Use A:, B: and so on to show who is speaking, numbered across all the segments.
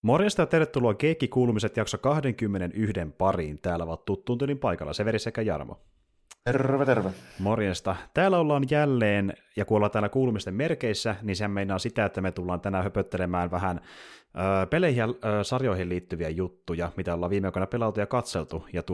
A: Morjesta ja tervetuloa Keikki-kuulumiset jakso 21 pariin. Täällä ovat tuttuun tyylin paikalla Severi sekä Jarmo.
B: Terve, terve.
A: Morjesta. Täällä ollaan jälleen, ja kun ollaan täällä kuulumisten merkeissä, niin sehän meinaa sitä, että me tullaan tänään höpöttelemään vähän peleihin ja sarjoihin liittyviä juttuja, mitä ollaan viime aikoina pelattu ja katseltu. Ja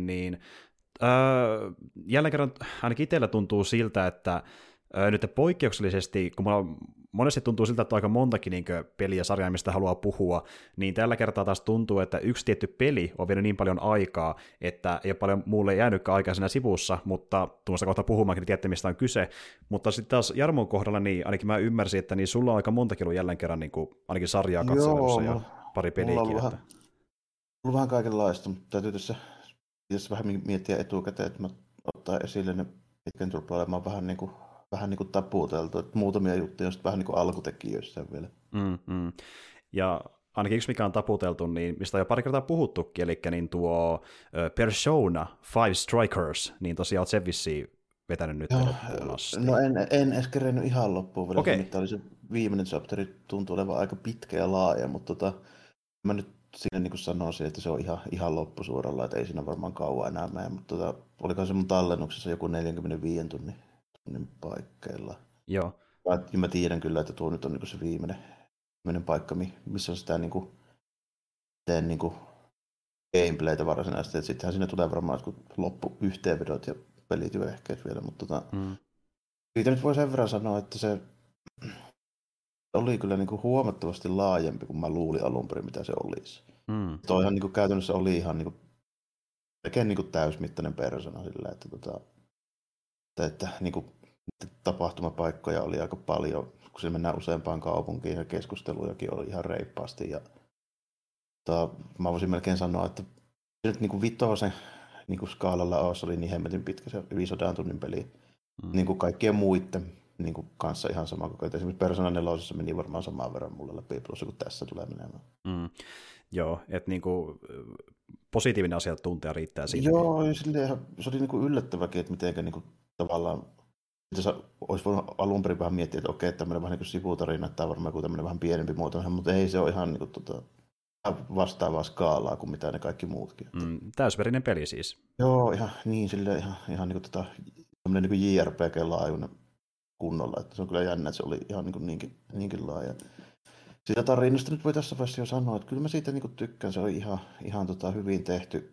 A: jälleen kerran ainakin itsellä tuntuu siltä, että nyt poikkeuksellisesti, kun mulla monesti tuntuu siltä, että on aika montakin niin peliä sarjaa, mistä haluaa puhua, niin tällä kertaa taas tuntuu, että yksi tietty peli on vienyt niin paljon aikaa, että ei ole paljon muulle jäänytkään aikaa siinä sivussa, mutta tuosta kohta puhumaankin, niin tiedätte, mistä on kyse. Mutta sitten taas Jarmon kohdalla, niin ainakin mä ymmärsin, että niin sulla on aika montakin ollut jälleen kerran niin kuin, ainakin sarjaa katselussa ja pari peliäkin.
B: Mulla on vähän kaikenlaista, mutta täytyy tässä vähän miettiä etukäteen, että mä ottaa esille ne, mitkä nyt rupeaa olemaan vähän niin kuin taputeltu, että muutamia juttuja on vähän niin kuin alkutekijöissä vielä.
A: Ja ainakin yksi, mikä on taputeltu, niin mistä on jo pari kertaa puhuttukin, eli niin tuo Persona 5 Strikers, niin tosiaan olet sen vissiin vetänyt nyt loppuun asti.
B: No en edes kerennyt ihan loppuun vielä,
A: Okay.
B: Oli se viimeinen chapteri, tuntuu olevan aika pitkä ja laaja, mutta mä nyt siinä niin kuin sanoisin, että se on ihan loppusuoralla, että ei siinä varmaan kauan enää mene, mutta olikohan se mun tallennuksessa joku 45 tunnin paikkeilla.
A: Joo.
B: Mä tiedän kyllä, että tuo nyt on niin se viimeinen paikka, missä on sitä teen gameplaytä varsinaisesti, että sittenhän siinä tulee varmaan loppuyhteenvedot ja pelityöehkeet vielä, mutta siitä nyt voi sen verran sanoa, että se oli kyllä niin kuin huomattavasti laajempi kuin mä luulin alun perin, mitä se olisi. Toihan niin kuin käytännössä oli ihan niin kuin täysmittainen persona sillä, että niin kuin tapahtumapaikkoja oli aika paljon, kun se mennään useampaan kaupunkiin ja keskustelujakin oli ihan reippaasti. Ja, mä voisin melkein sanoa, että se nyt niin kuin vitosen niin kuin skaalalla olisi oli niin hemmetin pitkä se 500 tunnin peli. Niin kuin kaikkien muiden niin kuin kanssa ihan sama koko ajan. Esimerkiksi Persona 4 meni varmaan samaan verran mulle läpi plussa kuin tässä tulee menemään.
A: Joo, että niinku positiivinen asia tuntea riittää siinä.
B: Joo, se oli niinku yllättäväkin, että mitenkä niinku tavallaan olisi voinut alun perin vähän miettiä, että okei, tämmöinen vähän niin kuin sivutarina, että tämä on varmaan tämmöinen vähän pienempi muoto, mutta ei se ole ihan niin kuin, vastaavaa skaalaa kuin mitä ne kaikki muutkin.
A: Täysverinen peli siis.
B: Joo, ihan niin, silleen ihan niin kuin tämmöinen niin JRPG-laajuinen kunnolla, että se on kyllä jännä, että se oli ihan niinkin laaja. Siitä tarinasta nyt voi tässä vaiheessa jo sanoa, että kyllä mä siitä niin kuin tykkään, se oli ihan hyvin tehty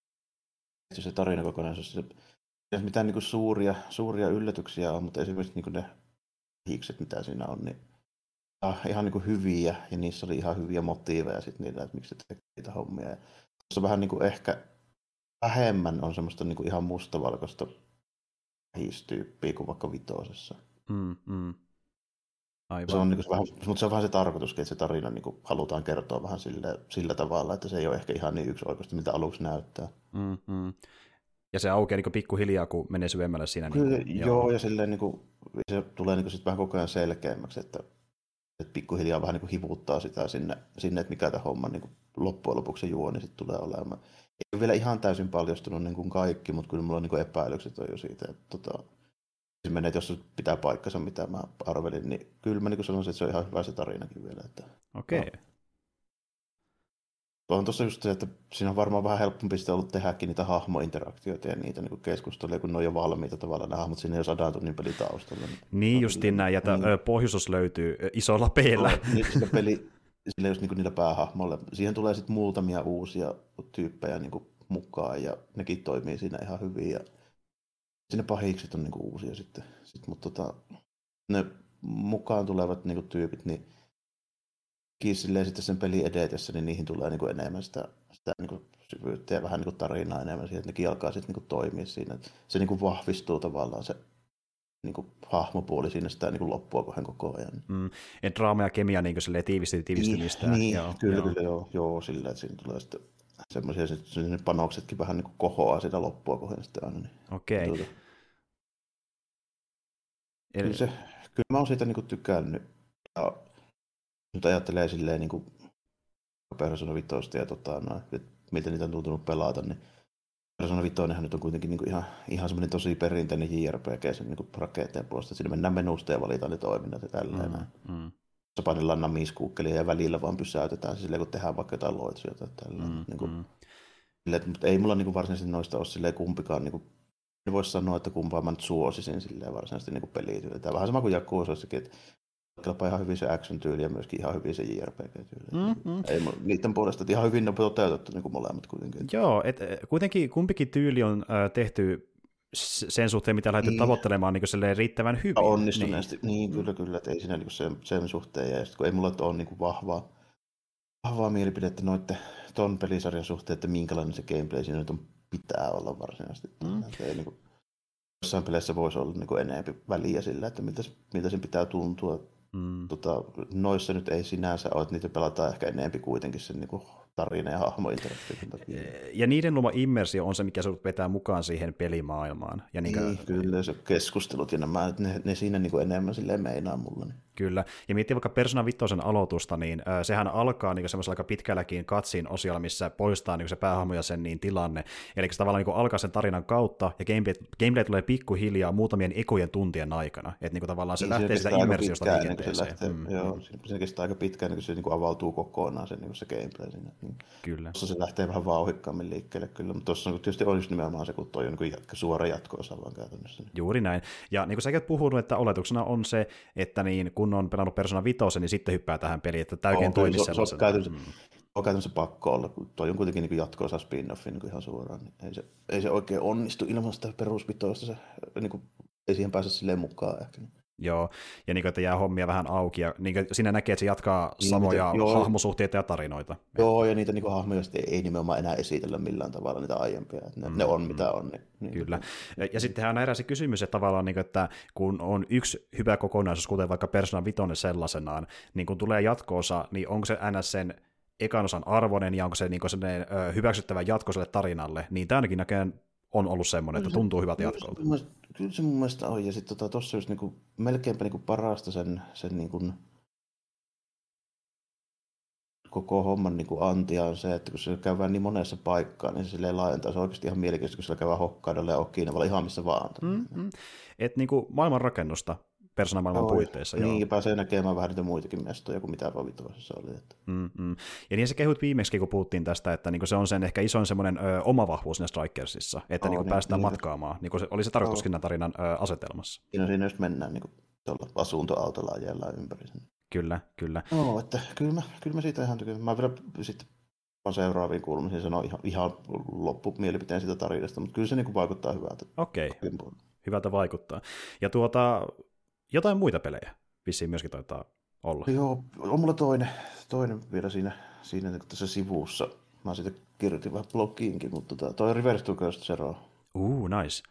B: se tarina kokonaisuus. Ei mitään niin kuin suuria yllätyksiä on, mutta esimerkiksi niin kuin ne hikset, mitä siinä on, niin ihan niin kuin hyviä, ja niissä oli ihan hyviä motiiveja sitten niillä, että miksi se tekee niitä hommia. Ja tuossa vähän niin kuin ehkä vähemmän on semmoista niin kuin ihan mustavalkoista hiistyyppiä kuin vaikka vitosessa.
A: Aivan.
B: Se on, niin kuin, mutta se on vähän se tarkoituskin, että se tarina niin kuin halutaan kertoa vähän sillä tavalla, että se ei ole ehkä ihan niin yksioikoista, miltä aluksi näyttää.
A: Ja se aukeaa niin pikkuhiljaa, kun menee syvemmälle siinä.
B: Kyllä, joo, ja silleen, niin kuin, se tulee niin kuin, sit vähän koko ajan selkeämmäksi, että pikkuhiljaa vähän niin kuin hivuttaa sitä sinne, että mikä tämä homma niin kuin loppujen lopuksi se juoni sitten tulee olemaan. Ei ole vielä ihan täysin paljastunut niin kuin kaikki, mutta kyllä mulla on niin kuin epäilykset on jo siitä, että se menee, että jos se pitää paikkansa, mitä mä arvelin, niin kyllä mä niin kuin sanoisin, että se on ihan hyvä se tarinakin vielä.
A: Okei.
B: On tuossa just se, että siinä on varmaan vähän helpompi sitten ollut tehdäkin niitä hahmointeraktioita ja niitä niin keskusteluja, kun ne on jo valmiita tavallaan, ne hahmot siinä jo 100 tunnin peli taustalla.
A: Niin justiin näin, ja pohjoisuus löytyy isolla peillä.
B: Sitä peli, sillä just niin niillä päähahmoilla. Siihen tulee sitten muutamia uusia tyyppejä niin mukaan, ja nekin toimii siinä ihan hyvin. Ja siinä pahikset on niin uusia sitten. Mutta ne mukaan tulevat niin tyypit, niin silleen sitten sen pelin edetessä, niin niihin tulee niin enemmän sitä niin syvyyttä ja vähän niin tarinaa enemmän siihen, että nekin alkaa sitten niin toimia siinä. Se niin vahvistuu tavallaan se niin hahmopuoli siinä sitä niin loppua kohden koko ajan.
A: Ja draama ja kemia niin tiivistymistä.
B: Niin, kyllä, joo, sillä, että siinä tulee sitten semmoisia, ne panoksetkin vähän niin kohoaa sitä loppua kohden sitten aina. Niin,
A: okei.
B: Kyllä mä oon siitä niin tykännyt. Ja nyt ajattelee silleen niin Persona 5 ja miltä niitä on tuntunut pelata, niin Persona 5 nyt on kuitenkin niin ihan semmoinen tosi perinteinen JRPG sen niin rakenteen puolesta. Siinä mennään menusta ja valitaan ne toiminnat ja tälleen. painellaan namiskuukkelia ja välillä vaan pysäytetään se silleen, kun tehdään vaikka jotain loitsuja tai tällä. Mutta ei mulla niin varsinaisesti noista ole silleen kumpikaan, niin kuin, en voisi sanoa, että kumpaa mä nyt suosisin silleen varsinaisesti niin pelityyltä. Tämä vähän sama kuin Jakuzassakin, että kelpaa ihan hyvin se action-tyyli ja myöskin ihan hyvin se JRPG-tyyli. Ei niiden puolesta, että ihan hyvin ne on toteutettu niin kuin molemmat kuitenkin.
A: Joo, kuitenkin kumpikin tyyli on tehty sen suhteen, mitä lähdetty tavoittelemaan niin riittävän hyvin.
B: Onnistuneesti, niin kyllä, että ei siinä niin sen suhteen, ja kun ei mulla ole niin vahvaa mielipidettä tuon pelisarjan suhteen, että minkälainen se gameplay siinä nyt pitää olla varsinaisesti. Ei, niin kuin, jossain peleissä voisi olla niin enemmän väliä sillä, että miltä sen pitää tuntua. Noissa nyt ei sinänsä ole, että niitä pelataan ehkä enemmän kuitenkin sen niin tarina- ja hahmointeraktiivin takia.
A: Ja niiden luoma immersio on se, mikä sinut vetää mukaan siihen pelimaailmaan. Ja
B: kyllä, se keskustelut ja nämä, ne siinä niin enemmän silleen meinaa mulle. Niin.
A: Kyllä, ja miettii vaikka Persona 5 aloitusta, niin sehän alkaa niin semmoisella aika pitkälläkin cutscene osiolla, missä poistaa niin se päähahmo ja sen niin tilanne. Eli se tavallaan niin alkaa sen tarinan kautta, ja gameplay tulee pikkuhiljaa muutamien ekojen tuntien aikana. Että niin tavallaan se lähtee sitä immersiosta liikenteeseen.
B: Joo, se kestää aika pitkään, kun se niin avautuu kokonaan se gameplay siinä.
A: Kyllä.
B: Tuossa se lähtee vähän vauhikkaammin liikkeelle kyllä, mutta tuossa tietysti on just nimenomaan se, kun toi on niin suora jatko-osa vaan käytännössä.
A: Juuri näin. Ja niin kuin säkin oot puhunut, että oletuksena on se, että niin, kun on pelannut Persona 5, niin sitten hyppää tähän peliin, että tämä oikein toimii sellaisena.
B: Se on käytännössä pakko olla, kun toi on kuitenkin niin jatko-osa spin-offi niin ihan suoraan. Niin ei se oikein onnistu ilman sitä perusvitoista, se, niin kuin, ei siihen pääse silleen mukaan ehkä.
A: Joo, ja niin kuin, että jää hommia vähän auki, ja niin kuin, siinä näkee, että se jatkaa samoja hahmosuhteita ja tarinoita.
B: Joo, ja niitä niin hahmoja ei nimenomaan enää esitellä millään tavalla niitä aiempia, että ne on mitä on. Niin,
A: kyllä, ja sittenhän on se kysymys, että tavallaan, niin kuin, että kun on yksi hyvä kokonaisuus, kuten vaikka Persona 5 sellaisenaan, niin kun tulee jatko-osa, niin onko se NS sen ekan osan arvoinen, ja onko se niin sellainen hyväksyttävä jatko sille tarinalle, niin tämä ainakin näköjään on ollut semmoinen, että tuntuu hyvältä jatkolta.
B: Kyllä se mun mielestä on, ja sitten tuossa just niinku, melkeinpä niinku parasta sen niinku, koko homman niinku antia on se, että kun se käydään niin monessa paikkaan, niin se silleen laajentaa. Se on oikeasti ihan mielenkiintoista, kun sillä käydään Hokkaidolla ja Okinawalla ihan missä vaan.
A: Että niinku maailmanrakennusta Persona-maailman puitteissa.
B: Niin, pääsee näkemään vähän niitä muitakin mestoja kuin mitä vaan Vitoisessa oli. Että.
A: Ja niin se kehut viimeksi, kun puhuttiin tästä, että niinku se on sen ehkä isoin semmoinen oma vahvuus siinä Strikersissa, että niinku päästään matkaamaan. Niinku se oli se tarkoituskin tarinan asetelmassa.
B: Siinä just mennään niinku tuolla asuntoautolla ajellaan ympäri sen.
A: Kyllä.
B: Että kyllä mä siitä ihan tykään. Mä vielä sitten seuraaviin kuulumisiin sanon ihan loppumielipiteen siitä tarinasta, mutta kyllä se niinku vaikuttaa hyvältä.
A: Okei, hyvältä vaikuttaa. Ja jotain muita pelejä vissiin myöskin taitaa olla.
B: Joo, on mulla toinen vielä siinä tässä sivussa. Mä siitä kirjoitin vähän blogiinkin, mutta toi Reverse to Ghost Zero.
A: Nice.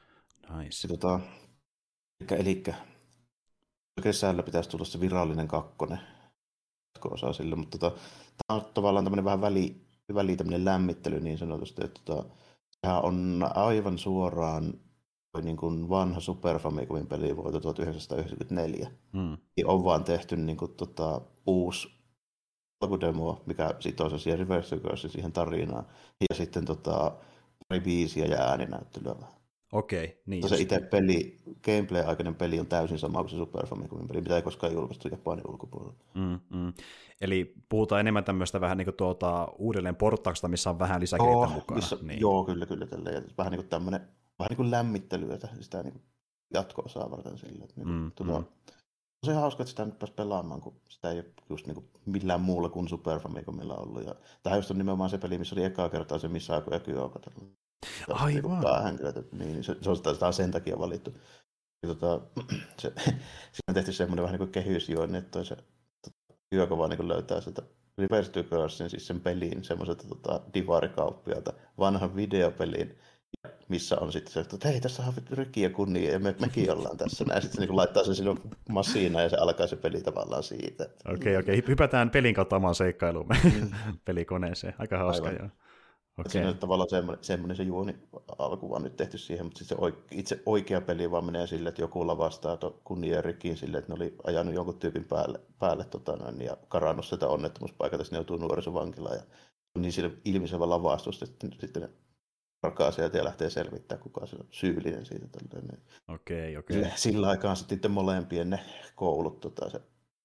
B: Eli kesällä pitäisi tulla se virallinen kakkonen jatko-osa sille, mutta tämä on tavallaan tämmöinen vähän väli tämmöinen lämmittely niin sanotusti, että sehän on aivan suoraan niin kuin vanha Super Famicomin peli vuodelta 1994. On vaan tehty niin kuin, uusi alkudemo, mikä sitoo siihen Reverse to Ghost siihen tarinaan, ja sitten pari biisiä ja ääninäyttelyä vähän.
A: Okei, niin.
B: Se itse gameplay-aikainen peli on täysin sama kuin se Super Famicomin peli, mitä ei koskaan julkaistu Japanin ulkopuolella.
A: Eli puhutaan enemmän tämmöistä vähän niin kuin uudelleen porttauksesta, missä on vähän lisäkeitä mukana. Niin.
B: Joo, kyllä tälleen. Vähän niin kuin tämmöinen vähän niin kuin lämmittelyä sitä niin jatko-osaa varten sille. On se hauska, että sitä nyt pääsi pelaamaan, kun sitä ei ole just niin kuin millään muulla kuin Super Famicomilla ollut. Ja tähän just on nimenomaan se peli, missä oli ekaa kertaa se Misako ja Kyoko.
A: Aivan.
B: Niin, se on sen takia valittu. Siinä on tehty semmoinen vähän niin kuin kehysjuoni, että se Kyoko vaan niin löytää sitä Reverse to Ghost, siis sen pelin semmoiselta divarikauppialta, vanhan videopelin, missä on sitten se, että hei, tässä on Ryki ja Kunnia ja mekin ollaan tässä. Näin sitten se niin laittaa sen sinun masiinaan ja se alkaa se peli tavallaan siitä.
A: Okei. Hypätään pelin kautta omaan seikkailuun pelikoneeseen. Aika hauska, joo.
B: Okay. Siinä on tavallaan semmoinen se juoni alku vaan nyt tehty siihen, mutta sitten se itse oikea peli vaan menee silleen, että joku lavastaa Kunnia ja Rykiin silleen, että ne oli ajanut jonkun tyypin päälle ja karannut sitä onnettomuuspaikalta, että ne joutuu nuorisovankilaan. Ja niin sille ilmiselvä lavastus, että sitten ne alkaa sieltä ja lähtee selvittämään, kuka se on syyllinen siitä.
A: Okei.
B: Sillä aikaan sitten molempien ne koulut, se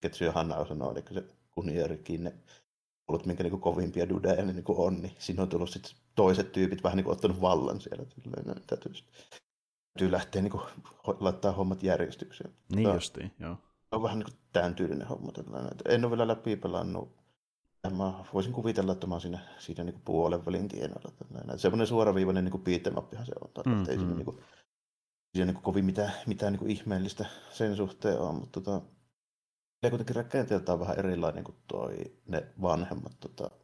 B: Ketsu ja Hanao sanoo, eli se Kunierikin, ne ollut minkä niin kovimpia dudeja niin on, niin siinä on tullut sitten toiset tyypit vähän niin ottanut vallan siellä. Täytyy lähteä niin laittaa hommat järjestykseen.
A: Niin justiin, joo.
B: On vähän niin tämän tyylinen homma. En ole vielä läpi pelannut. Mä voisin kuvitella, että mä oon siinä niin puolen välin tienoilla. Semmoinen suoraviivainen niin beat 'em uppihan se on. Ei siinä niin kovin mitään niin ihmeellistä sen suhteen on, mutta ja kuitenkin rakenteeltaan vähän erilainen kuin ne vanhemmat.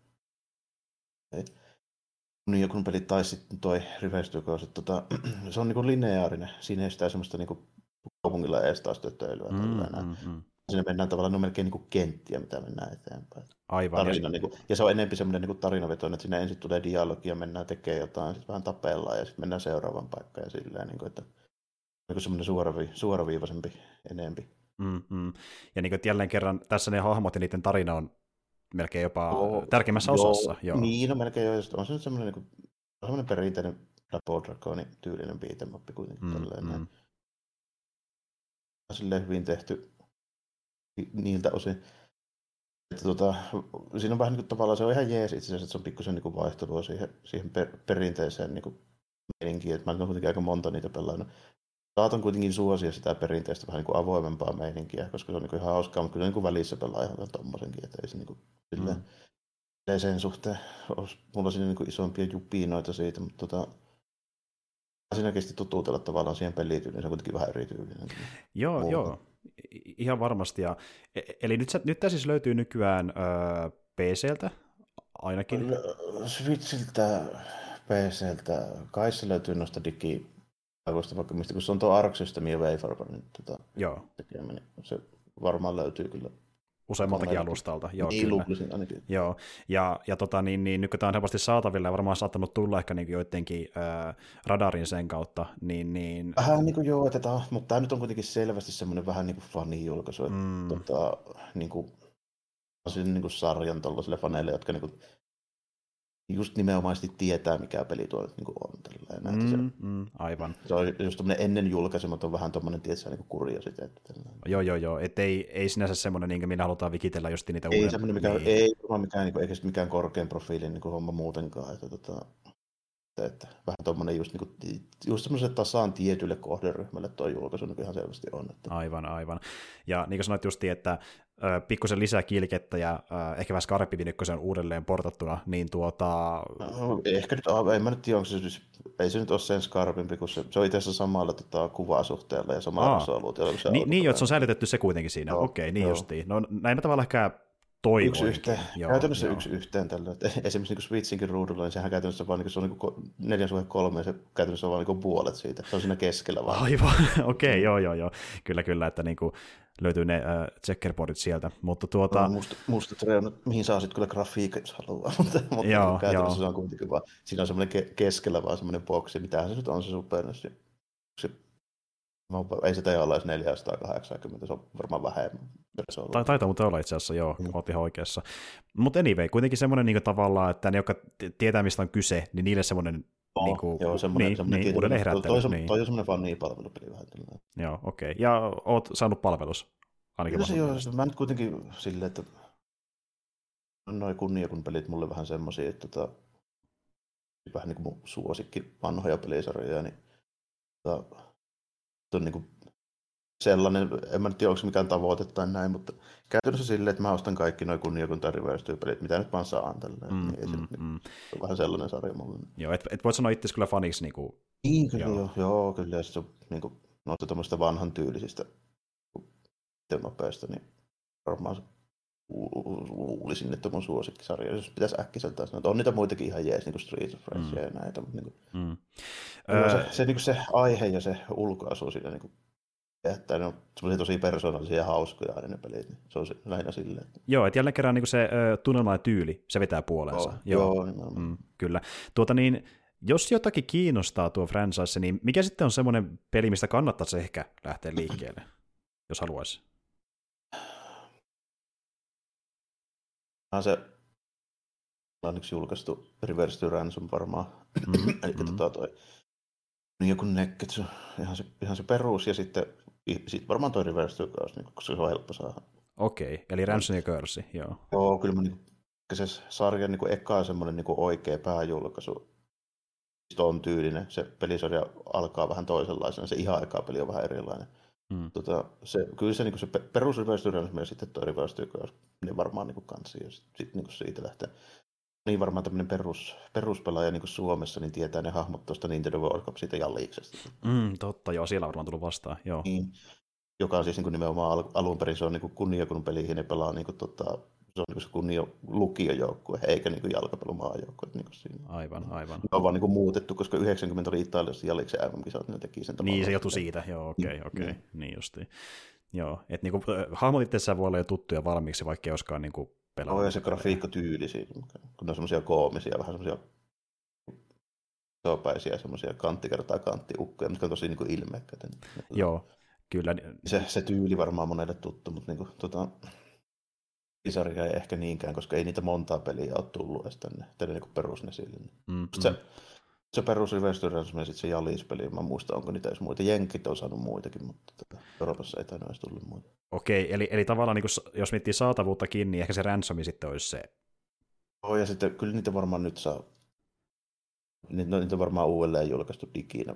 B: Niin joku peli tai sitten toi Reverse to Ghost, se on niin lineaarinen. Siinä ei sitä semmoista niin kaupungilla ees taas tötöilyä. Siinä mennään tavallaan melkein niin kenttiä, mitä mennään eteenpäin.
A: Aivan.
B: Tarina, ja se on enemmän semmoinen niin tarinavetoinen, että siinä ensin tulee dialogia, mennään tekemään jotain, sitten vähän tapellaan ja sitten mennään seuraavaan paikkaan ja silleen, että semmoinen suoraviivaisempi enempi.
A: Ja niin kuin jälleen kerran tässä ne hahmot ja niiden tarina on melkein jopa tärkeimmässä osassa. Joo.
B: Niin, no melkein jo. On se semmoinen perinteinen Double Dragonin tyylinen beat 'em up kuitenkin. Silleen hyvin tehty niiltä osin. Että siinä on vähän niin kuin tavallaan, se on ihan jees itse asiassa, että se on pikkusen niin kuin vaihtelua siihen perinteiseen niin kuin meininkiin. Että mä nyt on kuitenkin aika monta niitä pelannut. Saatan kuitenkin suosia sitä perinteistä vähän niin kuin avoimempaa meininkiä, koska se on niin kuin ihan hauskaa, mutta kyllä niin kuin välissä pelaa ihan tommosenkin, että ei se niin kuin sen suhteen mulla on siinä niin kuin isompia jupinoita siitä, mutta siinä kesti tutuutella tavallaan siihen pelityyliin, se on kuitenkin vähän erityylinen.
A: Joo, ihan varmasti. Eli nyt tämä siis löytyy nykyään PC:ltä ainakin?
B: Switchiltä, PC:ltä, kai se löytyy noista vaikka mistä, kun se on tuo Arc System ja Wayfarber, niin tekeminen, se varmaan löytyy kyllä.
A: Useammaltakin alustalta, joo,
B: niin,
A: kyllä.
B: luulisin ainakin.
A: Joo, ja nyt kun tämä on helposti saatavilla ja varmaan saattanut tulla ehkä niin joidenkin radarin sen kautta, niin...
B: Vähän niin kuin joo, mutta tämä nyt on kuitenkin selvästi semmoinen vähän niin kuin fanijulkaisu, niin kuin sarjan tuollaisille faneille, jotka niin kuin just nimenomaisesti tietää, mikä peli tuo nyt niin on.
A: Aivan.
B: Se on just tämmöinen ennen julkaisematon vähän tuommoinen, tietysti niin kuriositeetti.
A: Joo. Että ei sinänsä semmoinen, niin millä halutaan vikitellä just niitä
B: ei semmoinen, ei eikä mikään korkean profiilin niin homma muutenkaan. Että vähän tuommoinen just semmoiselle tasaan tietylle kohderyhmälle tuo julkaisu niin ihan selvästi on. Että.
A: Aivan. Ja niin kuin sanoit justiin, että pikkusen lisää kilkettä ja ehkä vähän skarppi kun se on uudelleen portattuna, niin
B: No, ehkä nyt, en mä nyt tiedä, ei se nyt ole sen skarpimpi, kun se on itse asiassa samalla kuvasuhteella ja samalla resoluutiolla.
A: Niin, että se on säilytetty se kuitenkin siinä. Okei, niin justiin. No näin mä tavallaan ehkä toivoin.
B: Käytännössä yksi yhteen tällä. Esimerkiksi niin Switchinkin ruudulla, niin sehän käytännössä vaan, niin se on niin 4:3 ja se käytännössä on vaan niin puolet siitä. Se on siinä keskellä vaan.
A: Aivan, okei, joo. Kyllä, että niin kuin löytyy ne checkerboardit sieltä. Mutta
B: mustat reunat, mihin saa sitten kyllä grafiikat, jos haluaa. Mutta käytännössä se on kuitenkin vaan, siinä on semmoinen keskellä vaan semmoinen boksi. Mitähän se nyt on se Super NES? Ei se teillä olla edes 480, se on varmaan vähemmän.
A: Taitaa muuten olla itse asiassa, joo, olet ihan oikeassa. Mutta anyway, kuitenkin semmoinen niin tavallaan, että ne, jotka tietää, mistä on kyse, niin niille semmoinen
B: semmoinen
A: uudelleen herättely.
B: Toi on semmoinen fanipalvelupeli vähän.
A: Joo, okei. Ja oot saanut palvelus?
B: Joo, mä nyt kuitenkin silleen, että noi kunniakun pelit mulle vähän semmosia, että vähän niin kuin mun suosikki vanhoja pelisarjoja, niin on niin kuin sellainen, en mä nyt tiedä, onko mikään tavoite tai näin, mutta käytännössä silleen, että mä ostan kaikki nuo kunniakun tai Reverse-pelit, mitä nyt vaan saan tälleen. Se on vähän sellainen sarja mulle.
A: Joo, et voit sanoa itse kyllä faniksi.
B: Niin, kyllä. Ja se on niin kuin, noista tämmöistä vanhan tyylisistä teemapäistä, niin varmaan luulisin, että mun suosikkisarja, jos pitäisi äkkiseltään sanoa. On niitä muitakin ihan jees, niin kuin Streets of Rage ja näitä, mutta se aihe ja se ulkoasu siinä niin kuin, että ne on tosi persoonallisia ja hauskoja aina ne pelit, niin se on lähinnä silleen. Että...
A: Joo, että jälleen kerran niin se tunnelma ja tyyli, se vetää puoleensa.
B: Joo.
A: Kyllä. Jos jotakin kiinnostaa tuo franchise, niin mikä sitten on semmoinen peli, mistä kannattaisi ehkä lähteä liikkeelle, jos haluaisi?
B: Se on yksi julkaistu Reverse to Ransom varmaan. Eli toi joku Nekketsu, ihan se perus ja sitten varmaan toi Reverse to Chaos, koska se on helppo saada.
A: Okei, eli Ransom ja Curse, joo.
B: Joo, kyllä mä se sarjan eka semmoinen oikea pääjulkaisu on tyylinen. Se pelisarja alkaa vähän toisenlaisena, se ihan eka peli on vähän erilainen. Kyllä se perus Reverse Ransom ja sitten tuo Reverse Curse, niin varmaan kansi, ja sitten siitä lähtee. Niin varmaan tämmöinen peruspelaaja Suomessa niin tietää ne hahmot tuosta Nintendo World Cupista ja Liiksesta.
A: Totta, joo, siellä on varmaan tullut vastaan, joo.
B: Niin, joka on siis nimenomaan alun perin se on kunniakunnan peliin, ne pelaa se on se kunnia lukiojoukkue, eikä jalkapallomaajoukkue.
A: Aivan.
B: Ne on vaan muutettu, koska 90 oli Italiassa Jaliksen MM-kisat, ne teki sen tavalla.
A: Niin, se johtui siitä, joo, okei, niin justiin. Joo, että hahmot itsessään voi olla jo tuttuja valmiiksi, vaikka ei olisikaan pelaa.
B: Ja se grafiikkatyyli siinä, kun ne on semmoisia koomisia, vähän semmoisia sopäisiä, semmoisia kantti kertaa kanttiukkoja, mitkä on tosi ilmeikkäitä.
A: Joo, kyllä.
B: Se tyyli varmaan monelle tuttu, mutta sarja ei ehkä niinkään, koska ei niitä montaa peliä ole tullut edes tänne perusnesille. Se perus Reverse Ransom ja sitten se Jalis-peli, mä muistan, onko niitä edes muita. Jenkit on saanut muitakin, mutta Euroopassa ei tainnut edes tullut muita.
A: Okei, eli tavallaan jos miettii saatavuuttakin, niin ehkä se Ransomi sitten olisi se.
B: Ja sitten kyllä niitä varmaan nyt saa. Niitä varmaan uudelleen julkaistu diginä.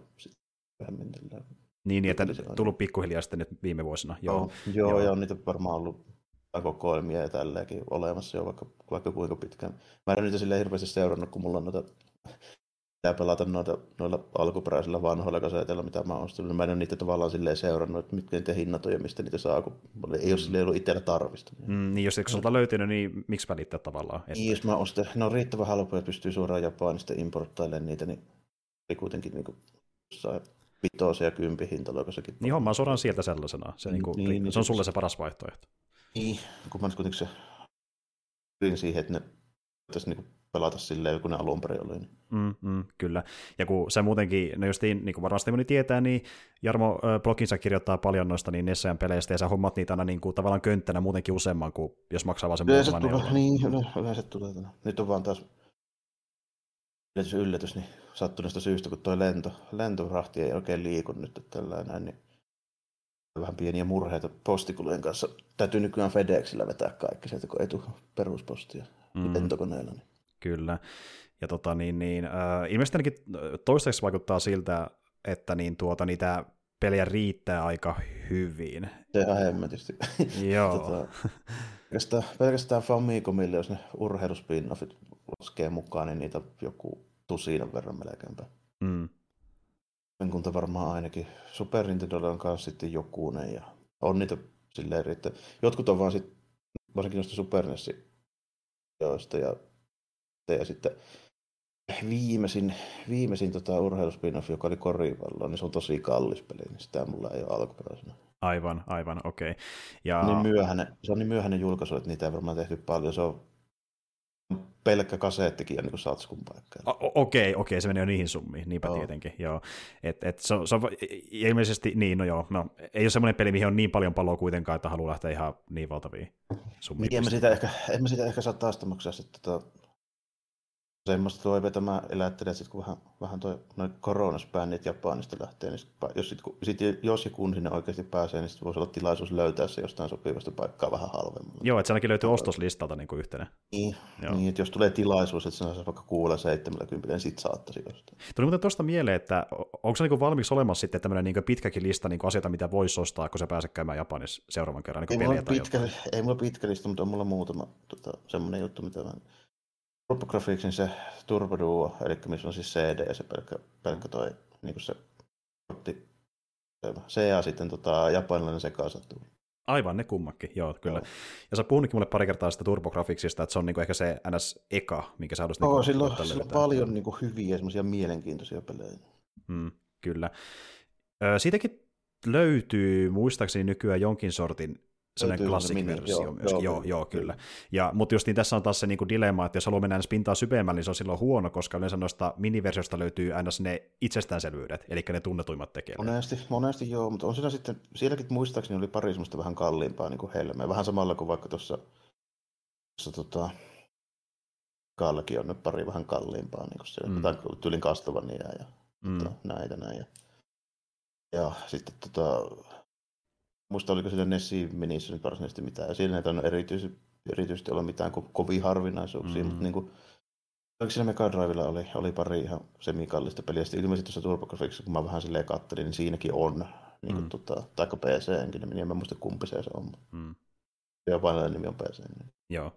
A: Niin, että tullut pikkuhiljaa sitten nyt viime vuosina. Joo,
B: ja on niitä varmaan ollut kokoelmia ja tälleenkin olemassa jo vaikka kuinka pitkään. Mä en ole niitä silleen hirveästi seurannut, kun mulla on pitää pelata noilla alkuperäisillä vanhoilla kaseteilla, mitä mä oon ostanut. Mä en ole niitä tavallaan silleen seurannut, että mitkä niitä hinnat on ja mistä niitä saa, kun ei ole silleen ollut itsellä tarvista.
A: Niin, jos eikö sulta löytynyt, niin miksi välittää tavallaan? Että...
B: Niin, jos mä ostan, ne on riittävän halpoja ja pystyy suoraan Japanista importtailemaan niitä, niin oli kuitenkin jossain 5 ja 10 hintaluokassakin.
A: Niin, homma on suoraan sieltä sellaisena. Se on sulle se paras vaihtoehto.
B: Niin, kun mä nyt kuitenkin pyrin siihen, että ne voitaisiin pelata silleen, kun ne alun perin oli.
A: Kyllä. Ja kun se muutenkin, no justiin, niin kuin varmasti moni tietää, niin Jarmo bloginsa kirjoittaa paljon noista niin Nessajan peleistä, ja sä hommat niitä aina tavallaan könttänä muutenkin useamman, kuin jos maksaa vaan sen muutaman euron.
B: Niin, yleensä tulee. Nyt on vaan taas yllätys, niin sattuneesta syystä, kun toi lentorahti ei oikein liiku nyt tällainen, niin vähän pieniä murheita postikulujen kanssa. Täytyy nykyään FedExillä vetää kaikki sieltä, kun ei tule peruspostia lentokoneella. Niin.
A: Kyllä. Ja ilmeisesti ainakin toistaiseksi vaikuttaa siltä, että niitä pelejä riittää aika hyvin.
B: Sehän hemmetisti.
A: Joo.
B: pelkästään Famicomille, jos ne urheiluspin-offit laskee mukaan, niin niitä joku tusinan verran melkeinpä. Kunta varmaan ainakin. Super Nintendolla on kanssa sitten jokunen ja on niitä silleen riittää. Jotkut on vaan sitten, varsinkin noista Super NES-joista ja sitten viimeisin urheiluspin-off, joka oli koripallo, niin se on tosi kallis peli, niin sitä mulla ei ole alkuperäisenä.
A: Aivan, okei. Ja...
B: Se on niin myöhäinen julkaisu, että niitä ei varmaan tehty paljon. Se on pelkkä kaseettikin ja satskun paikkaan.
A: Okei, se menee jo niihin summiin, niinpä tietenkin, joo. Se on ilmeisesti, ei ole semmoinen peli, mihin on niin paljon paloa kuitenkaan, että haluaa lähteä ihan niin valtaviin summiin.
B: Niin, en mä sitä ehkä saa taas maksaa sitten semmoista toiveita mä elättelen, että kun vähän noin koronaspännit Japanista lähtee, niin jos ja kun sinne oikeasti pääsee, niin sitten voisi olla tilaisuus löytää se jostain sopivasta paikkaa vähän halvemmalla.
A: Joo, että se ainakin löytyy ostoslistalta yhtenä.
B: Niin, että jos tulee tilaisuus, että se saa vaikka 6-70, niin sitten saattaisi jostain.
A: Tuli muuten tuosta mieleen, että onko se valmiiksi olemassa sitten tämmöinen pitkäkin lista asioita, mitä voisi ostaa, kun se pääsee käymään Japanissa seuraavan kerran?
B: Ei mulla pitkä lista, mutta on mulla muutama semmoinen juttu, mitä mä... TurboGrafxin se Turbo Duo, eli missä on siis CD ja se pelkkä toi se kortti. Se ja sitten japanilainen sekasattu.
A: Aivan, ne kummakin, joo, kyllä. Joo. Ja sä puhunutkin mulle pari kertaa sitä TurboGrafxista, että se on ehkä se NS-eka, minkä sä haluaisit...
B: Sillä on paljon hyviä semmoisia mielenkiintoisia pelejä.
A: Kyllä. Siitäkin löytyy muistaakseni nykyään jonkin sortin sellainen classic-versio myöskin, joo, kyllä. Mutta just niin tässä on taas se dilemma, että jos haluaa mennä pintaa syvemmälle, niin se on silloin huono, koska yleensä noista miniversioista löytyy aina ne itsestäänselvyydet, eli ne tunnetuimmat tekijät.
B: Monesti joo, mutta on siinä sitten, sielläkin muistaakseni oli pari semmoista vähän kalliimpaa helmeä, vähän samalla kuin vaikka tuossa Kallakin on nyt pari vähän kalliimpaa, tai tyylin Castlevania ja näitä näin. Ja sitten muista oliko sillä Nessin minissä nyt varsinaisesti mitään, ja siinä ei tainnut erityisesti olla mitään kovin harvinaisuuksia, mutta niin kuin, oliko siinä Mega Drivella oli pari ihan semikallista peliä, sitten ilmeisesti tuossa TurboGrafxissa, kun mä vähän silleen kattelin, niin siinäkin on, niin kuin, taikka PC-enkin, niin en mä muista kumpi se on, mutta painajan nimi on PC. Niin.
A: Joo.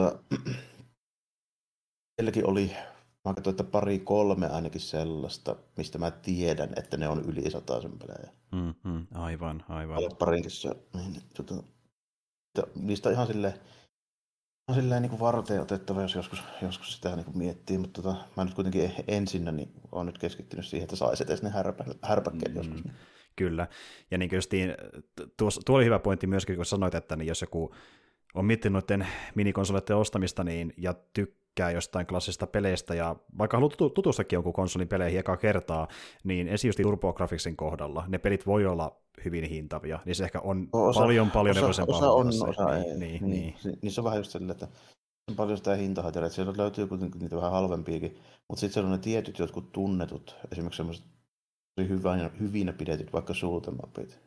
B: Sielläkin oli, mä katsoin, että 2-3 ainakin sellaista, mistä mä tiedän, että ne on yli 100 sen pelejä.
A: Aivan.
B: Parinkin niin, niistä on ihan silleen niin kuin varteen otettava, jos joskus sitä niin kuin miettii, mutta mä nyt kuitenkin ensinnä niin olen nyt keskittynyt siihen, että saisi edes ne härpäkkeet joskus.
A: Kyllä, ja niin tuo oli hyvä pointti myöskin, kun sanoit, että niin jos joku on miettinyt noiden minikonsoleiden ostamista ja tykkää jostain klassisista peleistä, ja vaikka haluaa tutustakin jonkun konsolin peleihin ekaa kertaa, niin esimerkiksi TurboGrafxin kohdalla ne pelit voi olla hyvin hintavia, niin se ehkä on paljon edullisempaa.
B: Osa ei. Niin. Niissä on vähän just silleen, että on paljon sitä hintahaiteria, että siellä löytyy kuitenkin niitä vähän halvempiakin, mutta sitten siellä on ne tietyt jotkut tunnetut, esimerkiksi semmoiset hyvinä pidetyt vaikka shoot'em-upit.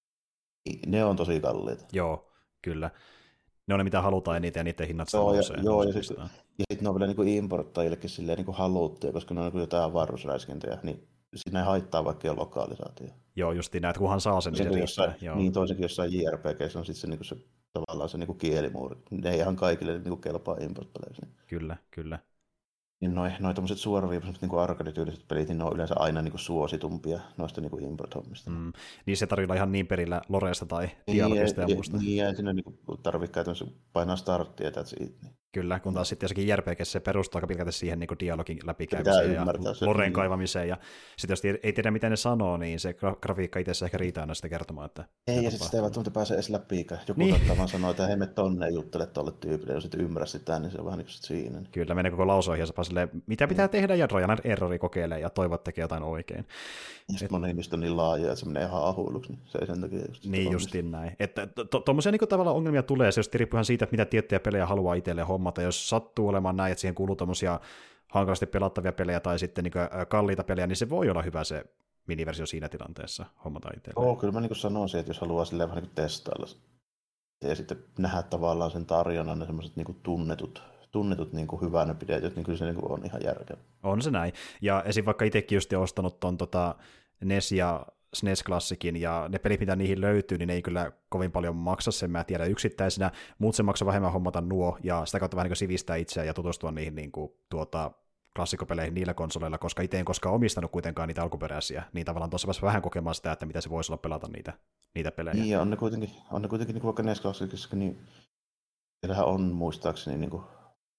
B: Ne on tosi kalliita.
A: Joo, kyllä. Ne on ne, mitä halutaan eniten, ja niiden hinnat
B: nousee. Joo, ja sitten ne on vielä niin importtajillekin silleen niin haluttuja, koska ne on niin jotain avaruusräiskintöjä, niin siinä ei haittaa vaikka jo lokalisaatio.
A: Joo, justiin näet, kunhan saa sen, niin riittää.
B: Niin, toisenkin jossain JRPG:ssä on sitten se, niin se, tavallaan se niin kielimuuri. Ne ei ihan kaikille niin kelpaa import-peleiksi.
A: Kyllä.
B: Niin noi tommoset suoraviivaiset niin arcade-tyyliset pelit, niin ne on yleensä aina niin suositumpia noista niin import-hommista.
A: Niin se tarjolla ihan niin perillä Loreesta tai dialogista ja muusta.
B: Niin, ei siinä niin tarvitse käytännössä painaa starttia tai siitä. Niin.
A: Kyllä, kun taas sitten jossakin JRPG:ssä se perustuu aika pitkälti siihen niin dialogin läpikäymiseen ja Loreen kaivamiseen. Ja sitten jos ei tiedä, mitä ne sanoo, niin se grafiikka itse ehkä riitä aina sitä kertomaan. Että
B: ei, ja sitten sitä ei välttämättä pääse edes läpi. Joku niin. Vaan sanoo, että hei, me tonne juttele tolle tyypille, jos et ymmärrä sitä, niin se on vähän niin kuin siinä. Niin.
A: Kyllä, menee koko lausoihin ja se silleen, mitä pitää tehdä, ja Rojan errori kokeilee ja toivoo, että tekee jotain oikein.
B: Ja sitten moni niistä on niin laaja, että se menee ihan ahuiluksi, niin se ei sen takia just
A: niin justiin näin. Että tuommoisia niin tavallaan ongelmia tulee, se jos riippuu ihan siitä, että mitä tiettyjä pelejä haluaa itselleen hommata. Jos sattuu olemaan näin, että siihen kuuluu tuommoisia hankalasti pelattavia pelejä tai sitten niin kalliita pelejä, niin se voi olla hyvä se miniversio siinä tilanteessa hommata itselleen.
B: Joo, kyllä mä niin sanoisin, että jos haluaa silleen vähän niin testailla ja sitten nähdä tavallaan sen tarjonnan, ne semmoiset niin tunnetut niin hyvänä pidetyt, niin kyllä se niin on ihan järkevä.
A: On se näin. Ja esim. Vaikka itsekin just ostanut ton NES ja SNES Classicin, ja ne pelit, mitä niihin löytyy, niin ne ei kyllä kovin paljon maksa sen, mä tiedän yksittäisenä, mutta se maksaa vähemmän hommata nuo, ja sitä kautta vähän niin sivistää itseään ja tutustua niihin niin kuin, klassikkopeleihin niillä konsoleilla, koska itse en koskaan omistanut kuitenkaan niitä alkuperäisiä, niin tavallaan tuossa pääsi vähän kokemaan sitä, että mitä se voisi olla pelata niitä pelejä.
B: Niin, ja on ne kuitenkin niin kuin vaikka NES Classicissa, niin siellähän on muistaakseni niin kuin,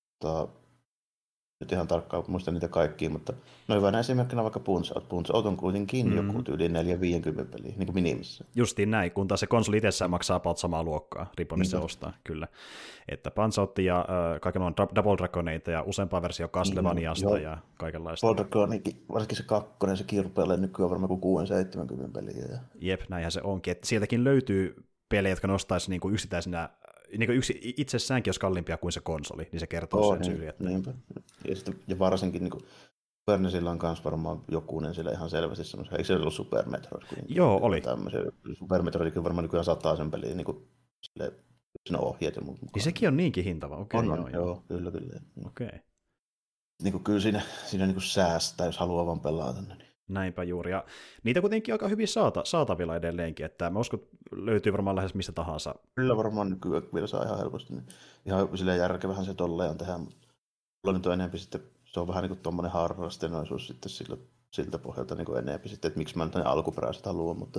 B: nyt ihan tarkkaan muista niitä kaikkia, mutta no hyvänä esimerkkinä vaikka Punch-Out on kuitenkin joku yli 4-50 peliä, niin kuin minimissä.
A: Justiin näin, kun taas se konsoli itsessään maksaa about samaa luokkaa, riippuen mistä ostaa, kyllä. Että Punch-Out ja kaikenlainen Double Dragoneita ja useampaa versio Castlevaniasta ja kaikenlaista.
B: Double Dragonikin, varsinkin se kakkonen, se kirpeilee nykyään varmaan kuin 6-70 peliä. Ja.
A: Jep, näinhän se onkin, että sieltäkin löytyy pelejä, jotka nostaisi niin kuin yksittäisenä niin kuin itsessäänkin jos kalliimpia kuin se konsoli, niin se kertoo sen syyli. Että
B: niinpä. Ja varsinkin niin Super NESillä on myös varmaan jokunen siellä ihan selvästi semmoisia. Eikö se ollut Super Metroid?
A: Joo, oli.
B: Super Metroidikin varmaan nykyään 100 sen peliä, niin kuin siinä ohjeet ja muut mukaan.
A: Niin sekin on niinkin hintava, okei.
B: Joo, kyllä.
A: Okei.
B: Niin kyllä siinä niin kuin säästää, jos haluaa vaan pelata. Niin.
A: Näinpä juuri, ja niitä kuitenkin aika hyvin saatavilla edelleenkin, että mä uskon, että löytyy varmaan lähes mistä tahansa.
B: Kyllä varmaan nykyään vielä saa ihan helposti, niin ihan silleen järkevähän se tolleen tehdä, mutta mulla nyt on enemmän sitten, se on vähän niin kuin tommoinen harrastenoisuus sitten siltä pohjalta niin kuin enemmän sitten, että miksi mä nyt ne alkuperäiset haluan, mutta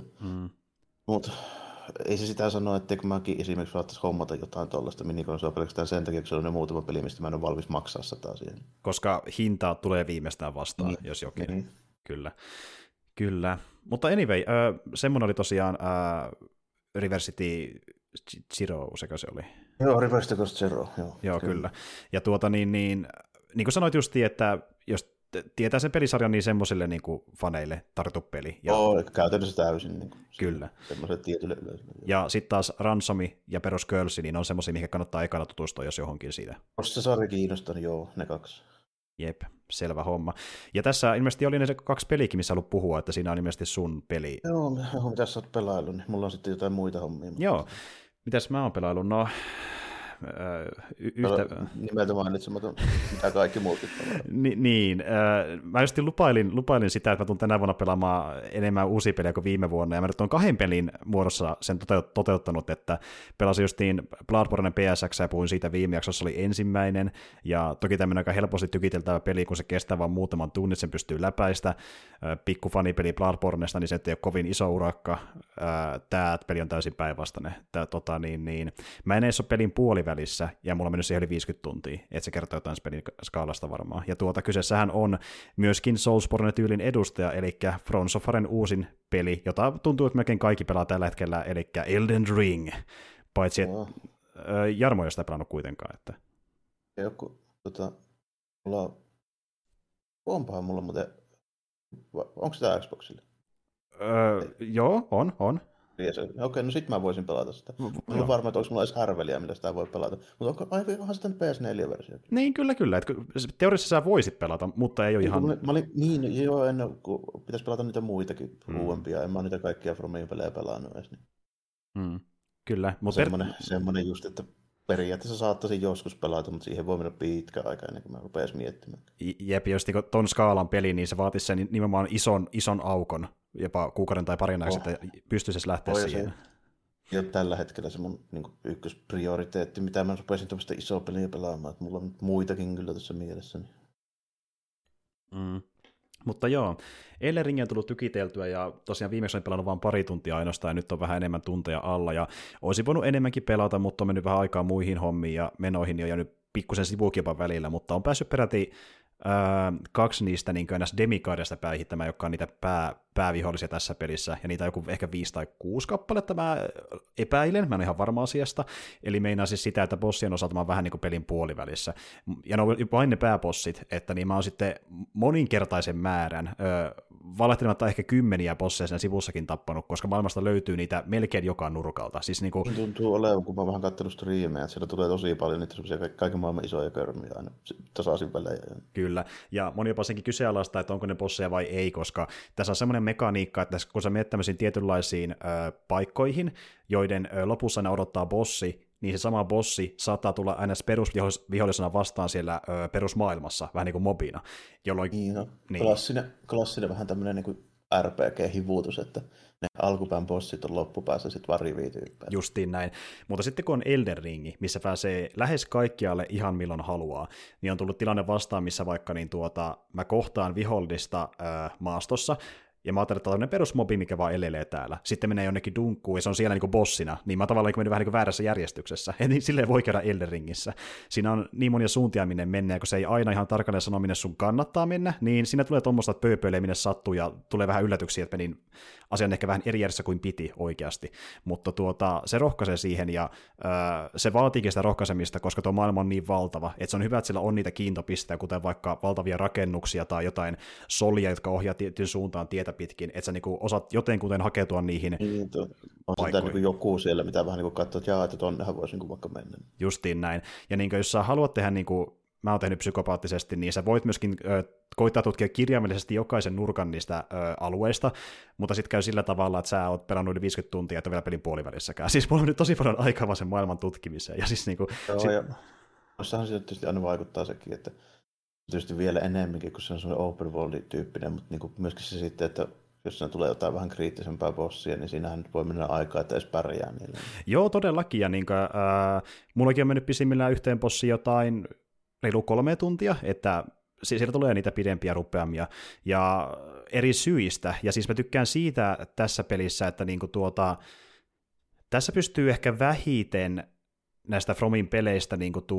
B: ei se sitä sano, että kun mäkin esimerkiksi saattaisi hommata jotain tollaista minikonsolia pelkästään sen takia, kun se on ne muutama peli, mistä mä en ole valmis maksaa 100 siihen.
A: Koska hinta tulee viimeistään vastaan, jos jokin. Kyllä. Mutta anyway, semmoinen oli tosiaan Reversity Zero, sekö se oli?
B: Joo, Reversity Zero,
A: joo. Kyllä. Ja niin kuin sanoit justiin, että jos tietää sen pelisarjan, niin semmoiselle niin kuin faneille tartu peli.
B: Joo, käytännössä täysin. Niin kuin,
A: kyllä.
B: Semmoiselle tietylle yleisölle.
A: Ja sitten taas Ransomi ja perus Girls, niin on semmoisia, mihin kannattaa ekana tutustua, jos johonkin siitä.
B: Jos se sarja kiinnostaa, niin joo, ne kaksi.
A: Jep, selvä homma. Ja tässä ilmeisesti oli ne 2 peliäkin, missä haluat puhua, että siinä on ilmeisesti sun peli.
B: Joo, mitä sä oot pelaillut, niin mulla on sitten jotain muita hommia.
A: Joo, mitäs mä oon pelaillut? No,
B: nimeltä mainitsematon, mitä kaikki muutkin
A: niin, mä just lupailin sitä, että mä tulen tänä vuonna pelaamaan enemmän uusia pelejä kuin viime vuonna, ja mä nyt on 2 pelin muodossa sen toteuttanut, että pelasin justiin Bloodborne PSX, ja puhuin siitä viime jaksossa, oli ensimmäinen, ja toki tämmöinen aika helposti tykiteltävä peli, kun se kestää vaan muutaman tunnin, sen pystyy läpäistä, pikku fanipeli Bloodbornesta, niin se ei ole kovin iso urakka, tää peli on täysin päinvastainen, mä en edes ole pelin puolivälissä, ja mulla on mennyt siihen yli 50 tuntia, että se kertoo jotain pelin skaalasta varmaan. Ja kyseessähän on myöskin Soulsborne-tyylin edustaja, eli From Softwaren uusin peli, jota tuntuu, että melkein kaikki pelaa tällä hetkellä, eli Elden Ring. Paitsi, että Jarmo ei ole sitä pelannut kuitenkaan. Että...
B: Joku, onpahan mulla muuten, onko tämä Xboxille?
A: Joo, on.
B: Okei, no sit mä voisin pelata sitä. Mä en ole varma, että onko mulla edes härveliä, millä sitä voi pelata. Mutta onhan sitä PS4-versio.
A: Niin, kyllä. Teoriassa sä voisit pelata, mutta ei ole ihan...
B: Mä olin, niin, joo, kun pitäisi pelata niitä muitakin uudempia. En mä niitä kaikkia Fromin pelejä pelannut edes. Niin.
A: Kyllä.
B: Mutta semmoinen just, että periaatteessa saattaisin joskus pelata, mutta siihen voi mennä pitkä aika ennen kuin mä rupeaisin miettimään.
A: Jep, jos ton skaalan peli, niin se vaatisi sen nimenomaan ison aukon, jopa kuukauden tai parin ajan, että pystyisi lähteä siihen.
B: Ja tällä hetkellä se mun niin ykkösprioriteetti, mitä mä rupeaisin tämmöistä isoa peliä pelaamaan, että mulla on muitakin kyllä tässä mielessäni.
A: Mutta joo, Elden Ring on tullut tykiteltyä, ja tosiaan viimeksi olen pelannut vain 2 tuntia ainoastaan, ja nyt on vähän enemmän tunteja alla, ja olisin voinut enemmänkin pelata, mutta on mennyt vähän aikaa muihin hommiin ja menoihin, ja nyt pikkusen sivukilpan välillä, mutta on päässyt peräti 2 niistä niin ennäs Demigardista päihittämään, jotka on niitä päävihollisia tässä pelissä, ja niitä on joku ehkä 5 tai 6 kappaletta, mä epäilen, mä en ole ihan varma asiasta, eli meinaa siis sitä, että bossien osalta mä oon vähän niin kuin pelin puolivälissä, ja ne on vain ne pääbossit, että niin mä oon sitten moninkertaisen määrän, valehtelematta ehkä 10 bosseja sen sivussakin tappanut, koska maailmasta löytyy niitä melkein joka nurkalta. Siis niin kuin...
B: Tuntuu olevan, kun mä oon vähän katsellut striimejä, että siellä tulee tosi paljon niitä kaiken maailman isoja körmiä aina tasaisin välejä.
A: Kyllä, ja moni jopa senkin kyseenalaistaa, että onko ne bosseja vai ei, koska tässä on semmoinen mekaniikka, että kun sä menet tämmöisiin tietynlaisiin paikkoihin, joiden lopussa ne odottaa bossi, niin se sama bossi saattaa tulla aina perusvihollisena vastaan siellä perusmaailmassa, vähän niin kuin mobina. Jolloin,
B: niin. Klassinen vähän tämmöinen niin RPG-hivuutus, että ne alkupään bossit on loppupäässä sitten vaan rivityyppejä.
A: Justiin näin. Mutta sitten kun on Elden Ringi, missä pääsee lähes kaikkialle ihan milloin haluaa, niin on tullut tilanne vastaan, missä vaikka mä kohtaan vihollista maastossa, ja mä ajattelin, että tämä on perusmobi, mikä vaan elelee täällä. Sitten menee jonnekin dunkkuun, ja se on siellä niin bossina, niin mä tavallaan mennyt vähän niin väärässä järjestyksessä. Eli silleen voi käydä Elden Ringissä. Siinä on niin monia suuntia, minne mennä, ja kun se ei aina ihan tarkalleen sano, minne sun kannattaa mennä, niin siinä tulee tuommoista pööpöilee, minne sattuu, ja tulee vähän yllätyksiä, että menin asian ehkä vähän eri järjessä kuin piti oikeasti. Mutta se rohkaisee siihen, ja se vaatiikin sitä rohkaisemista, koska tuo maailma on niin valtava, että se on hyvä, että sillä on niitä kiintopisteitä, kuten vaikka valtavia rakennuksia tai jotain solia, jotka ohjaa tietyn suuntaan tietä pitkin, että sä niinku osaat jotenkuten hakeutua niihin
B: on sitä niin joku siellä, mitä vähän niin katsoo, että tonnehan voisi niin vaikka mennä.
A: Justiin näin. Ja niin jos sä haluat tehdä, niin kuin mä oon tehnyt psykopaattisesti, niin sä voit myöskin koittaa tutkia kirjaimellisesti jokaisen nurkan niistä alueista, mutta sitten käy sillä tavalla, että sä oot pelannut yli 50 tuntia, et ole vielä pelin puolivälissäkään. Siis mulla on nyt tosi paljon aikaa vaan sen maailman tutkimiseen. Ja siis niinku,
B: ja jossahan siitä tietysti aina vaikuttaa sekin, että tietysti vielä enemmänkin, kun se on semmoinen open world-tyyppinen, mutta niin myöskin se sitten, että jos siinä tulee jotain vähän kriittisempää bossia, niin siinähän nyt voi mennä aikaa, että edes pärjää niille.
A: Joo, todellakin, ja niin kuin, mullakin on mennyt pisimmillään yhteen bossiin jotain reilu 3 tuntia, että siellä tulee niitä pidempiä rupeamia, ja eri syistä, ja siis mä tykkään siitä tässä pelissä, että niin kuin tässä pystyy ehkä vähiten näistä Fromin peleistä niin kuin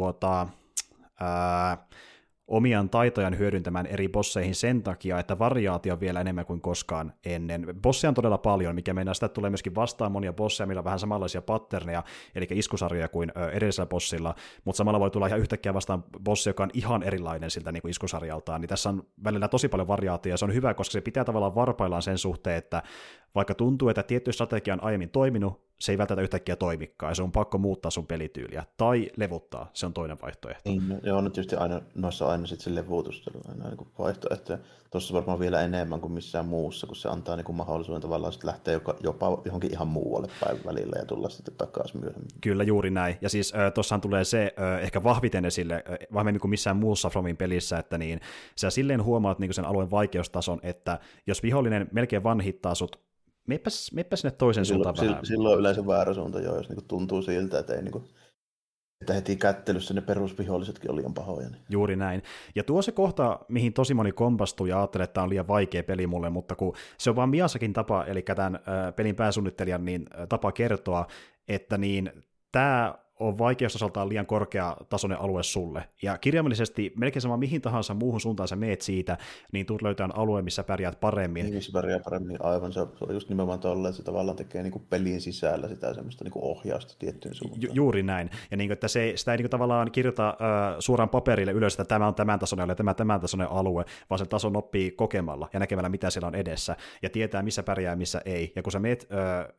A: omiaan taitojaan hyödyntämään eri bosseihin sen takia, että variaatio on vielä enemmän kuin koskaan ennen. Bosseja on todella paljon, mikä meinaa sitä, että tulee myöskin vastaan monia bosseja, millä on vähän samanlaisia patterneja, eli iskusarjoja kuin edellisellä bossilla, mutta samalla voi tulla ihan yhtäkkiä vastaan bossi, joka on ihan erilainen siltä niin kuin iskusarjaltaan, niin tässä on välillä tosi paljon variaatioja, ja se on hyvä, koska se pitää tavallaan varpaillaan sen suhteen, että vaikka tuntuu, että tietty strategia on aiemmin toiminut, se ei välttämättä yhtäkkiä toimikaan, ja se on pakko muuttaa sun pelityyliä, tai levuttaa, se on toinen vaihtoehto.
B: Niin, joo, no tietysti aina, noissa on aina sitten se levuutus, aina niin vaihtoehto. Tuossa varmaan vielä enemmän kuin missään muussa, kun se antaa niin mahdollisuuden tavallaan sitten lähteä jopa johonkin ihan muualle päin välillä ja tulla sitten takaisin myöhemmin.
A: Kyllä, juuri näin. Ja siis tuossahan tulee se ehkä vahviten esille, vahvemmin kuin missään muussa Fromin pelissä, että niin, sä silleen huomaat niin sen alueen vaikeustason, että jos vihollinen melkein vanhittaa sut, meppä sinne toisen suuntaan vähän.
B: Silloin on yleensä väärä suunta, joo, jos niin tuntuu siltä, että ei niin kuin, että heti kättelyssä ne perusvihollisetkin oli liian pahoja. Niin.
A: Juuri näin. Ja tuo se kohta, mihin tosi moni kompastuu ja ajattelee, että tämä on liian vaikea peli mulle, mutta kun se on vaan Miyazakin tapa, eli tämän pelin pääsuunnittelijan niin, tapa kertoa, että niin, tämä on vaikeustasoltaan liian korkeatasoinen alue sulle. Ja kirjaimellisesti melkein sama mihin tahansa muuhun suuntaan sä meet siitä, niin tulet löytämään alueen, missä pärjäät paremmin.
B: Niin, missä pärjää paremmin, aivan. Se on just nimenomaan tolle, että se tavallaan tekee niinku pelin sisällä sitä semmoista niinku ohjausta tiettyyn suuntaan.
A: Juuri näin. Ja niinku, että sitä ei niinku tavallaan kirjoita suoraan paperille ylös, että tämä on tämän tasoinen ja tämän tasoinen alue, vaan sen tason oppii kokemalla ja näkemällä, mitä siellä on edessä, ja tietää, missä pärjää ja missä ei. Ja kun sä meet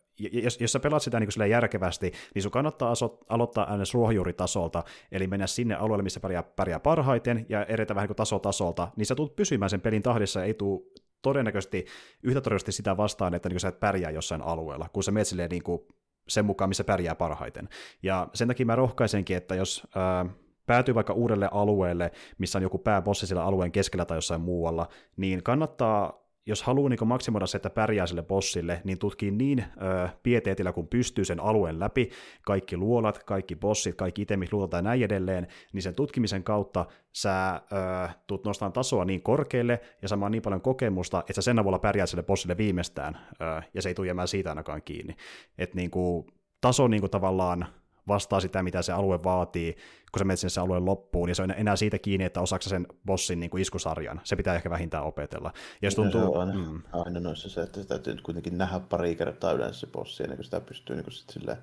A: jos sä pelaat sitä niin järkevästi, niin sun kannattaa aloittaa äänes ruohonjuuritasolta, eli mennä sinne alueelle, missä pärjää parhaiten, ja edetä vähän niin tasolta, niin sä tulet pysymään sen pelin tahdissa, ja ei tule todennäköisesti yhtä todennäköisesti sitä vastaan, että niin sä et pärjää jossain alueella, kun sä menet silleen niin kuin sen mukaan, missä pärjää parhaiten. Ja sen takia mä rohkaisenkin, että jos päätyy vaikka uudelle alueelle, missä on joku pääbossi sillä alueen keskellä tai jossain muualla, niin kannattaa, jos haluaa niin maksimoida se, että pärjää sille bossille, niin tutkii niin pieteetillä kuin pystyy sen alueen läpi, kaikki luolat, kaikki bossit, kaikki itemit, luotat ja näin edelleen, niin sen tutkimisen kautta sä tulet nostamaan tasoa niin korkealle ja saamaan niin paljon kokemusta, että sä sen avulla pärjää sille bossille viimeistään, ja se ei tule jäämään siitä ainakaan kiinni. Että niin taso niin tavallaan vastaa sitä, mitä se alue vaatii, kun sä menet sen alueen loppuun, ja se on enää siitä kiinni, että osaako sen bossin niin kuin iskusarjan. Se pitää ehkä vähintään opetella. Ja tuntuu,
B: se on aina noissa se, että sitä täytyy nyt kuitenkin nähdä pari kertaa yleensä se bossi, ennen kuin sitä pystyy niin kuin silleen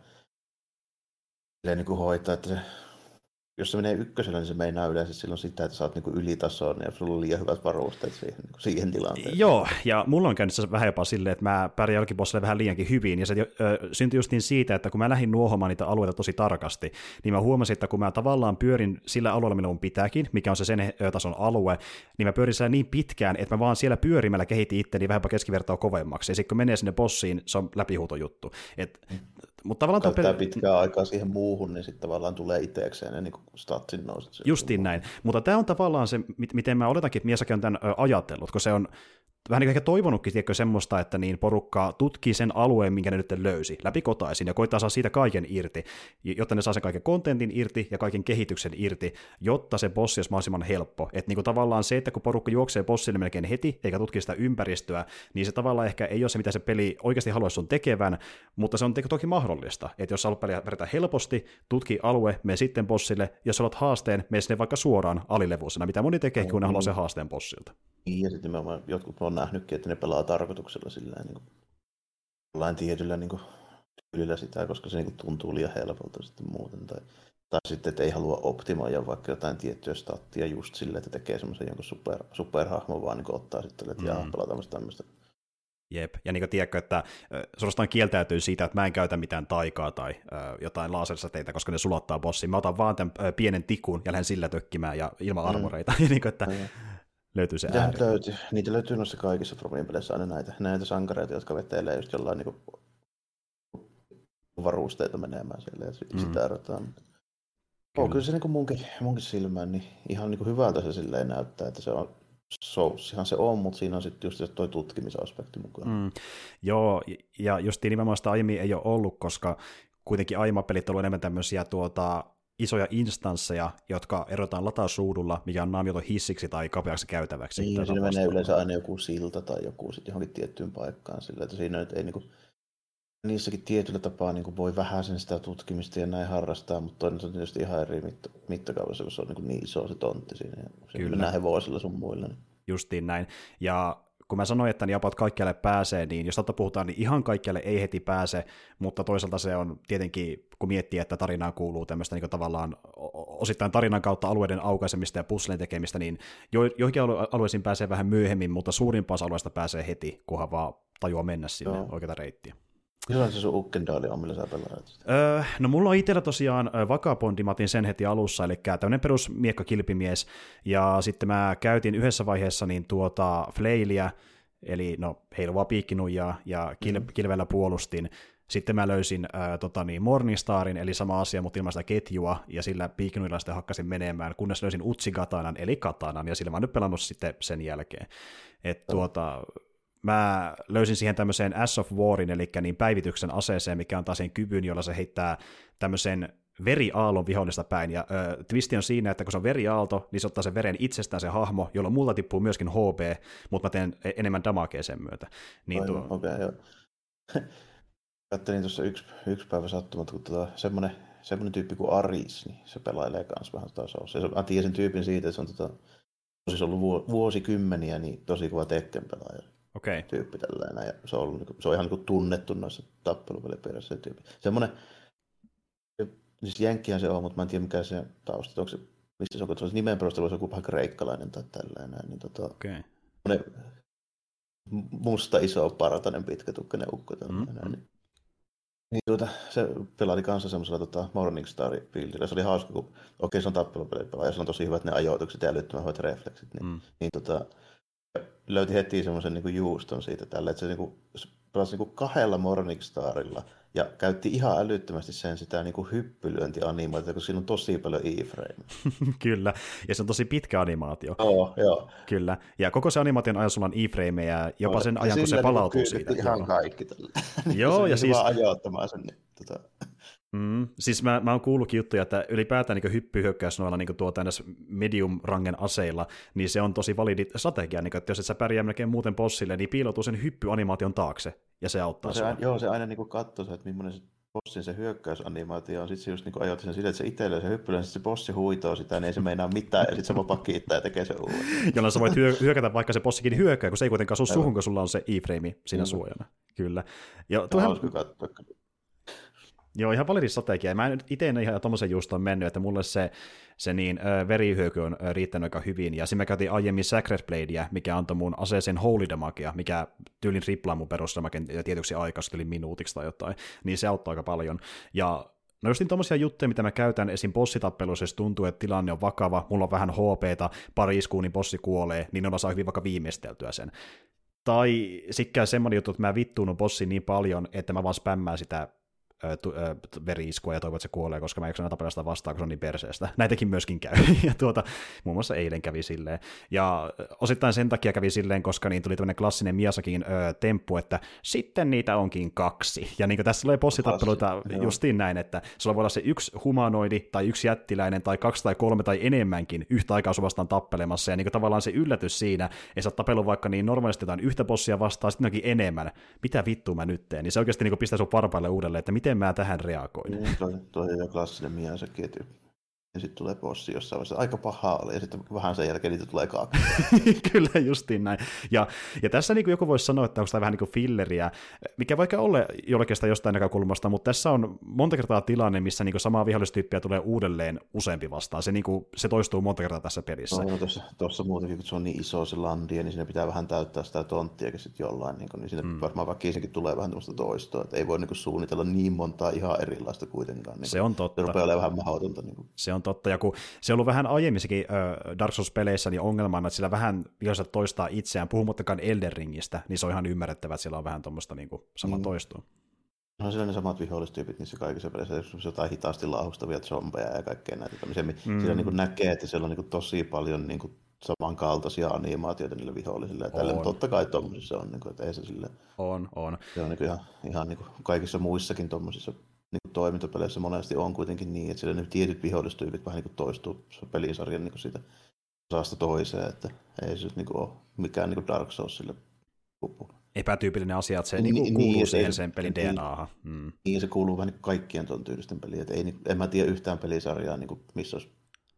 B: niin kuin hoitaa, että se, jos se menee ykkösellä, niin se meinaa yleensä silloin sitä, että sä oot niin ylitasoon ja sulla on liian hyvät varusteet siihen tilanteeseen.
A: Joo, ja mulla on käynyt vähän jopa silleen, että mä pärjään jollekin bossille vähän liiankin hyvin, ja se syntyi justiin siitä, että kun mä lähdin nuohomaan niitä alueita tosi tarkasti, niin mä huomasin, että kun mä tavallaan pyörin sillä alueella, millä mun pitääkin, mikä on se sen tason alue, niin mä pyörin siellä niin pitkään, että mä vaan siellä pyörimällä kehitin itteni vähän keskivertoa kovemmaksi, ja sitten kun menee sinne bossiin, se on läpihuutojuttu. Mutta tavallaan
B: käyttää pitkää aikaa siihen muuhun, niin sitten tavallaan tulee itsekseen ne niin statsin nouset.
A: Justiin näin. Mutta tämä on tavallaan se, miten mä oletankin, että Miyazaki on tämän ajatellut, kun se on vähän niin kuin ehkä toivonutkin, tiedätkö, semmoista, että niin porukka tutkii sen alueen, minkä ne nyt löysi, läpikotaisin, ja koittaa saa siitä kaiken irti, jotta ne saa sen kaiken kontentin irti ja kaiken kehityksen irti, jotta se bossi olisi mahdollisimman helppo. Että niin kuin tavallaan se, että kun porukka juoksee bossille melkein heti, eikä tutki sitä ympäristöä, niin se tavallaan ehkä ei ole se, mitä se peli oikeasti haluaisi sun tekevän, mutta se on toki mahdollista. Että jos haluat pärjätä helposti, tutki alue, mene sitten bossille, jos haluat haasteen, mene sinne vaikka suoraan alilevuisena, mitä moni tekee, kun ne haluaa sen haasteen bossilta.
B: Ja sitten jotkut on nähnytkin, että ne pelaa tarkoituksella sillä niin jollain tietyllä niin tyylillä sitä, koska se niin tuntuu liian helpolta sitten muuten. Tai sitten, että ei halua optimoida vaikka jotain tiettyä stattia just sille, että tekee semmoisen jonkun superhahmon, vaan niin ottaa sitten, että pelataan tämmöistä.
A: Jep, ja niin kuin tiedätkö, että suorastaan kieltäytyy siitä, että mä en käytä mitään taikaa tai jotain lasersäteitä, koska ne sulattaa bossiin. Mä otan vaan tämän pienen tikun ja lähden sillä tökkimään ja ilman armoreita. niin kuin, että löytyy se ääri.
B: Niitä löytyy noissa kaikissa Fromin peleissä aina näitä sankareita, jotka vetelee just jollain niin varusteita menemään siellä ja sitä erotaan. Kyllä se niin munkin silmään niin ihan niin hyvältä se silleen näyttää, että se on Souls-ihan se on, mutta siinä on sitten just toi tutkimisaspekti mukaan.
A: Joo, ja just nimenomaan sitä aiemmin ei ole ollut, koska kuitenkin aiemmat pelit on ollut enemmän tämmöisiä isoja instansseja, jotka erotetaan latausruudulla, mikä on naamioitu hissiksi tai kapeaksi käytäväksi.
B: Niin, siinä menee yleensä aina joku silta tai joku sitten johonkin tiettyyn paikkaan, sillä että siinä nyt ei niinku, niissäkin tietyllä tapaa niinku voi vähän sen sitä tutkimista ja näin harrastaa, mutta toinen on tietysti ihan eri mittakaavassa, koska se on niin iso se tontti siinä. Ja mennään hevosilla sun muilla. Niin.
A: Justiin näin. Ja kun mä sanoin, että niin about kaikkialle pääsee, niin jos totta puhutaan, niin ihan kaikkialle ei heti pääse, mutta toisaalta se on tietenkin, kun miettii, että tarinaan kuuluu tämmöistä niin tavallaan osittain tarinan kautta alueiden aukaisemista ja puzzlen tekemistä, niin joihinkin alueisiin pääsee vähän myöhemmin, mutta suurimpaan alueesta pääsee heti, kunhan vaan tajuaa mennä sinne oikeata reittiä.
B: Kyllä se sun Ukkendaali on, millä sä pelaat.
A: No mulla on itsellä tosiaan Vagabondi, mä otin sen heti alussa, eli tämmöinen perus miekkakilpimies, ja sitten mä käytin yhdessä vaiheessa niin Flailia, eli no heiluvaa piikkinuijaa, ja kilvellä puolustin. Sitten mä löysin Morningstarin, eli sama asia, mutta ilman sitä ketjua, ja sillä piikkinuilla sitten hakkasin menemään, kunnes löysin Utsi-katanan, eli katanan, ja sillä mä oon nyt pelannut sitten sen jälkeen. Mä löysin siihen tämmöiseen Ash of Warin, eli niin päivityksen aseeseen, mikä antaa sen kyvyn, jolla se heittää tämmöisen veriaallon vihollista päin, ja twisti on siinä, että kun se on veriaalto, niin se ottaa sen veren itsestään se hahmo, jolloin mulla tippuu myöskin HP, mutta mä teen enemmän damagea sen myötä. Niin
B: Okei, joo. Kattelin tuossa yksi päivä sattumatta, kun semmoinen tyyppi kuin Aris, niin se pelailee kanssa vähän tasossa. Mä tiedän sen tyypin siitä, että se on siis ollut vuosikymmeniä niin tosi kova Tekken-pelaaja.
A: Okay.
B: Tyyppi tällainen, ja se on ihan niin tunnettu noissa tappelupeliperässä se tyyppi. Semmoinen, siis jenkkihän se on, mutta mä en tiedä mikä se tausta, onko se, mistä se on, se nimen perusteella olisi joku vähän kreikkalainen tai tällainen, niin
A: okay.
B: Musta iso partainen pitkätukkainen ukko tällainen. Niin se pelaili kanssa semmoisella Morningstar-buildillä. Se oli hauska, kun se on tappelupelipelaaja, ja se on tosi hyvät ne ajoitukset ja älyttömän hyvät refleksit. Löyti heti semmoisen niin juuston siitä tällä, että se pelasi niin 2 Morningstarilla ja käytti ihan älyttömästi sitä niin hyppylyöntianimaatiota, kun siinä on tosi paljon iframe.
A: Kyllä, ja se on tosi pitkä animaatio.
B: Joo.
A: Kyllä, ja koko se animaation ajan sulla on iframeja, jopa sen ajan, kun se palautuu siitä.
B: Ihan kaikki tällä.
A: Joo, ja siis
B: ajoittamaan sen.
A: Siis mä oon kuullutkin juttuja, että ylipäätään niin hyppyhyökkäys noilla niin medium-rangen aseilla, niin se on tosi validi strategia, niin että jos et sä pärjää melkein muuten bossille, niin piiloutuu sen hyppyanimaation taakse, ja se auttaa sua.
B: Joo, se aina niin katsoo, että millainen se bossin se hyökkäysanimaatio on, sitten se just niin ajoitti sen sille, että se itselleen se hyppyy, ja sitten se bossi huitoo sitä, niin ei se meinaa mitään, ja sitten se vapaa kiittää ja tekee se uuden.
A: Jolloin sä voit hyökätä, vaikka se bossikin hyökkää, kun se ei kuitenkaan sun suhun, kun sulla on se iframe siinä suojana. Kyllä. Ja
B: hauska katsoa.
A: Joo, ihan validi strategia. Mä en nyt itse ihan tommosen juustoon mennyt, että mulle se verihyöky on riittänyt aika hyvin. Ja siinä mä käytin aiemmin Sacred Bladea, mikä antoi mun aseeseen Holy Damagea, mikä tyylin triplaa mun perusdamagen tietyksi aikaa, eli minuutiksi tai jotain. Niin se auttaa aika paljon. Ja no justin tommosia juttuja, mitä mä käytän esim. Bossitappeluissa, jos tuntuu, että tilanne on vakava, mulla on vähän HP:ta, pari iskua, niin bossi kuolee, niin ne saa hyvin vaikka viimeisteltyä sen. Tai sikkään semmoinen juttu, että mä vittuunut bossin niin paljon, että mä vaan spämmään sitä veri-iskua ja toivon, että se kuolee, koska mä en yksin tapella sitä vastaan, kun se on niin perseestä. Näitäkin myöskin käy. Ja muun muassa eilen kävi silleen. Ja osittain sen takia kävi silleen, koska niin tuli tämmöinen klassinen Miyazakin temppu, että sitten niitä onkin 2. Ja niin kuin tässä tulee bossitappeluita justiin näin, että sulla voi olla se 1 humanoidi tai 1 jättiläinen tai 2 tai 3 tai enemmänkin yhtä aikaa sun vastaan tappelemassa. Ja niin kuin tavallaan se yllätys siinä, että sä oot tapellut vaikka niin normaalisti jotain yhtä bossia vastaan, sitten onkin enemmän. Mitä vittua mä nyt teen? Niin se oikeasti niin pistää sun varpaille uudelleen, että miten mä tähän reagoin.
B: Toi on jo klassinen Miyazaki, ja sitten tulee bossi jossain vaiheessa. Aika paha oli, ja sitten vähän sen jälkeen niitä tulee 2.
A: Kyllä, justiin näin. Ja tässä niin kuin joku voisi sanoa, että onko tämä vähän niin kuin filleriä, mikä vaikka ole jollekin sitä jostain näkökulmasta, mutta tässä on monta kertaa tilanne, missä niin kuin samaa vihollistyyppiä tulee uudelleen useampi vastaan. Se toistuu monta kertaa tässä pelissä.
B: No, tuossa muutenkin, kun se on niin iso se landia, niin siinä pitää vähän täyttää sitä tonttiakin sitten jollain, niin siinä varmaan väkisinkin tulee vähän tämmöistä toistoa, että ei voi niin kuin suunnitella niin montaa ihan erilaista kuitenkaan. Niin
A: se on totta.
B: Se rupeaa olemaan vähän mahdotonta. Niin
A: se on totta, ja kun se on ollut vähän aiemmissakin Dark Souls-peleissä niin ongelmana, että sillä vähän viholliset toistaa itseään, puhumattakaan Elden Ringistä, niin se on ihan ymmärrettävää, että siellä on vähän tuommoista niin samaa toistoa.
B: No siellä ne samat vihollistyypit niissä kaikissa peleissä, jotain hitaasti lauhustavia zombeja ja kaikkea näitä tämmöisiä. Siellä niin näkee, että siellä on niin tosi paljon niin samankaltaisia animaatioita niille vihollisille. Ja tälle, totta kai tuommoisissa on, että ei se sille.
A: On.
B: Se on ihan niin kaikissa muissakin tuommoisissa niin toimintapeleissä monesti on kuitenkin niin, että siellä ne tietyt vihollistyypit vähän niin toistuu pelisarjan niin siitä osasta toiseen, että ei se niin ole mikään niin Dark Soulsille pupu.
A: Epätyypillinen asia, että se kuuluu siihen sen pelin DNAhan.
B: Niin, se kuuluu vähän niin kaikkien tuon tyylisten peliin. Että en mä tiedä yhtään pelisarjaa, niin missä olisi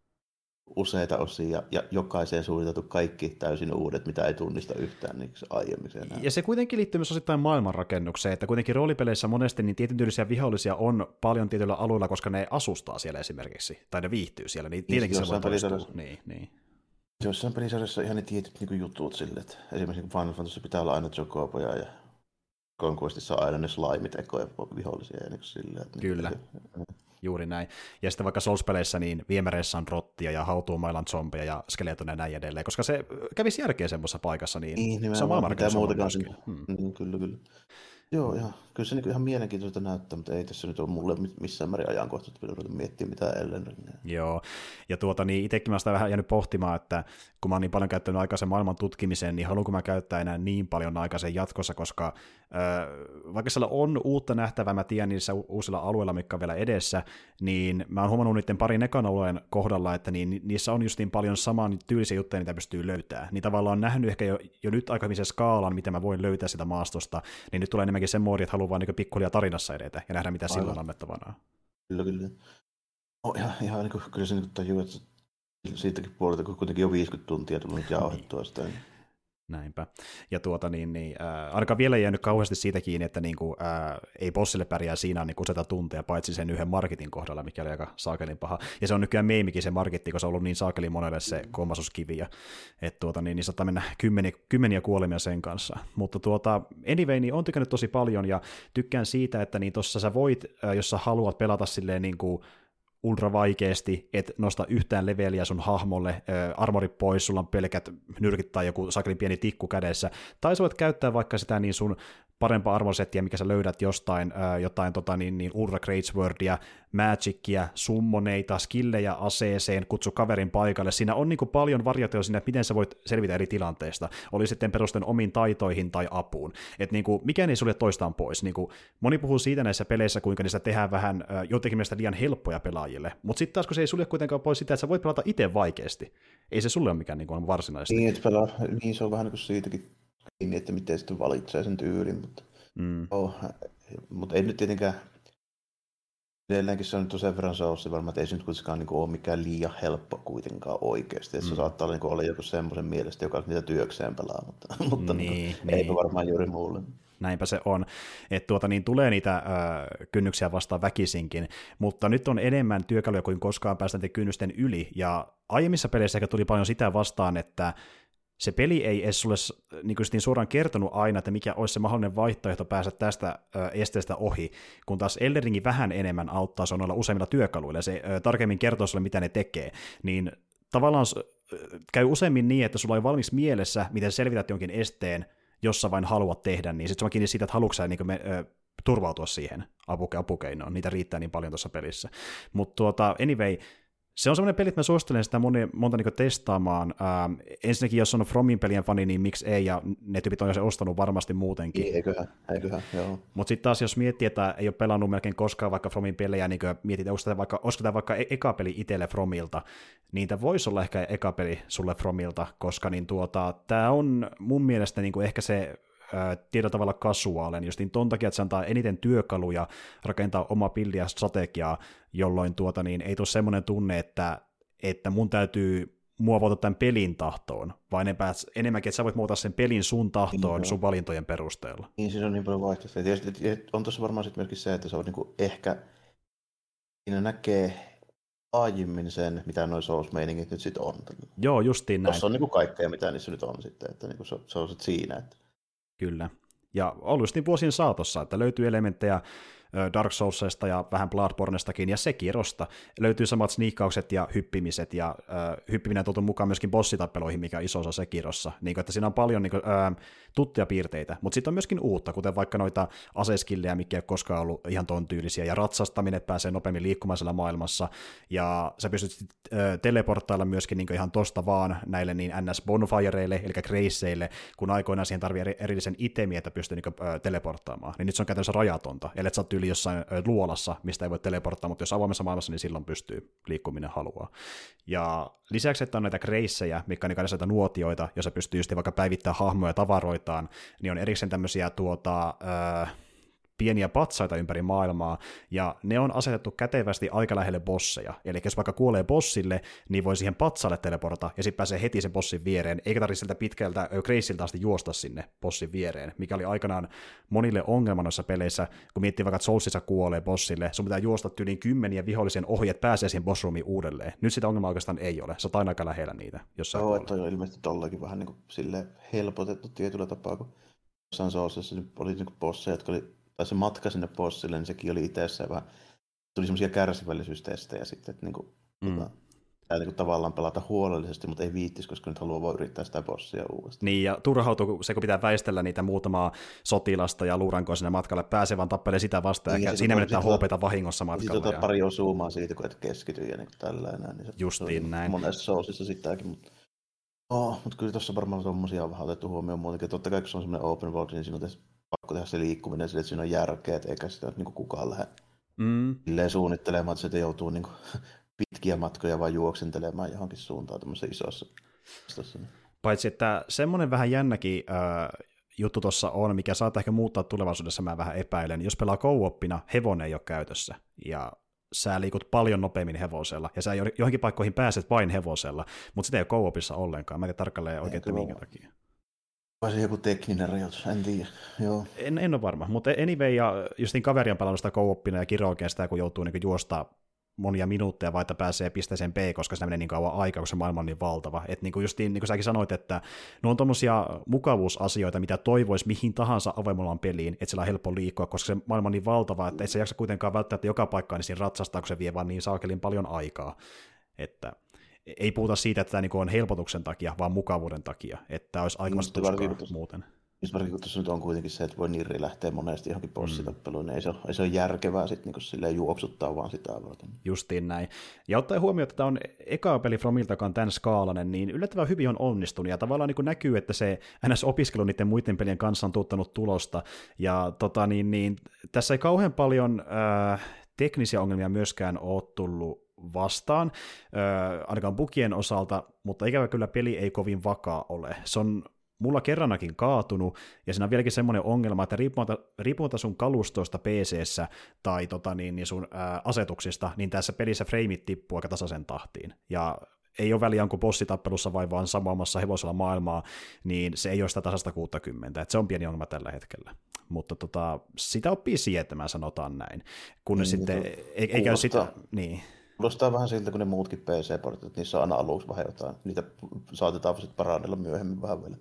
B: useita osia ja jokaiseen suunniteltu kaikki täysin uudet, mitä ei tunnista yhtään niin aiemmiksi enää.
A: Ja se kuitenkin liittyy myös osittain maailmanrakennukseen, että kuitenkin roolipeleissä monesti niin tietyn tyylisiä vihollisia on paljon tietyillä alueilla, koska ne asustaa siellä esimerkiksi, tai ne viihtyy siellä, niin tietenkin se voi toistua. Niin.
B: Jossain pelisarjassa ihan ne tietyt niin jutut sille, että esimerkiksi Final Fantasy pitää olla aina Chocoboja ja Conquestissa on aina ne slime-tekoja vihollisia. Ja niin silleen, että
A: Kyllä. Juuri näin. Ja sitten vaikka Souls-peleissä, niin viemäreissä on rottia ja hautuumailla on zombeja ja skeletoneja ja näin edelleen, koska se kävisi järkeä semmoisessa paikassa, niin se on maailmanrakennussa myöskin.
B: Kyllä. Joo, ihan. Kyllä se niin ihan mielenkiintoista näyttää, mutta ei tässä nyt ole mulle missään määrin ajankohtaisesti ruveta miettiä mitään Elden Ringia.
A: Joo, ja niin itsekin mä sitä vähän jäänyt pohtimaan, että kun mä oon niin paljon käyttänyt aikaa sen maailman tutkimiseen, niin haluanko mä käyttää enää niin paljon aikaa sen jatkossa, koska vaikka siellä on uutta nähtävää, mä tiedän niissä uusilla alueilla, mitkä on vielä edessä, niin mä oon huomannut niiden parin ekan alueen kohdalla, että niissä on just niin paljon saman tyylisiä juttuja, mitä pystyy löytämään. Niin tavallaan on nähnyt ehkä jo nyt aikaisen skaalan, miten mä voin löytää sitä maastosta, niin nyt tulee enemmänkin sen moodi, että haluaa vaan niin pikkuhiljaa tarinassa edetä ja nähdä, mitä sillä on annettavana.
B: Kyllä. Ihan niin kuin, kyllä se niin tajuu, että siitäkin puolelta, kun kuitenkin jo 50 tuntia tullut jauhettua sitä. Niin.
A: Näinpä. Ja ainakaan vielä ei jäänyt kauheasti siitä kiinni, että ei bossille pärjää siinä niin useita tunteja, paitsi sen yhden marketin kohdalla, mikä oli aika saakelin paha. Ja se on nykyään meimikin se marketti, kun se on ollut niin saakelin monelle se kommasuskivi. Että niin saattaa mennä kymmeniä kuolemia sen kanssa. Mutta anyway, niin on tykännyt tosi paljon, ja tykkään siitä, että niin tuossa sä voit, jos sä haluat pelata silleen niin kuin ultra vaikeasti, et nosta yhtään leveliä sun hahmolle, armori pois, sulla on pelkät nyrkit tai joku sakelin pieni tikku kädessä, tai sä voit käyttää vaikka sitä niin sun parempaa armorsettiä, mikä sä löydät jostain, jotain Ultra Greatswordia, Magicia, summoneita, skillejä aseeseen, kutsu kaverin paikalle. Siinä on niin kuin paljon variaatioita siinä, että miten sä voit selvitä eri tilanteista. Oli sitten perusten omiin taitoihin tai apuun. Että niin kuin, mikään ei sulje toistaan pois. Niin kuin, moni puhuu siitä näissä peleissä, kuinka niistä tehdään vähän jotenkin mielestä liian helppoja pelaajille. Mutta sitten taas, kun se ei sulje kuitenkaan pois sitä, että sä voit pelata itse vaikeasti. Ei se sulle ole mikään niin kuin varsinaisesti.
B: Niin, se on vähän niin kuin siitäkin kiinni, että miten sitten valitsee sen tyylin, mutta ei nyt tietenkään edelleenkin se on nyt sen verran Soulsi varmaan, että ei se nyt kuitenkaan niin ole mikään liian helppo kuitenkaan oikeasti, että se saattaa niin olla joku semmoisen mielestä, joka niitä työkseen pelaa, mutta niin. Eipä varmaan juuri muulle.
A: Näinpä se on, että tulee niitä kynnyksiä vastaan väkisinkin, mutta nyt on enemmän työkaluja kuin koskaan päästä niiden kynnysten yli, ja aiemmissa peleissä ehkä tuli paljon sitä vastaan, että se peli ei edes sulle niin suoraan kertonut aina, että mikä olisi se mahdollinen vaihtoehto päästä tästä esteestä ohi, kun taas Elden Ring vähän enemmän auttaa se noilla useimmilla työkaluilla, ja se tarkemmin kertoo sulle, mitä ne tekee, niin tavallaan käy useimmin niin, että sulla on valmiiksi mielessä, miten selvität jonkin esteen, jos sä vain haluat tehdä, niin sitten se on kiinni siitä, että haluatko sä turvautua siihen apukeinoon, niitä riittää niin paljon tuossa pelissä. Mutta anyway, se on semmoinen peli, että mä suosittelen sitä monta niin testaamaan. Ensinnäkin, jos on Fromin pelien fani, niin miksi ei, ja ne tyypit on jo se ostanut varmasti muutenkin.
B: Eiköhän, joo.
A: Mutta sitten taas, jos miettii, että ei ole pelannut melkein koskaan vaikka Fromin pelejä, niin mietit, olisiko tämä vaikka eka peli itselle Fromilta, niin tämä voisi olla ehkä eka peli sulle Fromilta, koska niin tämä on mun mielestä niin ehkä se tietyllä tavalla kasuaalinen, just niin ton takia, että se antaa eniten työkaluja rakentaa oma pildiä ja strategiaa, jolloin ei tule semmoinen tunne, että mun täytyy muovautua tämän pelin tahtoon, vaan enemmänkin, että sä voit muuttaa sen pelin sun tahtoon sun valintojen perusteella.
B: Niin, siinä on niin paljon vaihtoehtoja. Ja on tuossa varmaan sitten myöskin se, että se on niinku ehkä, siinä näkee laajimmin sen, mitä noi Souls-meiningit nyt sitten on.
A: Joo, justiin näin.
B: Tuossa on niinku kaikkea, mitä niissä nyt on sitten, että niinku se on sitten siinä, että
A: kyllä. Ja ollut just niin vuosien saatossa, että löytyy elementtejä Dark Soulsista ja vähän Bloodbornestakin ja Sekirosta. Löytyy samat sniikkaukset ja hyppimiset, ja hyppiminen on tuotu mukaan myöskin bossitappeluihin, mikä on iso osa Sekirossa. Niin, että siinä on paljon tuttuja piirteitä, mutta sitten on myöskin uutta, kuten vaikka noita aseskillejä, mikä ei ole koskaan ollut ihan ton tyylisiä, ja ratsastaminen pääsee nopeammin liikkumaan siellä maailmassa, ja sä pystyt teleporttailla myöskin niin ihan tosta vaan näille niin NS-bonfireille, eli graceille, kun aikoinaan siihen tarvii erillisen itemiä, että pystyy niin teleporttaamaan. Niin nyt se on käytännössä rajatonta, eli sä oot yli jossain luolassa, mistä ei voi teleporttaa, mutta jos avoimessa maailmassa, niin silloin pystyy liikkuminen haluaa. Ja lisäksi, että on näitä greissejä, mitkä on näitä nuotioita, joissa pystyy just vaikka päivittämään hahmoja tavaroitaan, niin on erikseen tämmöisiä pieniä patsaita ympäri maailmaa, ja ne on asetettu kätevästi aika lähelle bosseja. Eli jos vaikka kuolee bossille, niin voi siihen patsalle teleporta, ja sitten pääsee heti sen bossin viereen, eikä tarvitse sieltä pitkältä Graceilta asti juosta sinne bossin viereen, mikä oli aikanaan monille ongelma noissa peleissä, kun miettii vaikka, että Soulsissa kuolee bossille, sun pitää juosta tyyliin 10 vihollisen ohi, että pääsee siihen bossroomiin uudelleen. Nyt sitä ongelmaa oikeastaan ei ole, se on aina aika lähellä niitä.
B: Joo, että on ilmeisesti tollakin vähän niin kuin silleen helpotettu tietyllä tapaa, kun jossain Soulsissa oli niinku bosseja, jotka oli, tai se matka sinne bossille, niin sekin oli itsessään vähän, tuli semmoisia kärsivällisyystestejä sitten, että niinku, pitää niinku tavallaan pelata huolellisesti, mutta ei viittisi, koska nyt haluaa vaan yrittää sitä bossia uudestaan.
A: Niin, ja turhautuu se, kun pitää väistellä niitä muutamaa sotilasta ja luurankoa sinne matkalle, pääsee vaan tappelee sitä vastaan, ja siinä menettää HP:tä vahingossa matkalla.
B: Sitten pari osuumaa siitä, kun et keskity ja niin tällainen. Niin
A: justiin näin.
B: Monessa Soulsissa sitäkin, mutta kyllä tuossa varmaan tommosia on vähän otettu huomioon muutenkin. Totta kai, kun se on semmoinen open world, niin siinä on pakko tehdä se liikkuminen sille, että siinä on järkeä, eikä sitä niin kukaan lähde suunnittelemaan, että se joutuu niin pitkiä matkoja vaan juoksentelemaan johonkin suuntaan tämmöisessä isossa.
A: Paitsi, että semmoinen vähän jännäkin juttu tuossa on, mikä saattaa ehkä muuttaa tulevaisuudessa, mä vähän epäilen. Jos pelaa co-opina, hevonen ei ole käytössä, ja sä liikut paljon nopeammin hevosella, ja sä johonkin paikkoihin pääset vain hevosella, mutta sitä ei ole co-opissa ollenkaan. Mä en tiedä tarkalleen oikein, että minkä takia.
B: Vai se joku tekninen rajoitus, en tiedä. Joo.
A: En ole varma, mutta anyway, ja justiin kaveri on pelannut sitä co-opina ja kirjoa sitä, kun joutuu niin juosta monia minuutteja, vai että pääsee pisteeseen B, koska siinä menee niin kauan aikaa, kun se maailma on niin valtava. Että niin kuin justiin, niin kuin säkin sanoit, että ne on tommosia mukavuusasioita, mitä toivoisi mihin tahansa avoimollaan peliin, että sillä on helppo liikkua, koska se maailma on niin valtava, että et se jaksa kuitenkaan välttämättä joka paikkaan niin siinä ratsastaa, kun se vie vaan niin saakelin paljon aikaa. Että ei puhuta siitä, että tämä niin on helpotuksen takia, vaan mukavuuden takia, että olisi aikaisesti tuskaa muuten.
B: Varsinkin kun tuossa nyt on kuitenkin se, että voi nirri lähteä monesti johonkin bossitappeluun, niin ei se ole järkevää sitten niin silleen juoksuttaa vaan sitä varten.
A: Justiin näin. Ja ottaen huomioon, että tämä on eka peli Fromiltakaan tämän skaalainen, niin yllättävän hyvin on onnistunut, ja tavallaan niin näkyy, että se NS-opiskelu niiden muiden pelien kanssa on tuottanut tulosta, ja tässä ei kauhean paljon teknisiä ongelmia myöskään ole tullut vastaan, ainakaan bugien osalta, mutta ikävä kyllä peli ei kovin vakaa ole. Se on mulla kerranakin kaatunut, ja siinä on vieläkin semmoinen ongelma, että riippumatta sun kalustoista PC:ssä tai sun asetuksista, niin tässä pelissä freimit tippuu aika tasaisen tahtiin. Ja ei ole väliä, onko bossitappelussa vai vaan samaamassa hevosella maailmaa, niin se ei ole sitä tasasta 60, että se on pieni ongelma tällä hetkellä. Mutta sitä oppii sietämään, sanotaan näin. Kunnes sitten ei käy sitä. Niin.
B: Kuulostaa vähän siltä, kun ne muutkin PC-portit, niissä on aina aluksi vähän jotain. Niitä saatetaan sitten parannella myöhemmin vähän vielä.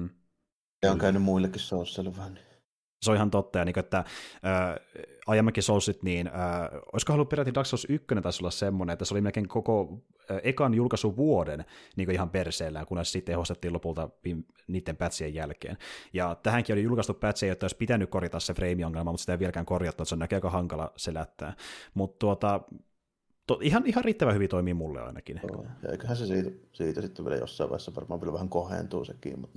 B: Ja on käynyt muillekin Soulsille vähän.
A: Se on ihan totta, ja niin, että aiemminkin Soulsit, niin olisiko halunnut peräti Dark Souls 1 taisi olla semmoinen, että se oli melkein koko ekan julkaisuvuoden niin ihan perseellään, kunnes sitten ehostettiin lopulta niiden patchien jälkeen. Ja tähänkin oli julkaistu patcheja, jotta olisi pitänyt korjata se frame-ongelma, mutta sitä ei vieläkään korjattu, että se on näkee aika hankala selättää. Mutta ihan riittävän hyvin toimii mulle ainakin.
B: Ja eiköhän se siitä sitten vielä jossain vaiheessa varmaan vielä vähän kohentuu sekin. Mutta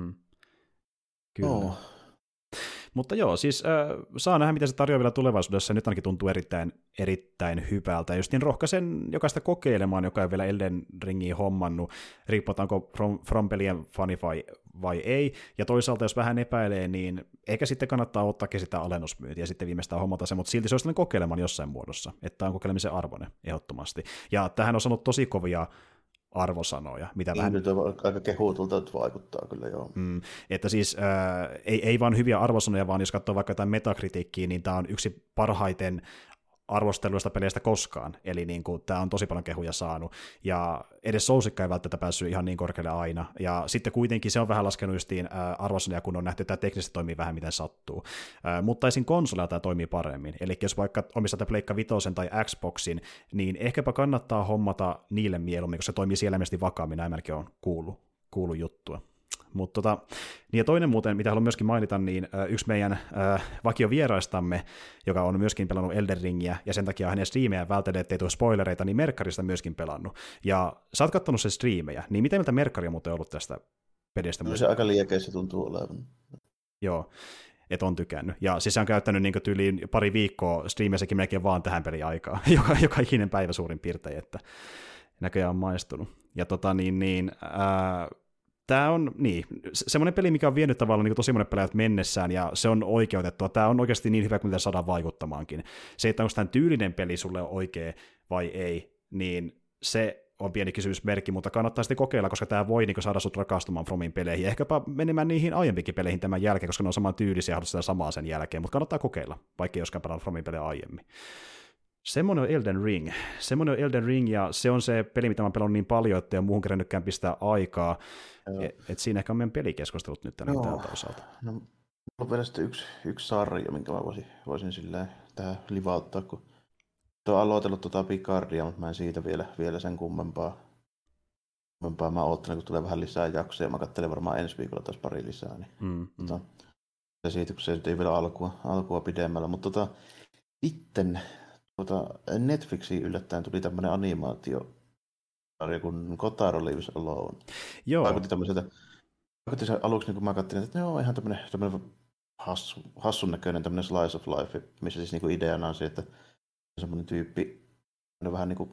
A: Kyllä. Mutta joo, siis saa nähdä, mitä se tarjoaa vielä tulevaisuudessa. Nyt ainakin tuntuu erittäin hyvältä. Ja just niin rohkaisen jokaista kokeilemaan, joka ei vielä Elden Ringiä hommannut, riipputaanko From-pelien fani vai ei. Ja toisaalta, jos vähän epäilee, niin ehkä sitten kannattaa ottaakin sitä alennusmyytiä ja sitten viimeistään hommata se, mutta silti se olisi kokeilemaan jossain muodossa, että on kokeilemisen arvoinen ehdottomasti. Ja tähän on sanonut tosi kovia arvosanoja. Mitä vähän
B: nyt on aika kehutulta, että vaikuttaa kyllä, joo.
A: Että siis ei vaan hyviä arvosanoja, vaan jos katsoo vaikka jotain metakritiikkiä, niin tämä on yksi parhaiten arvosteluista peleistä koskaan, eli niin kuin, tämä on tosi paljon kehuja saanut, ja edes Soulsikka ei välttämättä päässyt ihan niin korkealle aina, ja sitten kuitenkin se on vähän laskenut justiin arvosanoja, kun on nähty, että tämä teknisesti toimii vähän miten sattuu, mutta esim. Konsolilla tämä toimii paremmin, eli jos vaikka omistatte Pleikka Vitosen tai Xboxin, niin ehkäpä kannattaa hommata niille mieluummin, koska se toimii siellä ilmeisesti vakaammin, näin melkein on kuullut juttua. Mutta niin ja toinen muuten, mitä haluan myöskin mainita, niin yksi meidän vakiovieraistamme, joka on myöskin pelannut Elden Ringiä, ja sen takia hänen striimejä vältelee, ettei tule spoilereita, niin Merkkarista myöskin pelannut. Ja sä oot kattonut sen striimejä, niin mitä mieltä Merkkari on muuten ollut tästä pelistä?
B: No, se aika liekeissä tuntuu olevan.
A: Joo, et on tykännyt. Ja siis se on käyttänyt niin tyyliin pari viikkoa striimeisäkin melkein vaan tähän peliin aikaa, joka ikinen päivä suurin piirtein, että näköjään on maistunut. Ja tämä on semmoinen peli, mikä on vienyt tavallaan niin tosi monen pelaajat mennessään, ja se on oikeutettua. Tämä on oikeasti niin hyvä, kuin mitä saadaan vaikuttamaankin. Se, että onko tämä tyylinen peli sulle oikea vai ei, niin se on pieni kysymysmerkki, mutta kannattaa sitten kokeilla, koska tämä voi niin saada sut rakastumaan Fromin peleihin, ja ehkäpä menemään niihin aiempikin peleihin tämän jälkeen, koska ne on saman tyylisiä ja haluaa sitä samaa sen jälkeen, mutta kannattaa kokeilla, vaikka ei joskaan pelannut Fromin pelejä aiemmin. Semmoinen on Elden Ring, ja se on se peli, mitä mä pelannut niin paljon, että ei ole muuhun kerennytkään pistää aikaa. Et siinä ehkä on meidän pelikeskustelut nyt tältä osalta.
B: No, on vielä sitten yksi sarja, minkä mä voisin silleen tähän livauttaa, kun olen aloitellut Picardia, mutta mä en siitä vielä sen kummempaa. Mä oottelen, kun tulee vähän lisää jaksoja. Mä katselen varmaan ensi viikolla taas pari lisää. Niin, siitä, kun se ei vielä alkua pidemmällä. Mutta sitten Netflixiin yllättäen tuli tämmöinen animaatio kun Kotaro Lives Alone.
A: Joo.
B: Vaikutti se aluksi, niin kun mä katselin, että joo, ihan tämmöinen hassun näköinen tämmöinen slice of life, missä siis niin ideana on se, että semmoinen tyyppi, vähän niin kuin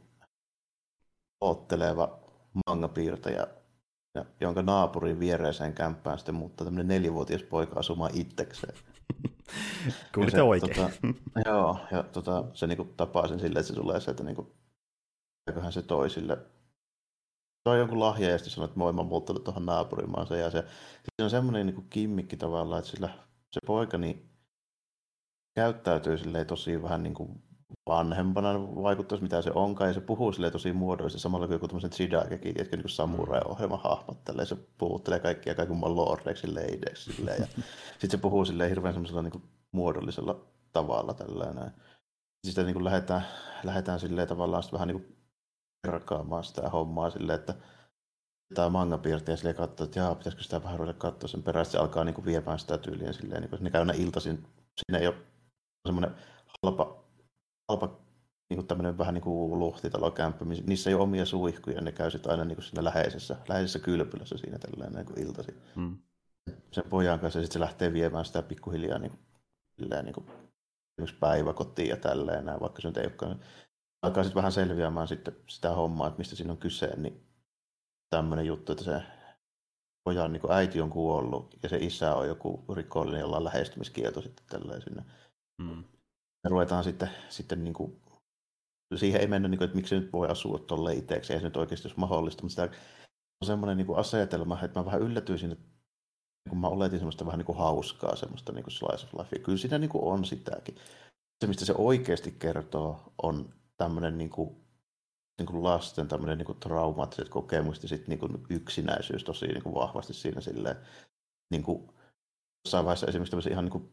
B: ootteleva mangapiirtäjä, jonka naapurin viereiseen kämppään sitten muuttaa tämmöinen 4-vuotias poika asumaan itsekseen.
A: Kuulitte oikein.
B: Joo, ja se niinku tapaa sen silleen, että se tulee se, että niinku, eiköhän se toisille toi jonkun lahja ja sitten sanoo, että moi, mä muuttanut tuohon naapurimaansa. Ja se on semmoinen niinku kimmikki tavallaan, että se poika niin käyttäytyy silleen tosi vähän niinku vanhempana vaikuttaisi mitä se onkaan, ja se puhuu silleen tosi muodollisesti, samalla kuin joku tämmöisen Jidakeki, tietenkin niin samurai-ohjelman hahmot, tälleen se puhuttelee kaikkia kaiken muun lordeiksi, leideiksi, silleen, ja sitten se puhuu silleen hirveän semmoisella niin kuin muodollisella tavalla, tällainen. Sitten niin kuin lähdetään silleen tavallaan vähän niin kuin perkaamaan sitä hommaa silleen, että tämä mangapiirtäjä silleen katsoo, että jaa, pitäisikö sitä vähän ruveta katsoa sen perään, se alkaa niin kuin viemään sitä tyyliä silleen, niin kuin ne käy aina iltaisin, siinä ei ole semmoinen halpa niin kuin tämmöinen vähän niin kuin luhtitalokämppä, niissä ei ole omia suihkuja, ne käy sitten aina niin kuin siinä läheisessä kylpylässä siinä tällainen niin kuin iltaisin. Sen pojan kanssa ja sitten se lähtee viemään sitä pikkuhiljaa niin kuin päiväkotiin ja tälleen, vaikka se nyt ei olekaan. Alkaa sitten vähän selviämään sitten sitä hommaa, että mistä siinä on kyse, niin tämmöinen juttu, että se pojan niin kuin äiti on kuollut ja se isä on joku rikollinen, jolla on lähestymiskielto sitten tälleen sinne. Me ruvetaan sitten niin kuin, siihen ei mennä, niin kuin, että miksi se nyt voi asua tolleen itseksi, ei se nyt oikeasti olisi mahdollista, mutta sitä on semmoinen niin kuin asetelma, että mä vähän yllätyisin, että kun mä oletin semmoista vähän niin kuin hauskaa, semmoista niin kuin slice of life, kyllä siinä niin kuin on sitäkin. Se, mistä se oikeasti kertoo, on tämmöinen niin kuin lasten tämmöinen niin kuin traumaattiset kokemukset ja sitten niin kuin yksinäisyys tosi niin kuin vahvasti siinä silleen, niin kuin jossain vaiheessa esimerkiksi tämmöisen ihan niin kuin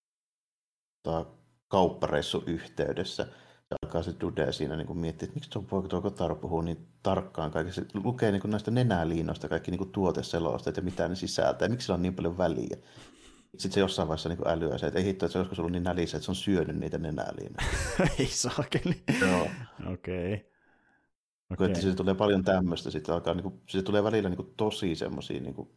B: kauppareissun yhteydessä. Se alkaa se Dude siinä niin miettiä, että miksi tuo Kotaro puhuu niin tarkkaan kaikessa. Se lukee niin näistä nenäliinoista kaikki niin tuoteselosteet ja mitä ne sisältää ja miksi sillä on niin paljon väliä. Sitten se jossain vaiheessa niin älyää se, että ei hitto, että se on joskus ollut niin nälissä, että se on syönyt niitä nenäliinoja.
A: Ei saakeli.
B: Joo.
A: Okei.
B: Että siitä tulee paljon tämmöistä. Sitten alkaa, niin kuin, siitä tulee välillä niin kuin, tosi semmoisia, niin kuin,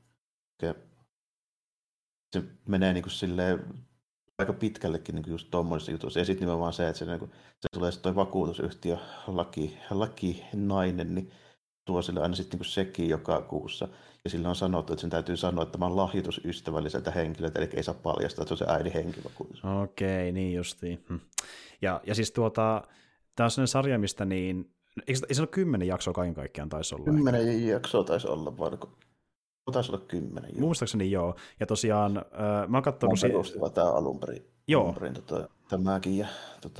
B: se menee niin kuin, silleen, aika pitkällekin niin just tuommoisessa jutussa. Ja sitten nimenomaan se, että se tulee sitten toi vakuutusyhtiö laki nainen, niin tuo sille aina sitten niin sekin joka kuussa. Ja sillä on sanottu, että sen täytyy sanoa, että tämä on lahjoitus ystävälliseltä henkilöltä, eli ei saa paljastaa, että se on se äidin henkivakuutus.
A: Okei, niin justiin. Ja siis tämä on sellainen sarja, mistä niin, ei se ole 10 jaksoa kaiken kaikkiaan taisi olla?
B: 10 jaksoa taisi olla, varko. Taisi olla 10.
A: Muistaakseni joo. Ja tosiaan mä oon katsonut...
B: Tämä alun perin tämäkin. Ja,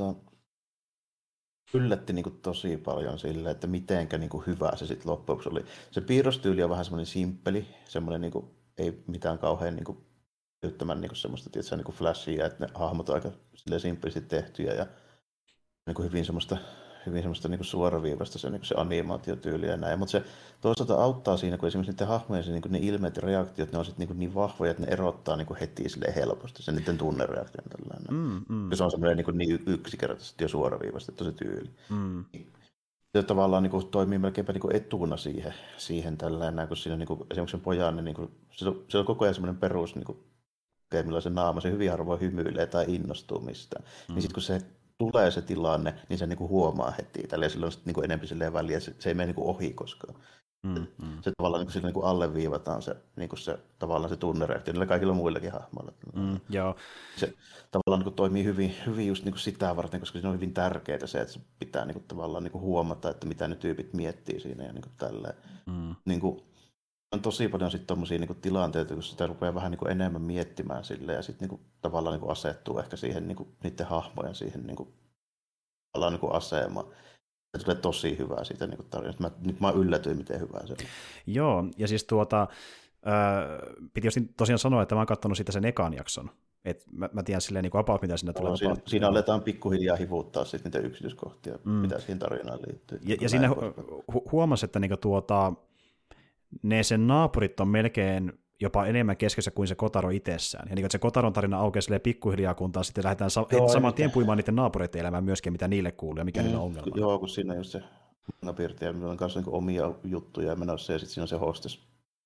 B: yllätti niin kuin tosi paljon sille, että mitenkä niin kuin hyvä se sitten loppujen oli. Se piirrostyyli on vähän semmoinen simppeli, semmoinen niin kuin, ei mitään kauhean niin kuin, niin kuin semmoista tietysti, niin kuin flashia, että ne hahmot on aika simppelisti tehtyjä ja niin kuin hyvin semmoista niin kuin suoraviivasta se, niin kuin se animaatiotyyli ja näin, mutta se toisaalta auttaa siinä, kun esimerkiksi niiden hahmojen niin ne ilmeet ja reaktiot, ne on sitten niin vahvoja, että ne erottaa niin kuin heti helposti sen niiden tunnereaktion tällainen. Se on semmoinen niin yksinkertaisesti jo suoraviivastettu se tyyli. Se tavallaan niin kuin, toimii melkeinpä niin kuin etuna siihen tällainen, kun siinä niin kuin, esimerkiksi sen pojan, niin kuin, se on koko ajan semmoinen perus, niin kuin, millaisen naama, se hyvin harvoin hymyilee tai innostuu mistään. Niin sitten kun se tulee se tilanne, niin se niinku huomaa heti. Tälleen sillä on niinku enemmän väliä, se ei mene niinku ohi koskaan. Se tavallaan niinku sillä niinku alleviivataan se tavallaan se tunnereaktio niillä kaikilla muillakin hahmoilla.
A: Joo.
B: Se tavallaan niinku toimii hyvin just niinku sitä varten, koska siinä on hyvin tärkeää se, että se pitää niinku tavallaan niinku huomata, että mitä ne tyypit miettii siinä ja niinku tälleen. Niinku, on tosi paljon sitten tommosia niinku tilanteita, kun sitä rupeaa vähän niinku enemmän miettimään sille ja sitten niinku tavallaan niinku asettuu ehkä siihen niinku niiden hahmojen siihen niinku niinku asemaan. Se tulee tosi hyvää siitä niinku tarinasta. Nyt mä yllätyin, miten hyvää se on.
A: Joo, ja siis piti tosiaan sanoa, että mä oon katsonut siitä sen ekan jakson. Et mä tiedän silleen niin kuin about, mitä siinä tulee.
B: Siinä aletaan pikkuhiljaa hivuttaa sitten niitä yksityiskohtia, mitä siihen tarinaan liittyy.
A: Ja siinä huomasi, että niinku ne sen naapurit on melkein jopa enemmän keskessä kuin se Kotaro itsessään. Ja niin, että se Kotaron tarina aukeaa pikkuhiljaa, kun taas sitten lähdetään saman tien puimaan niiden naapureiden elämään myöskin, mitä niille kuuluu ja mikä niillä on ongelma.
B: Joo, kun siinä on just se Piirtiä, millä on kanssa niin omia juttuja menossa, ja sitten siinä on se hostess,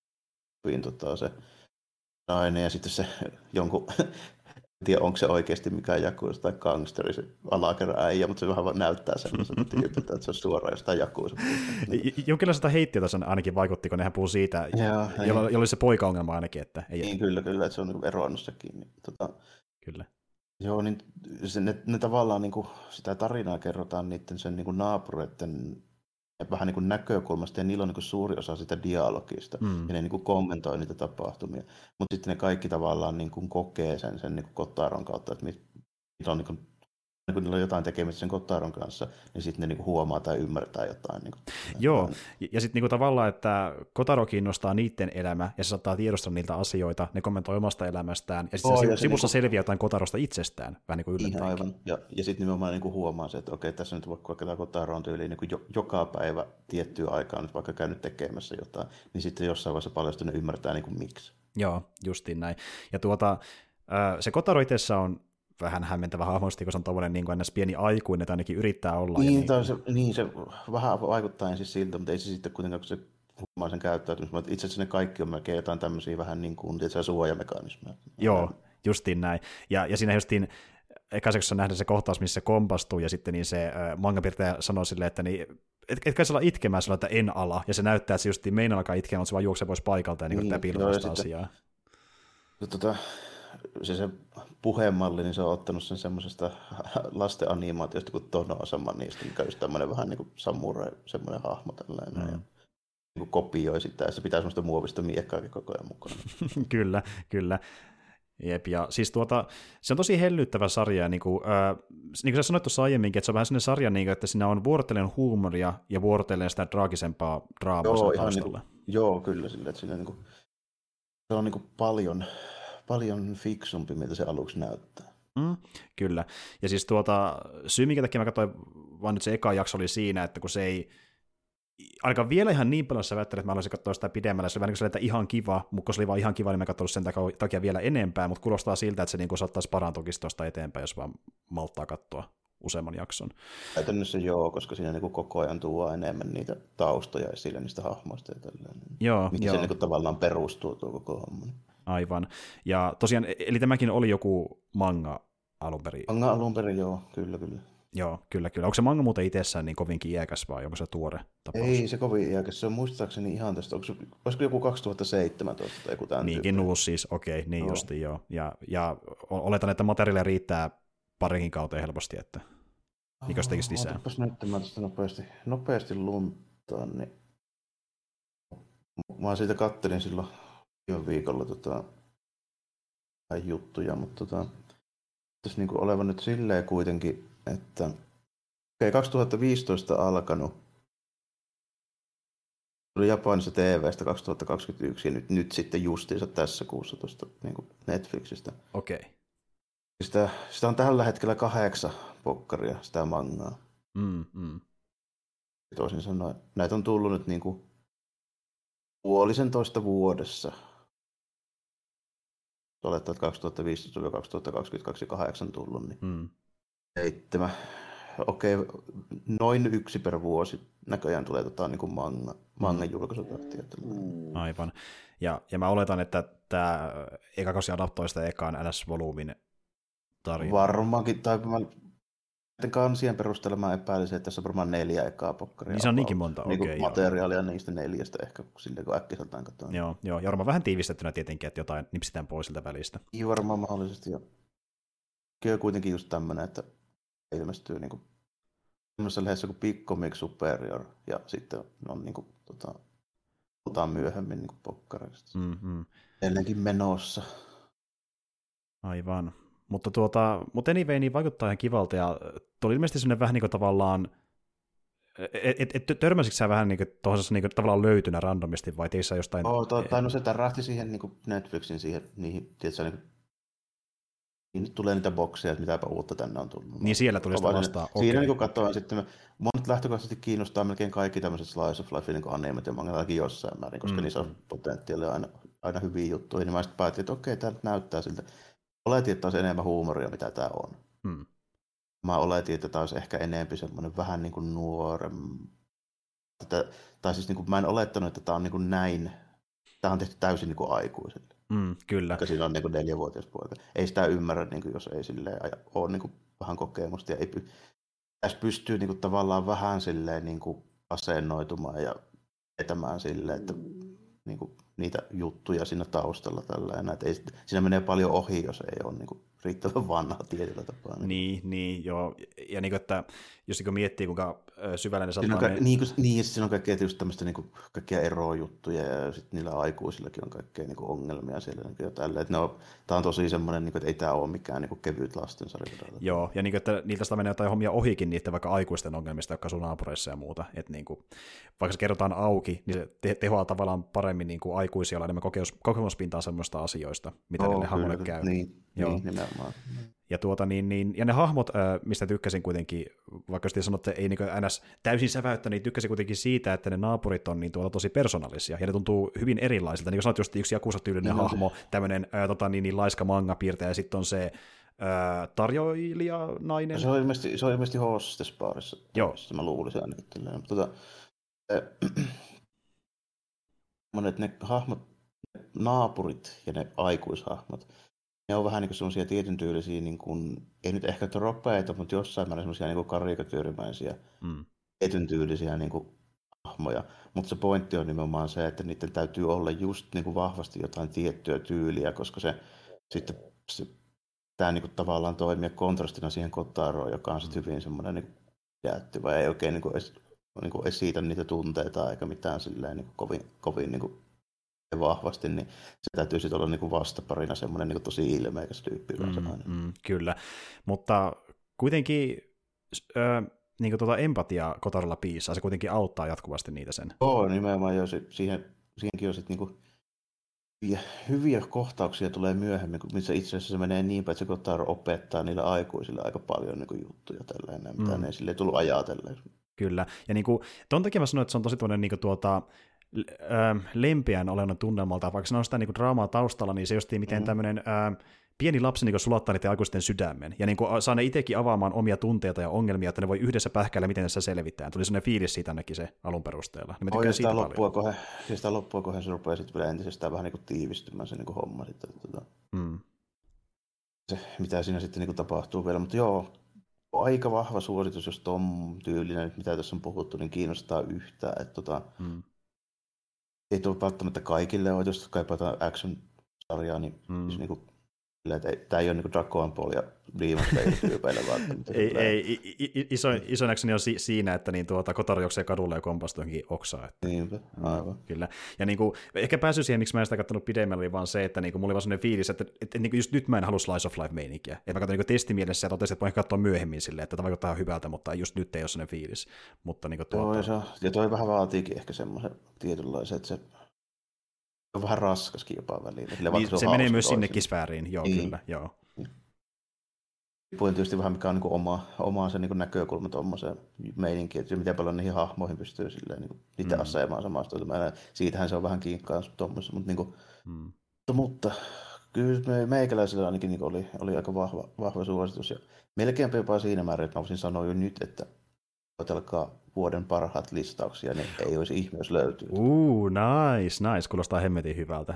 B: se nainen, ja sitten se jonkun, en tiedä onko se oikeasti mikään Jakuusa tai gangsteri, se alakerran äijä, mutta se vähän näyttää semmoiselta tyypiltä, että se on suoraan jostain Jakuusa.
A: Jonkinlaista heittiötä ainakin vaikutti, kun nehän puhuu siitä, jolla oli se poika-ongelma ainakin. Että ei,
B: niin, kyllä, että se on niin eroannut sekin. Niin,
A: kyllä.
B: Joo, niin ne tavallaan niin kuin, sitä tarinaa kerrotaan niiden sen niin kuin naapureiden vähän niin kuin näkökulmasta, ja niillä on niin kuin suuri osa sitä dialogista, ja ne niin kuin kommentoi niitä tapahtumia. Mutta sitten ne kaikki tavallaan niin kuin kokee sen niin kuin Kotaron kautta, että niillä on, niin kuin, kun niillä on jotain tekemistä sen Kotaron kanssa, niin sitten ne niin kuin huomaa tai ymmärtää jotain. Niin kuin,
A: joo, ja sitten niin kuin tavallaan, että Kotaro kiinnostaa niiden elämä, ja se saattaa tiedostaa niiltä asioita, ne kommentoi omasta elämästään, ja sitten sivussa niin selviää jotain Kotarosta itsestään, vähän niin kuin yllättäenkin.
B: Aivan, ja sitten nimenomaan niin kuin huomaa se, että okei, tässä nyt vaikka tämä Kotaro on tyyliin niin kuin joka päivä tiettyä aikaa nyt vaikka käynyt tekemässä jotain, niin sitten jossain vaiheessa paljastuu, ne ymmärtää niin kuin miksi.
A: Joo, justiin näin. Ja se Kotaro itsessä on vähän hämmentävä hahmosti, kun se on tuollainen niin ns. Pieni aikuinen, tai ainakin yrittää olla.
B: Se vähän vaikuttaa siis siltä, mutta ei se sitten kuitenkaan, kun se huomaa sen käyttäytymistä. Itse asiassa ne kaikki on melkein jotain tämmöisiä vähän niin kuin suojamekanismeja.
A: Joo, justiin näin. Ja siinä justiin ekaiseksi on nähdä se kohtaus, missä se kompastuu, ja sitten niin se mangapiirtäjä sanoo silleen, että etkä se ala itkemään, sillä että en ala, ja se näyttää, että se justiin meinaa alkaa itkemään, mutta se vaan juoksee pois paikalta, ja niin tämä piilottaa sitä asiaa.
B: Se puhemalli, niin se on ottanut sen semmoisesta lasten animaatiosta kuin Tono-sama niistä, mikä on just tämmöinen vähän niin kuin samurai, semmoinen hahmo tällainen, ja niin kuin kopioi sitä, ja se pitää semmoista muovista miekkaakin koko ajan mukana.
A: Kyllä. Jep, ja siis se on tosi hellyttävä sarja, niin kuin sä sanoit tuossa aiemminkin, että se on vähän sellainen sarja, niin kuin, että siinä on vuorotellen huumoria ja vuorotellen sitä traagisempaa draamaa taustalla.
B: Joo, kyllä, sillä, että siinä niin kuin, se on niin kuin paljon fiksumpi, miltä se aluksi näyttää.
A: Kyllä. Ja siis syy, minkä takia mä katsoin vaan nyt se eka jakso oli siinä, että kun se ei ainakaan vielä ihan niin paljon sävättänyt, että mä haluaisin katsoa sitä pidemmällä. Se oli vähän niin kuin ihan kiva, mutta kun se oli vaan ihan kiva, niin mä katsoin sen takia vielä enempää, mutta kuulostaa siltä, että se niin saattaisi parantuakin tuosta eteenpäin, jos vaan malttaa katsoa useamman jakson.
B: Käytännössä joo, koska siinä niin koko ajan tuo enemmän niitä taustoja esille niistä hahmoista ja tälleen. Mihin se niin tavallaan perustuu tuo koko homma.
A: Aivan. Ja tosiaan, eli tämäkin oli joku manga alun perin?
B: Manga alun perin, joo, kyllä.
A: Joo, kyllä. Onko se manga muuten itsessään niin kovinkin iäkäs vai onko se tuore tapaus?
B: Ei se kovin iäkäs, se on muistaakseni ihan tästä, olisiko joku 2017 tai joku tämän
A: niinkin uusi siis, okei, niin justiin joo. Ja oletan, että materiaalia riittää parinkin kauteen helposti, että mikä se tekisi lisää?
B: Otapas näyttämään tästä nopeasti luntaan, niin mä siitä kattelin silloin viikolla juttuja, mutta tässä niinku olevan nyt silleen kuitenkin, että 2015 alkanut, tuli Japanissa TV:stä 2021 ja nyt sitten justiinsa tässä kuussa tuosta niinku Netflixistä.
A: Okei.
B: Sitä on tällä hetkellä 8 pokkaria, sitä mangaa. Toisin sanoen, näitä on tullut nyt niinku 1,5 vuodessa. Olettaa, että 2015-2022 tullut, niin 7. Okei, noin 1 per vuosi näköjään tulee niin mangan julkaisutahtia.
A: Aivan. Ja mä oletan, että tämä eka kausi adaptoi sitä ekaan NS-volyymin tarinaa.
B: Varmaankin, tai kansien perusteella mä epäilisin, että tässä on varmaan 4 ekaa pokkaria.
A: Niin se on niinkin monta, okei.
B: Niin materiaalia niistä 4 ehkä, silleen kun äkkiseltään katsotaan.
A: Joo, ja varmaan vähän tiivistettynä tietenkin, että jotain nipsitään pois siltä välistä.
B: Niin varmaan mahdollisesti, ja kyllä kuitenkin just tämmöinen, että ilmestyy niinku tämmöisessä lehdessä kuin Big Comic Superior, ja sitten on niinku puhutaan myöhemmin niinku pokkareista. Edelleenkin menossa.
A: Aivan. Mutta anyway, niin vaikuttaa ihan kivalta, ja tuli ilmeisesti sellainen vähän niin kuin tavallaan Törmäsitkö sä vähän niin tuossa niin tavallaan löytynä randomisti, vai teissä jostain...
B: Tai no se tärähti siihen niin Netflixin siihen, niihin, tietysti, niin nyt tulee niitä bokseja, että mitäpä uutta tänne on tullut.
A: Niin siellä tuli sitä vastaan.
B: Siinä niin katsoin sitten, mua nyt lähtökohtaisesti kiinnostaa melkein kaikki tämmöiset slice of life, niin kuin animet ja mangallakin jossain määrin, koska niissä on potentiaalia aina hyviä juttuja, niin mä sitten päätin, että okei, tämä näyttää siltä. Oletin, että olisi enemmän huumoria, mitä tämä on. Mä oletin, että tämä olisi ehkä enemmän semmoinen vähän niin kuin nuorempi. Tai siis niin kuin, mä en olettanut, että tämä on niin kuin näin. Tämä on tehty täysin niin kuin aikuiselle.
A: Kyllä.
B: Koska siinä on niin kuin 4-vuotias poika. Ei sitä ymmärrä, niin kuin, jos ei ole niin kuin vähän kokemusta. Ja tässä pystyy niin kuin, tavallaan vähän silleen, niin kuin, asennoitumaan ja vetämään silleen, että niin kuin, niitä juttuja siinä taustalla. Tällainen. Että siinä menee paljon ohi, jos ei ole niin kuin, riittävän vanha tietyllä tapaa.
A: Niin, joo. Ja niin kuin, että jos niin miettii, kuinka syvällä ne saattaa...
B: Siinä on kaikkea tietysti tämmöistä niin kaikkia erojuttuja ja sitten niillä aikuisillakin on kaikkea niin ongelmia siellä niin tälle. Tämä on tosi semmoinen, niin kuin, että ei tämä ole mikään niin kevyt lastensarja.
A: Joo, ja niin kuin, että niiltä sitä menee jotain hommia ohikin niiden vaikka aikuisten ongelmista, jotka asuu naapureissa ja muuta. Että niin kuin, vaikka se kerrotaan auki, niin se tehoaa tavallaan paremmin niin kuin aikuisia, joilla on enemmän kokemuspintaa semmoista asioista, mitä ne hahmoille käy.
B: Niin, nimenomaan.
A: Ja, ja ne hahmot, mistä tykkäsin kuitenkin, vaikka jos sanotte, ei niin ns. Täysin säväyttä, niin tykkäsin kuitenkin siitä, että ne naapurit on niin tosi persoonallisia, ja ne tuntuu hyvin erilaisilta. Niin kuin sanoit, just yksi Yakuza-tyylinen hahmo, tämmöinen laiska manga-piirtäjä, ja sitten on se tarjoilija-nainen.
B: Se on ilmeisesti Hostess-baarissa.
A: Joo.
B: Mä luulisin ainakin. Monet ne hahmot, ne naapurit ja ne aikuishahmot, ne on vähän niin semmoisia tietyn tyylisiä, niin kuin, ei nyt ehkä tropeita, mutta jossain määrin semmoisia niin karikatyyrimäisiä, tietyn tyylisiä niin kuin hahmoja. Mutta se pointti on nimenomaan se, että niiden täytyy olla just niin kuin vahvasti jotain tiettyä tyyliä, koska tämä niin kuin tavallaan toimia kontrastina siihen Kotaroon, joka on sitten hyvin semmoinen niin jäättyvä, ei oikein niin kuin esitä niitä tunteita eikä mitään silleen niin kuin kovin niin kuin vahvasti, niin se täytyy sitten olla niin kuin vastaparina semmoinen niin kuin tosi ilmeikäs tyyppi.
A: Kyllä, mutta kuitenkin niin kuin empatiaa Kotarolla piisaa, se kuitenkin auttaa jatkuvasti niitä sen.
B: Joo, nimenomaan jo siihenkin on sitten niin hyviä kohtauksia tulee myöhemmin, missä itse asiassa se menee niin päin, että se Kotaro opettaa niille aikuisille aika paljon niin kuin juttuja tällainen, mitä ne ei silleen tullut ajatelleen.
A: Kyllä, ja niin kuin, ton takia mä sanoin, että se on tosi tuollainen niin kuin lempeän olennon tunnelmalta, vaikka se on sitä niin kuin draamaa taustalla, niin se justiin miten tämmöinen pieni lapsi niin sulattaa niiden aikuisten sydämen, ja niin kuin saa ne itsekin avaamaan omia tunteita ja ongelmia, että ne voi yhdessä pähkäillä, miten se selvitään. Tuli sellainen fiilis siitä ainakin se alun perusteella. Niin
B: ja sitä loppua kohden se rupeaa sitten vielä entisestään vähän niin kuin tiivistymään se niin kuin homma sitten. Se, mitä siinä sitten niin kuin tapahtuu vielä, mutta joo, aika vahva suositus, jos Tom tyylinen, mitä tässä on puhuttu, niin kiinnostaa yhtään. Että ei tule välttämättä kaikille ole, jos kaipataan action-sarjaa, niin, siis niin kuin, tämä ei ole niin Dragon Ball ja Demon Slayer-tyypeillä välttämättä.
A: Isoin actioni on siinä, että niin Kotaro juoksee kadulle ja kompastuu johonkin oksaan.
B: Niinpä, aivan.
A: Kyllä. Ja niin kuin, ehkä pääsy siihen, miksi mä en sitä katsonut pidemmällä, oli vaan se, että niin kuin, mulla oli vaan sellainen fiilis, että niin kuin just nyt mä en halua slice of life-meininkiä. Et mä katsoin niin testimielessä ja totesin, että voin katsoa myöhemmin silleen, että tämä vaikuttaa hyvältä, mutta just nyt ei ole sellainen fiilis. Mutta, niin kuin,
B: ja toi vähän vaatiikin ehkä semmoisen tietynlaisen, että se on vähän raskaskin jopa väliin.
A: Niin, se menee myös sinnekin sfääriin, joo, kyllä, joo.
B: Riippuen tietysti vähän mikä on niin oma se niin näkökulma tuommoiseen meininkiin, että miten paljon niihin hahmoihin pystyy silleen, niin niiden asemaan samastumaan. Siitähän se on vähän kiinkaa tuommoisessa, mutta kyllä meikäläisellä ainakin niin oli aika vahva suositus. Ja melkein jopa siinä määrin, että mä voisin sanoa jo nyt, että otelkaa vuoden parhaat listauksia, niin ei olisi ihme, jos löytyy.
A: Nice, kuulostaa hemmetin hyvältä.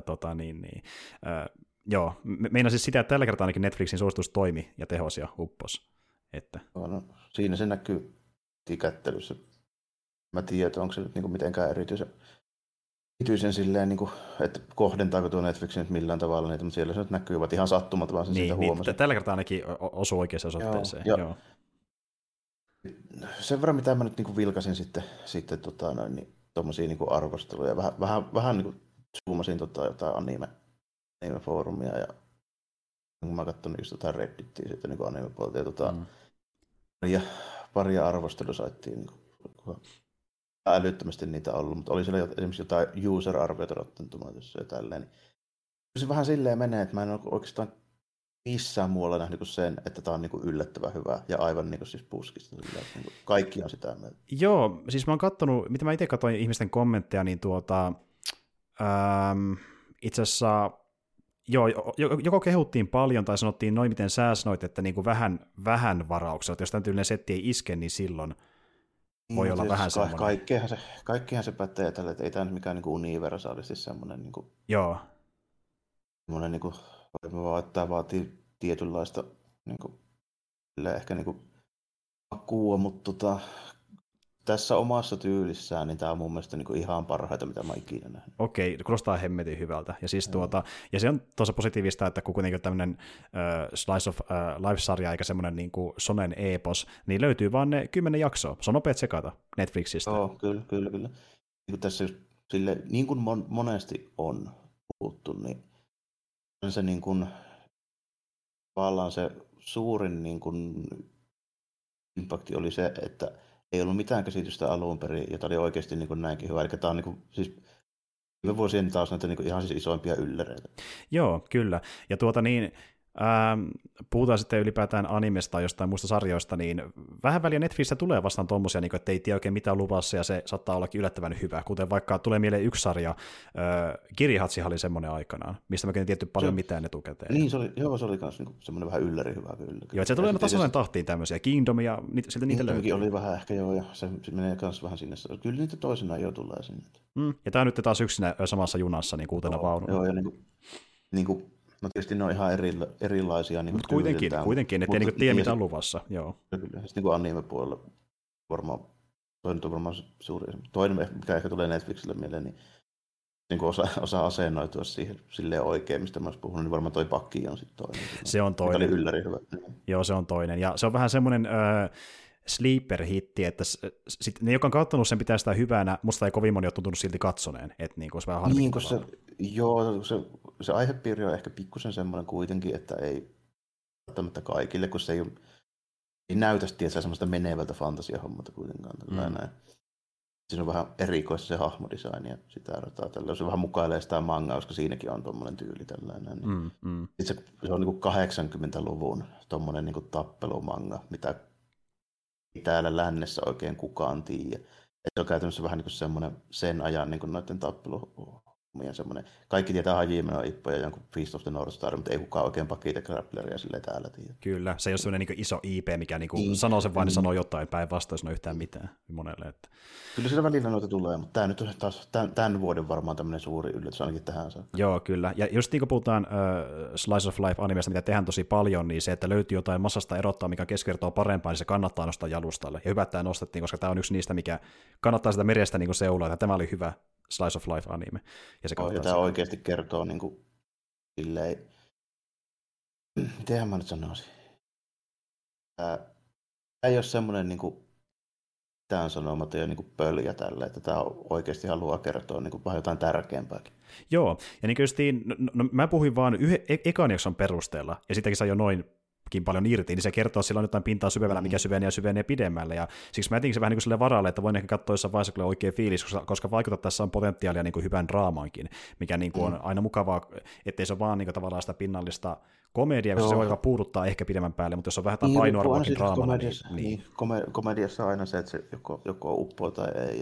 A: Joo, meinasin siis sitä, että tällä kertaa ainakin Netflixin suositus toimi ja tehosi ja uppos. Että.
B: No, siinä se näkyy kättelyssä. Mä tiedän, että onko se nyt niin mitenkään erityisen silleen, niin kuin, että kohdentaako tuo Netflixin nyt millään tavalla niitä, mutta siellä se nyt näkyy, ovat ihan sattumat, vaan sen siitä huomasin.
A: Tällä kertaa ainakin osui oikeaan osoitteeseen. Joo.
B: Sen verran, mitä mä nyt niin vilkasin sitten niin, tuommoisia niin arvosteluja, vähän niin kuin zoomasin jotain anime-foorumia ja kun mä katson just jotain Reddittiä sitten niin anime-puolta ja paria arvostelusaittia niin älyttömästi niitä ollut, mutta oli siellä esimerkiksi jotain user-arvioita Rotten Tomatoesissa ja tälleen. Niin se vähän silleen menee, että mä en ole oikeastaan missään muualla nähnyt kuin sen, että tämä on niin kuin yllättävän hyvä ja aivan niin kuin siis puskista. Niin kaikki on sitä mieltä.
A: Joo, siis mä oon kattonut, mitä mä itse katsoin ihmisten kommentteja, niin itse asiassa joo, joko kehuttiin paljon tai sanottiin noin, miten sä sanoit, että niin kuin vähän varauksella, että jos tämän tyylinen setti ei iske, niin silloin voi olla vähän semmoinen.
B: Kaikkihan se pätee tälle, että ei tämä nyt mikään niin kuin universaalisti semmoinen, niin kuin,
A: joo.
B: semmoinen niin kuin, tämä vaatii tietynlaista niin kuin, ehkä niin kuin, makua, mutta tässä omassa tyylissään, niin tämä on mun mielestä niin kuin ihan parhaita, mitä mä ikinä nähnyt.
A: Okei, kuulostaa hemmetin hyvältä. Ja, siis ja se on tuossa positiivista, että kun kuitenkin tämmöinen Slice of Life-sarja eikä semmoinen niin kuin Sonen epos, niin löytyy vaan ne 10 jaksoa. Se on nopea tsekata Netflixistä.
B: Joo, kyllä. Niin kuin tässä just, sille, niin kuin monesti on puhuttu, niin se niin kuin, tavallaan se suurin niin kuin, impakti oli se, että ei ollut mitään käsitystä alun perin, jota oli oikeasti niin kuin näinkin hyvä. Eli tämä on niin kuin, siis viime vuosien taas näitä niin kuin ihan siis isoimpia ylläreitä.
A: Joo, kyllä. Ja puhutaan sitten ylipäätään animesta tai jostain muista sarjoista, niin vähän väliä Netflixissä tulee vastaan tommosia, niin että ei tiedä oikein mitään luvassa, ja se saattaa ollakin yllättävän hyvä. Kuten vaikka tulee mieleen yksi sarja, Kirihatsihan oli semmoinen aikanaan, mistä mä en tietty paljon mitään etukäteen.
B: Niin, se oli myös niin semmoinen vähän ylläri hyvä kyllä.
A: Joo, se tulee tasainen tahtiin tämmöisiä, Kingdom ja siltä niitä löytyy.
B: oli vähän ehkä joo, ja se menee myös vähän sinne. Kyllä niitä toisenaan jo tulee sinne.
A: Ja tämä on nyt taas yksinä samassa junassa, niin kuutena vaununa.
B: Joo, ja niin kuin no tietysti ne on ihan erilaisia. Niin
A: mutta kuitenkin, ettei niin tiedä mitä on luvassa. Joo.
B: Kyllä, niin kuin anime-puolella varmaan, toinen on varmaan suuri. Toinen, mikä ehkä tulee Netflixille mieleen, niin kuin osaa asennoitua siihen silleen oikein, mistä mä olisin puhunut, niin varmaan toi Pakki on sitten toinen.
A: Se on toinen.
B: Mikä oli ylläri hyvä.
A: Joo, se on toinen. Ja se on vähän semmoinen sleeper-hitti, että ne, jotka on katsonut sen, pitää sitä hyvänä, musta ei kovin moni ole tuntunut silti katsoneen, että niin kuin se vähän harmittavaa.
B: Se aihepiiri on ehkä pikkusen semmoinen kuitenkin, että ei välttämättä kaikille, kun se ei näytä tietysti semmoista menevältä fantasiahommalta kuitenkaan. Näin. Siinä on vähän erikoista se hahmodesign ja sitä rataa. Se vähän mukailee sitä mangaa, koska siinäkin on tommoinen tyyli tällainen. Sitten se on niin kuin 80-luvun tommoinen niin kuin tappelumanga, mitä ei täällä lännessä oikein kukaan tiedä. Se on käytännössä vähän niin kuin semmoinen sen ajan niin kuin noiden tappelumien semmoinen. Kaikki tietää Hajime no Ippo ja jonkun Feast of the North Star, mutta ei kukaan oikein Pakita Grappleria silleen täällä tiedä.
A: Kyllä, se ei ole semmoinen niin iso IP, mikä niin sanoo sen vain, niin sanoo jotain päinvastoin, sanoo yhtään mitään monelle. Että.
B: Kyllä siellä välillä noita tulee, mutta tämä nyt on taas tämän vuoden varmaan tämmöinen suuri yllätys ainakin tähän saakka.
A: Joo, kyllä. Ja just niin kuin puhutaan Slice of Life-animesta, mitä tehdään tosi paljon, niin se, että löytyy jotain massasta erottaa, mikä keskivertoa parempaa, niin se kannattaa nostaa jalustalle. Ja hyvä, että tämä nostettiin, koska tämä on yksi niistä, mikä kannattaa sitä merestä niin seulaa, että tämä oli hyvä Slice of Life-anime. Ja
B: tämä oikeasti kertoo niin kuin, silleen, mitenhän mä nyt sanoisin. Tämä ei ole semmoinen niin kuin, mitään sanomaton ja niin kuin pöljä tällä, että tämä oikeasti haluaa kertoa niin kuin, vähän jotain tärkeämpääkin.
A: Joo, ja niin kyllä mä puhuin vaan ekan jakson perusteella, ja sittenkin saa jo noinkin paljon irti, niin se kertoo silloin jotain pintaa syvevällä, mikä syvenee pidemmällä, ja siksi mä etin se vähän niin kuin sille varalle, että voin ehkä katsoa jossain vaiheessa kyllä oikein fiilis, koska vaikuttaa, että tässä on potentiaalia niin kuin hyvän draamaankin, mikä niin kuin on aina mukavaa, ettei se ole vaan niin kuin tavallaan sitä pinnallista komediaa, koska se voi puuduttaa ehkä pidemmän päälle, mutta jos on vähän jotain painoarvoakin draamana, niin.
B: Komediassa on aina se, että se joko uppoo tai ei.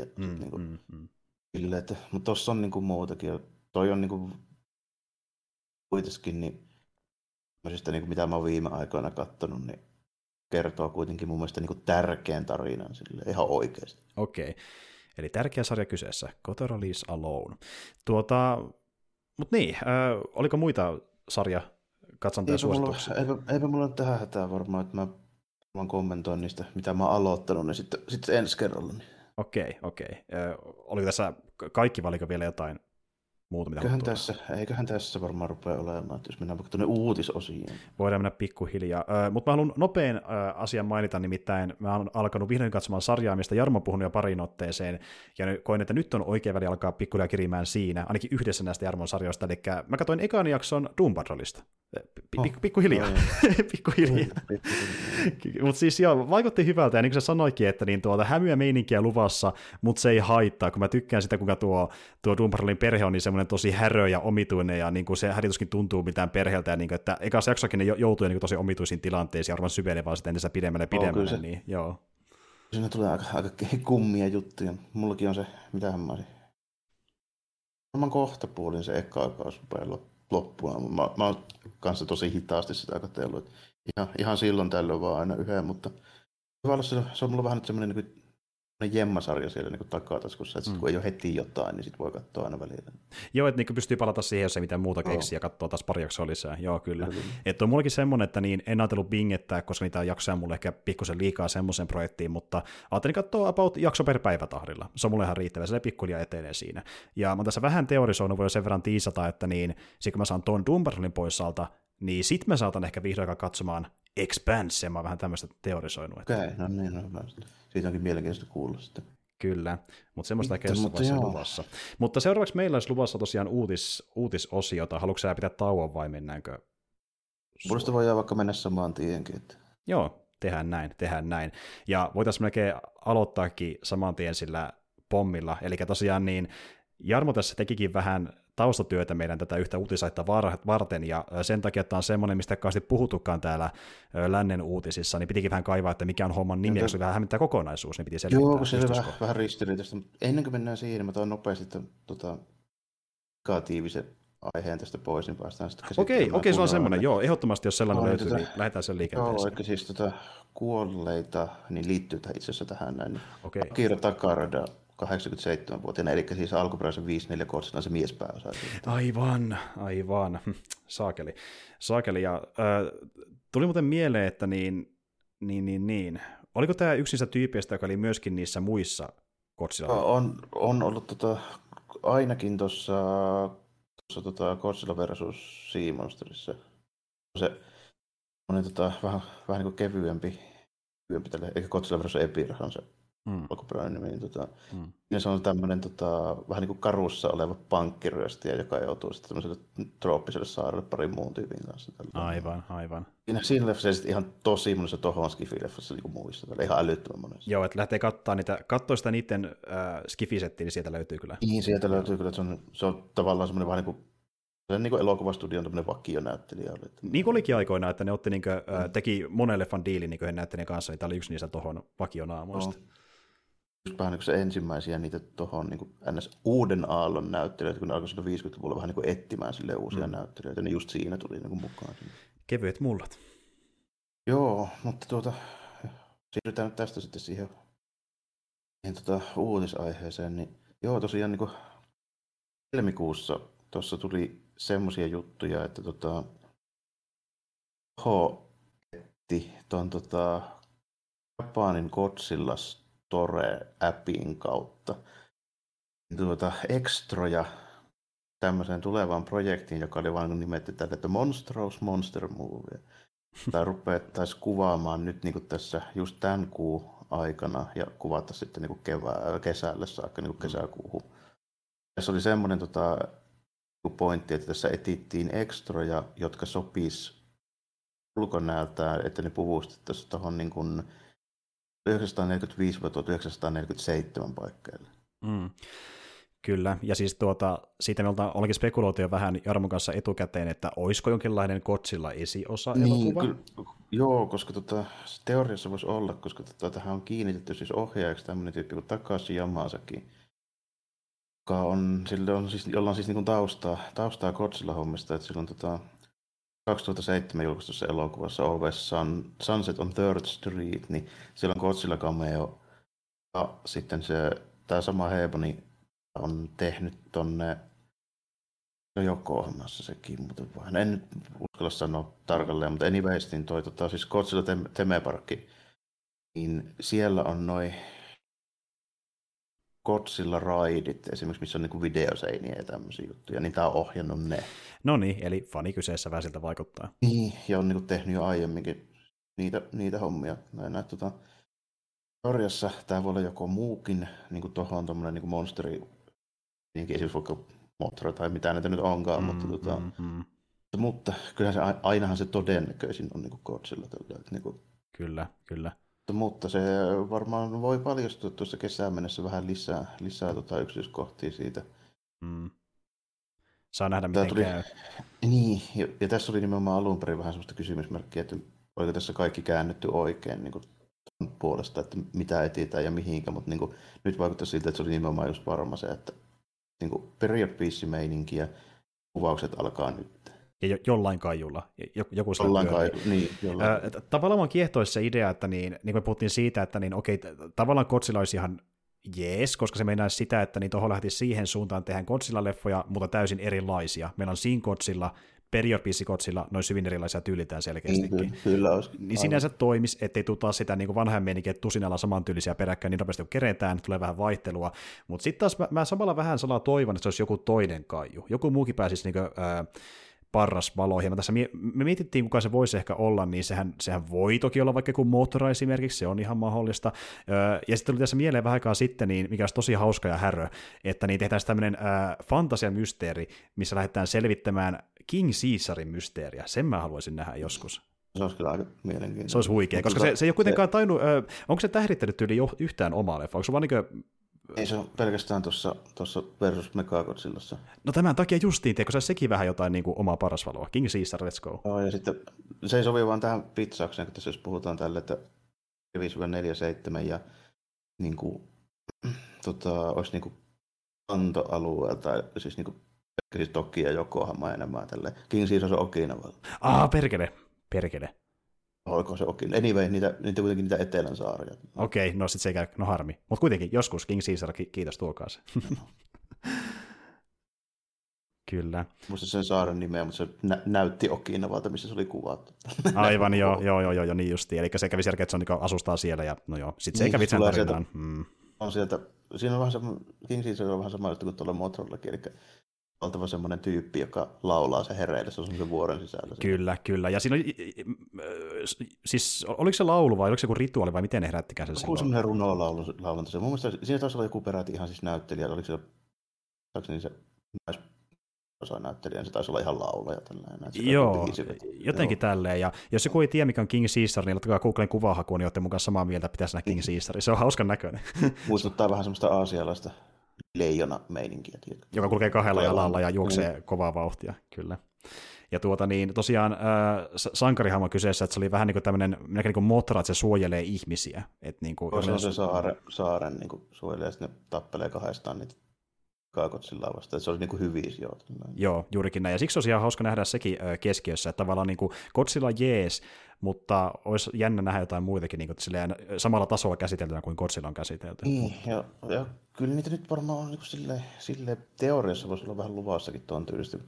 B: Mutta tuossa on niin kuin muutakin. Toi on niin kuin, kuitenkin, niin mitä mä oon viime aikoina katsonut, niin kertoo kuitenkin mun mielestä niin kuin tärkeän tarinan sille, ihan oikeasti.
A: Okei, eli tärkeä sarja kyseessä, Kotaro Lives Alone. Mutta niin, oliko muita sarjakatsontoja suosituksia?
B: Eipä mulla tähän hätää varmaan, että mä kommentoin niistä, mitä mä oon aloittanut, niin sitten ensi kerralla. Niin.
A: Okei. Oliko tässä kaikki, valiko vielä jotain muuta, mitä
B: eiköhän tässä varmaan rupea olemaan, että jos mennään vaikka tuonne uutisosiin.
A: Voidaan mennä pikkuhiljaa. Mutta mä haluan nopean asian mainita, nimittäin mä oon alkanut vihdoin katsomaan sarjaa, mistä Jarmo on puhunut jo pariin otteeseen, ja koin, että nyt on oikea väli alkaa pikkuhiljaa kirimään siinä, ainakin yhdessä näistä Jarmon sarjoista, eli mä katsoin ekan jakson Doom Patrolista. Pikkuhiljaa. Pikkuhiljaa. Mutta siis joo, vaikutti hyvältä, ja niin kuin sä sanoikin, että niin hämyä meininkiä luvassa, mutta se ei haittaa, kun mä tykkään sitä, kuinka tuo Doom Patrolin perhe on niin semmoinen tosi härö ja omituinen, ja niin kuin se härituskin tuntuu mitään perheeltä, ja niin kuin, että ekassa jaksokin ne joutuu niin kuin tosi omituisiin tilanteisiin, ja varmaan syvenee vaan sitä entistä pidemmälle, niin joo.
B: Siinä tulee aika kummia juttuja. Mullakin on se, mitähän mä olisin. Mä kohta puolin se eka aikaa rupeaa loppua. Mä oon kanssa tosi hitaasti sitä katsellut. Ihan silloin tällöin vaan aina yhden, mutta se on mulla vähän nyt semmoinen niin jemmasarja siellä niin takataskussa, että kun ei ole heti jotain, niin sit voi katsoa aina välillä.
A: Joo, että niin pystyy palata siihen, jos ei mitään muuta keksiä ja katsoa taas pari jaksoa lisää. Joo, kyllä. Että on mullakin semmoinen, että niin en ajatellut bingettää, koska niitä jaksoja on mulle ehkä pikkusen liikaa semmoiseen projektiin, mutta ajattelin katsoa about jakso per päivä tahdilla. Se on mulle ihan riittävä, se pikkuhiljaa etenee siinä. Ja mä tässä vähän teorisoinut, voi jo sen verran tiisata, että niin, kun mä saan tuon Doom Patrolin pois alta, niin sit mä saatan ehkä vihdoin katsomaan Expanse, mä oon vähän tämmöistä teorisoinut.
B: Okei, no niin, siitä onkin mielenkiintoista kuulla sitten.
A: Kyllä, mutta semmoista ei jossain luvassa. Mutta seuraavaksi meillä olisi luvassa tosiaan uutisosiota. Haluatko sä pitää tauon vai mennäänkö?
B: Puolesta voidaan vaikka mennä samaan tienkin. Että...
A: Joo, tehdään näin. Ja voitaisiin melkein aloittaakin saman tien sillä pommilla. Eli tosiaan niin Jarmo tässä tekikin vähän taustatyötä meidän tätä yhtä uutisaita varten, ja sen takia, että tämä on semmoinen, mistä ei kauheasti puhutukaan täällä lännen uutisissa, niin pitikin vähän kaivaa, että mikä on homman nimi, koska vähän hämmentää kokonaisuus, niin piti selvittää.
B: Joo, se on vähän ristiriitaista, mutta ennen kuin mennään siihen, niin mä toin nopeasti negatiivisen aiheen tästä pois, niin päästään sitten käsittelemään. Okei, se on semmoinen,
A: joo, ehdottomasti, jos sellainen löytyy, niin lähdetään sen liikenteeseen.
B: Joo, eli siis kuolleita, niin liittyy itse asiassa tähän näin. Akira Takarada, 87-vuotiaana, eli siis alkuperäisen 5-4-kortsina se miespääosa.
A: Aivan. Saakeli. Ja tuli muuten mieleen, että niin. Oliko tämä yksi niistä tyypeistä, joka oli myöskin niissä muissa Godzilla?
B: On ollut ainakin tuossa Godzilla versus Sea Monsterissa. Se on vähän niin kuin kevyempi tälle, eikä Godzilla versus Ebirah on se alkuperäinen nimi. Ja se on tämmöinen vähän niin kuin karussa oleva pankkiryöstäjä, joka joutuu sitten tämmöiselle trooppiselle saarelle parin muun tyypin kanssa.
A: Aivan.
B: Siinä leffassa ei sitten ihan tosi monessa tohon Skifi-leffassa niin kuin muissa. Ihan älyttömän monessa.
A: Joo, että lähtee katsoa sitä niiden Skifi-settiä, niin sieltä löytyy kyllä.
B: Niin, sieltä löytyy kyllä. Se on tavallaan semmoinen vähän niin kuin elokuvastudion tämmöinen vakionäyttelijä.
A: Niin kuin olikin aikoinaan, että ne teki monen leffan diilin niin näyttelijän kanssa, niin tämä oli yksi niistä tohon vakionaamoista.
B: Vähän niin kuin se ensimmäisiä niitä tuohon niin ns. Uuden aallon näyttelijöitä, kun ne alkoi 50-luvulla vähän niin kuin etsimään sille uusia näyttelijöitä, niin just siinä tuli niin kuin mukaan.
A: Kevyet mullat.
B: Joo, mutta siirrytään nyt tästä sitten siihen uutisaiheeseen. Niin, joo, tosiaan niin kuin helmikuussa tuossa tuli semmoisia juttuja, että etti tuon Japanin Godzilla Store-appin kautta extroja tämmöiseen tulevaan projektiin, joka oli vain nimetty tälle, että Monstrous Monster Movie. Tämä rupeattaisiin kuvaamaan nyt niin kuin tässä just tämän kuun aikana ja kuvata sitten niin kuin kesälle saakka, niin kuin kesäkuuhun. Tässä oli semmoinen pointti, että tässä etittiin extroja, jotka sopis ulkonäöltään, että ne puvustettaisiin tuohon niin kuin 1945-1947 paikkeille.
A: Kyllä, ja siis siitä me ollaankin spekuloitu jo vähän Jarmon kanssa etukäteen, että olisiko jonkinlainen Godzilla esiosa elokuva?
B: Joo, koska teoriassa voisi olla, koska tähän on kiinnitetty siis ohjaajaksi tämmöinen tyyppi kuin Takashi Yamazaki, jolla on siis niin taustaa Godzilla-hommista, että silloin 2007 julkaistussa elokuvassa Always Sunset on Third Street, niin siellä on Godzilla cameo, ja sitten tämä sama Hebo niin on tehnyt tonne Joko-ohjelmassa sekin, mutta en nyt uskalla sanoa tarkalleen, mutta anyways, niin siis Godzilla Temeparkki, niin siellä on noi Godzilla raidit, esimerkiksi missä on niinku videoseiniä ja tämmöisiä juttuja, niin tää on ohjannut ne.
A: No niin, eli fani kyseessä vähän siltä vaikuttaa.
B: Niin, ja on niinku tehnyt jo aiemminkin niitä hommia. Teoriassa tää voi olla joko muukin niinku tohon tommonen niinku monsteri, esimerkiksi vaikka Mothra tai mitä näitä nyt onkaan, mutta Mutta kyllähän se, ainahan se todennäköisin on niin Godzilla. Niin kuin,
A: Kyllä.
B: mutta se varmaan voi paljastua tuossa kesään mennessä vähän lisää yksityiskohtia siitä.
A: Saa nähdä, miten käy.
B: Niin, ja tässä oli nimenomaan alun perin vähän sellaista kysymysmerkkiä, että oliko tässä kaikki käännetty oikein niin kuin puolesta, että mitä etsitään ja mihinkä, mutta niin kuin, nyt vaikuttaa siltä, että se oli nimenomaan just varma se, että niin kuin period piece-meininki ja kuvaukset alkaa nyt.
A: Ja jollain kaijulla. Joku
B: niin,
A: tavallaan vaan kiehtoisi se idea, että niin kuin me puhuttiin siitä, että niin, okei, tavallaan Godzilla olisi ihan jees, koska se meinaisi sitä, että niin tuohon lähtisi siihen suuntaan tehdään Godzilla-leffoja, mutta täysin erilaisia. Meillä on Shin Godzilla, period piece Godzilla, noin hyvin erilaisia tyylitään selkeästikin.
B: Kyllä olisi.
A: Niin sinänsä toimisi, ettei tule taas sitä niin vanhaa meininkiä, että tusinalla samantyylisiä peräkkäin niin nopeasti kun keretään, tulee vähän vaihtelua. Mutta sitten taas mä samalla vähän salaa toivon, että se olisi joku toinen kaiju. Joku muukin pääsisi niin kuin, parrasvaloihin. Me mietittiin, kuka se voisi ehkä olla, niin sehän voi toki olla vaikka joku Mothra esimerkiksi, se on ihan mahdollista. Ja sitten tuli tässä mieleen vähän aikaa sitten, niin mikä olisi tosi hauska ja härö, että niin tehtäisiin tämmöinen fantasiamysteeri, missä lähdetään selvittämään King Caesarin mysteeriä. Sen mä haluaisin nähdä joskus.
B: Se olisi kyllä aika mielenkiintoista.
A: Se olisi huikea, koska se ei ole kuitenkaan tainnut, onko se tähdittänyt tyyli yhtään omaa leffa? Onko se vaan niin kuin...
B: Ei se ole pelkästään tuossa versus Mechagodzillassa.
A: No tämän takia justiin, teekö se sekin vähän jotain niin kuin omaa parasvaloa? King Caesar, let's go.
B: No, ja sitten se ei sovi vaan tähän pitsaukseen, kun tässä jos puhutaan tälle, että 5-47 ja niin kuin, olisi niin kuin kantoalueelta, siis niin kuin siis Toki ja Yokohama enemmän tälleen. King Caesar on Okinawalla.
A: Perkele.
B: Oliko se Okinawa? Anyway, niitä kuitenkin niitä etelän saaria.
A: Okei, no sit se ei käy, no harmi. Mutta kuitenkin joskus King Caesar, kiitos, tuokaa se. Kyllä.
B: Muista sen saaren nimeä, mutta se näytti Okinavalta, missä se oli kuvattu.
A: Aivan, joo, niin justiin. Eli se kävi selkeä, että se on, niin asustaa siellä, ja no joo, sitten se ei kävi sen tarinaan.
B: On sieltä, siinä on vähän semmoinen, King Caesar on vähän sama juttu kuin tuolla Mothrallakin, eli oltava semmoinen tyyppi, joka laulaa se hereille, se on semmoisen vuoren sisällä.
A: Kyllä. Ja siinä oli, siis oliko se laulu vai oliko se joku rituaali vai miten ne herättikään sen silloin?
B: Joku semmoinen runolaulunta. Mun mielestä siinä taisi olla joku peräti ihan siis näyttelijä, oliko se näyttelijä, niin se taisi olla ihan laulaja.
A: Joo, jotenkin tälleen. Ja jos joku ei tiedä, mikä on King Caesar, niin laittakaa Googlen kuvahakuun, niin olette mukaan samaa mieltä, pitäisi nähdä King Caesar. Se on hauskan näköinen.
B: Muistuttaa vähän semmoista aasialaista leijona-meininkiä.
A: Joka kulkee kahdella jalalla ja juoksee kovaa vauhtia, kyllä. Ja tosiaan sankarihan on kyseessä, että se oli vähän niin kuin tämmöinen, melkein niin kuin Mothra, että se suojelee ihmisiä. Että niin kuin,
B: se on se saaren niin kuin suojelee, ja sitten ne tappelee kahdestaan niitä Godzillaa vastaan, että se oli niin kuin hyviä sijoita.
A: Joo, juurikin näin. Ja siksi olisi ihan hauska nähdä sekin keskiössä, että tavallaan niin kuin Godzilla jees, mutta olisi jännä nähdä jotain muitakin niin kuin samalla tasolla käsiteltynä kuin Godzilla on käsitelty.
B: Niin, ja kyllä niitä nyt varmaan on niin sille teoriassa voisi olla vähän luvassakin tuon tyylistä.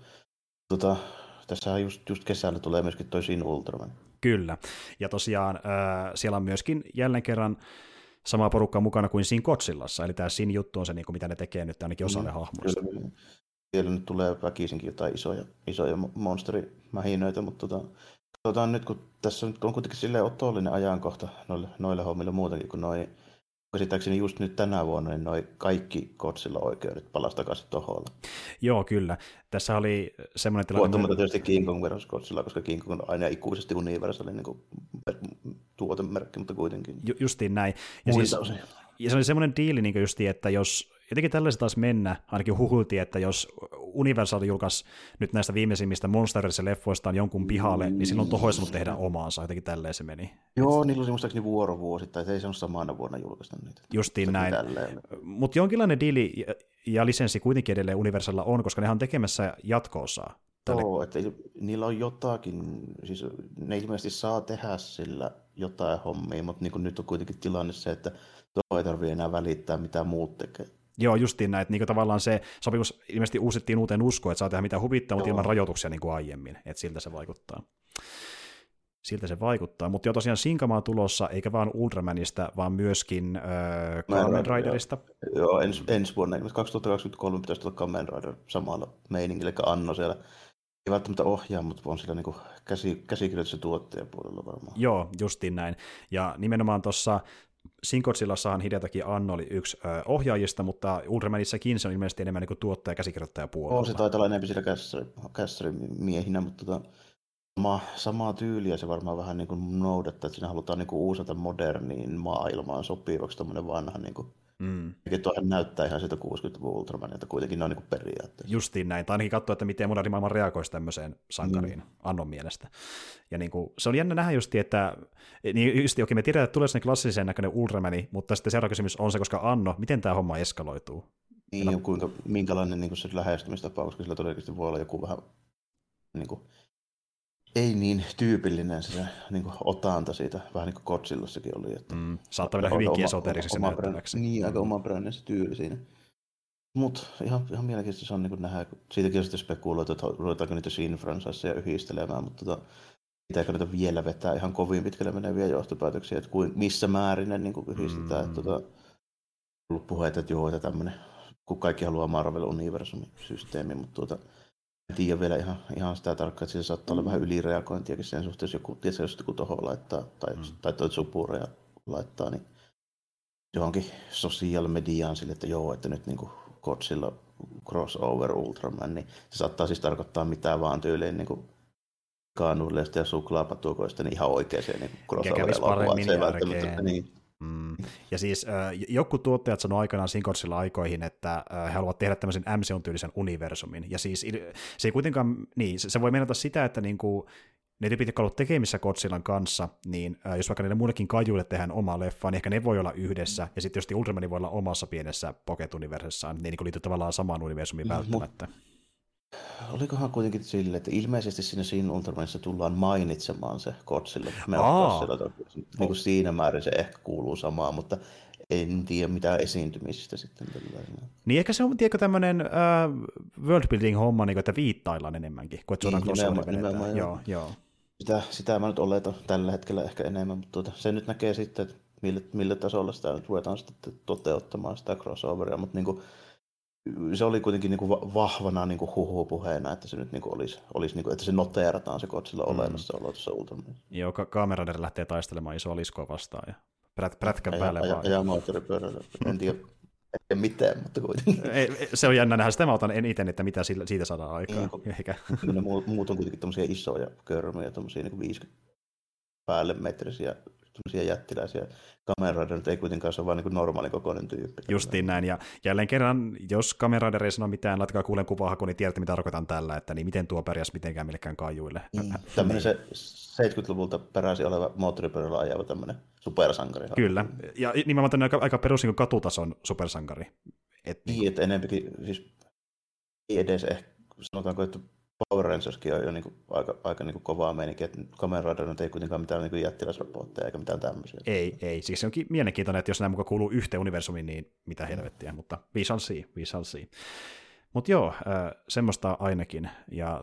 B: Tässä just kesällä tulee myöskin toi Shin Ultraman. Kyllä,
A: ja tosiaan siellä on myöskin jälleen kerran sama porukka mukana kuin Shin Godzillassa, eli tämä Shin juttu on se, mitä ne tekee nyt ainakin osalle hahmoista.
B: Kyllä. Siellä nyt tulee väkisinkin jotain isoja monsterimähinöitä, mutta katsotaan nyt, kun tässä on kuitenkin silleen otollinen ajankohta noille hommille muutenkin, kun käsittääkseni just nyt tänä vuonna niin noi kaikki Godzilla-oikeudet palasi takaisin Toholle.
A: Joo, kyllä. Tässä oli semmoinen tilanne...
B: Huomattamatta tietysti King Kong versus Godzilla, koska King Kong on aina ikuisesti Universalin niin tuotemerkki, mutta kuitenkin.
A: Justiin näin. Ja se oli semmoinen diili niin justiin, että jos jotenkin tällaista taas mennä, ainakin huhultiin, että jos Universal julkaisi nyt näistä viimeisimmistä Monsterissa-leffoistaan jonkun pihalle, niin silloin Toho olisi tehdä omaansa, jotenkin tälleen se meni.
B: Joo, niillä oli muistaakseni vuorovuosittain, että ei se ole samana vuonna julkaista niitä.
A: Justiin näin. Mutta jonkinlainen diili ja lisenssi kuitenkin edelleen Universalilla on, koska nehän on tekemässä jatko-osaa.
B: Joo, että niillä on jotakin, siis ne ilmeisesti saa tehdä sillä jotain hommia, mutta niin nyt on kuitenkin tilanne se, että Toho ei tarvitse enää välittää, mitä muut tekee.
A: Joo, justiin näin, että niin tavallaan se sopimus ilmeisesti uusittiin uuteen uskoon, että saa tehdä mitä huvittaa, mutta ilman rajoituksia niin kuin aiemmin, että siltä se vaikuttaa. Mutta jo tosiaan Shinkama on tulossa, eikä vaan Ultramanista, vaan myöskin Kamen Riderista.
B: Joo, ensi vuonna, 2023 pitäisi tulla Kamen Rider samalla meiningillä, eli Anno siellä. Ei välttämättä ohjaa, mutta on siellä niin käsikirjoituksen tuottajapuolella varmaan.
A: Joo, justiin näin. Ja nimenomaan tuossa Shin Godzillassahan Hidetaki Anno oli yksi ohjaajista, mutta Ultramanissakin se on ilmeisesti enemmän niin tuottaja- ja käsikirjoittajapuolella.
B: Se taitaa olla enemmän siellä kässärimiehinä, mutta samaa tyyliä se varmaan vähän niin kuin noudattaa, että siinä halutaan niin kuin uusata moderniin maailmaan sopivaksi tämmöinen vanha niin kuin tuohan näyttää ihan sieltä 60-luvun Ultramanilta, kuitenkin ne on niin kuin periaatteessa. Justiin
A: näin, tai ainakin katsoa, että miten moderni maailma reagoisi tämmöiseen sankariin Annon mielestä. Ja niin kuin, se on jännä nähdä just, että niin just, me tiedetään, että tulee sellainen klassisen näköinen Ultramani, mutta sitten seuraava kysymys on se, koska Anno, miten tämä homma eskaloituu?
B: Niin, ja minkälainen niin kuin se lähestymistapa, koska sillä todennäköisesti voi olla joku vähän niin kuin, ei niin tyypillinen se niin kuin otanta siitä, vähän niin kuin Godzillassakin oli. Että
A: saattaa mennä hyvinkin esoteriseksi näyttäväksi.
B: Niin, aika oma brändin se tyyli siinä. Mutta ihan mielenkiintoista se on niin kuin nähdä, siitäkin on sitten spekuloitu, että ruvetaanko niitä Shin-franchiseja yhdistelemään, mutta pitääkö niitä vielä vetää ihan kovin pitkälle meneviä johtopäätöksiä, että missä määrin ne niin kuin yhdistetään. Että ollut puheita, että joo, että tämmöinen, kun kaikki haluaa Marvel-universumisysteemi, mutta en tiedä vielä ihan sitä tarkkaan, että siinä saattaa olla vähän ylireagointiakin sen suhteen, jos joku tuohon laittaa, tai toi Tsupureja laittaa, niin johonkin social mediaan sille, että joo, että nyt niin Godzilla crossover Ultraman, niin se saattaa siis tarkoittaa mitään vaan tyyliin niin kaanuilleista ja suklaapatukoista, niin ihan oikeeseen niin crossover-elokuvaan. Se ei välttämättä niin.
A: Ja siis jotkut tuottajat sanoi aikanaan Shin Godzilla aikoihin, että he haluavat tehdä tämmöisen MCU-tyylisen universumin, ja siis se ei kuitenkaan, niin se voi mennä sitä, että niinku, ne tyypit, jotka ovat tekemissä Godzillan kanssa, niin jos vaikka niille muillekin kajuille tehdään oma leffa, niin ehkä ne voi olla yhdessä, ja sitten tietysti Ultraman voi olla omassa pienessä Pocket-universessaan, niin ne liittyy tavallaan samaan universumiin välttämättä.
B: Olikohan kuitenkin silleen, että ilmeisesti siinä Shin Ultramanissa tullaan mainitsemaan se Godzilla. Niin kuin siinä määrin se ehkä kuuluu samaan, mutta en tiedä mitään esiintymisistä sitten.
A: Niin ehkä se on, tiedätkö, tämmöinen worldbuilding-homma, niin kuin, että viittaillaan enemmänkin, kuin että suoraan crossover. Joo.
B: Sitä mä nyt oletan tällä hetkellä ehkä enemmän, mutta se nyt näkee sitten, että millä tasolla sitä nyt ruvetaan sitten toteuttamaan sitä crossoveria, mutta niin kuin se oli kuitenkin niin kuin vahvana niin kuin huhupuheena, että se nyt niin kuin olisi niin kuin, että se noteerataan se Godzilla olemassaolo tuossa Ultramanissa.
A: Joo, Kamen lähtee taistelemaan isoa liskoa vastaan ja prätkän päälle vaan.
B: Ja moottoripyörällä. En tiedä mitään, mutta kuitenkin.
A: Se on jännä nähdä. Sitä mä otan eniten, että mitä siitä saadaan aikaan.
B: Ne muut on kuitenkin tämmöisiä isoja körmyjä, tämmöisiä niin kuin 50 päälle metrisiä jättiläisiä. Kamen Rider ei kuitenkaan se ole vain niin normaali kokoinen tyyppi.
A: Justiin näin, ja jälleen kerran, jos Kamen Rider ei sano mitään, laittakaa kuulen kuvahaku, niin tiedätte, mitä tarkoitan tällä, että niin miten tuo pärjäs mitenkään millekään kaijuille.
B: Tämmöinen se 70-luvulta peräisin oleva moottoripyörällä ajava tämmöinen supersankari.
A: Kyllä, ja nimenomaan tämmöinen aika perus niin katutason supersankari.
B: Niin, että enempikin, siis ei edes ehkä, sanotaanko, että Power Rangerskin on jo niin kuin aika niin kuin kovaa meininkiä, että Kamen Rider ei kuitenkaan mitään niin jättiläisrobotteja eikä mitään tämmöisiä.
A: Ei. Siis se onkin mielenkiintoinen, että jos nämä mukaan kuuluu yhteen universumiin, niin mitä helvettiä, mutta we shall see. Mutta joo, semmoista ainakin. Ja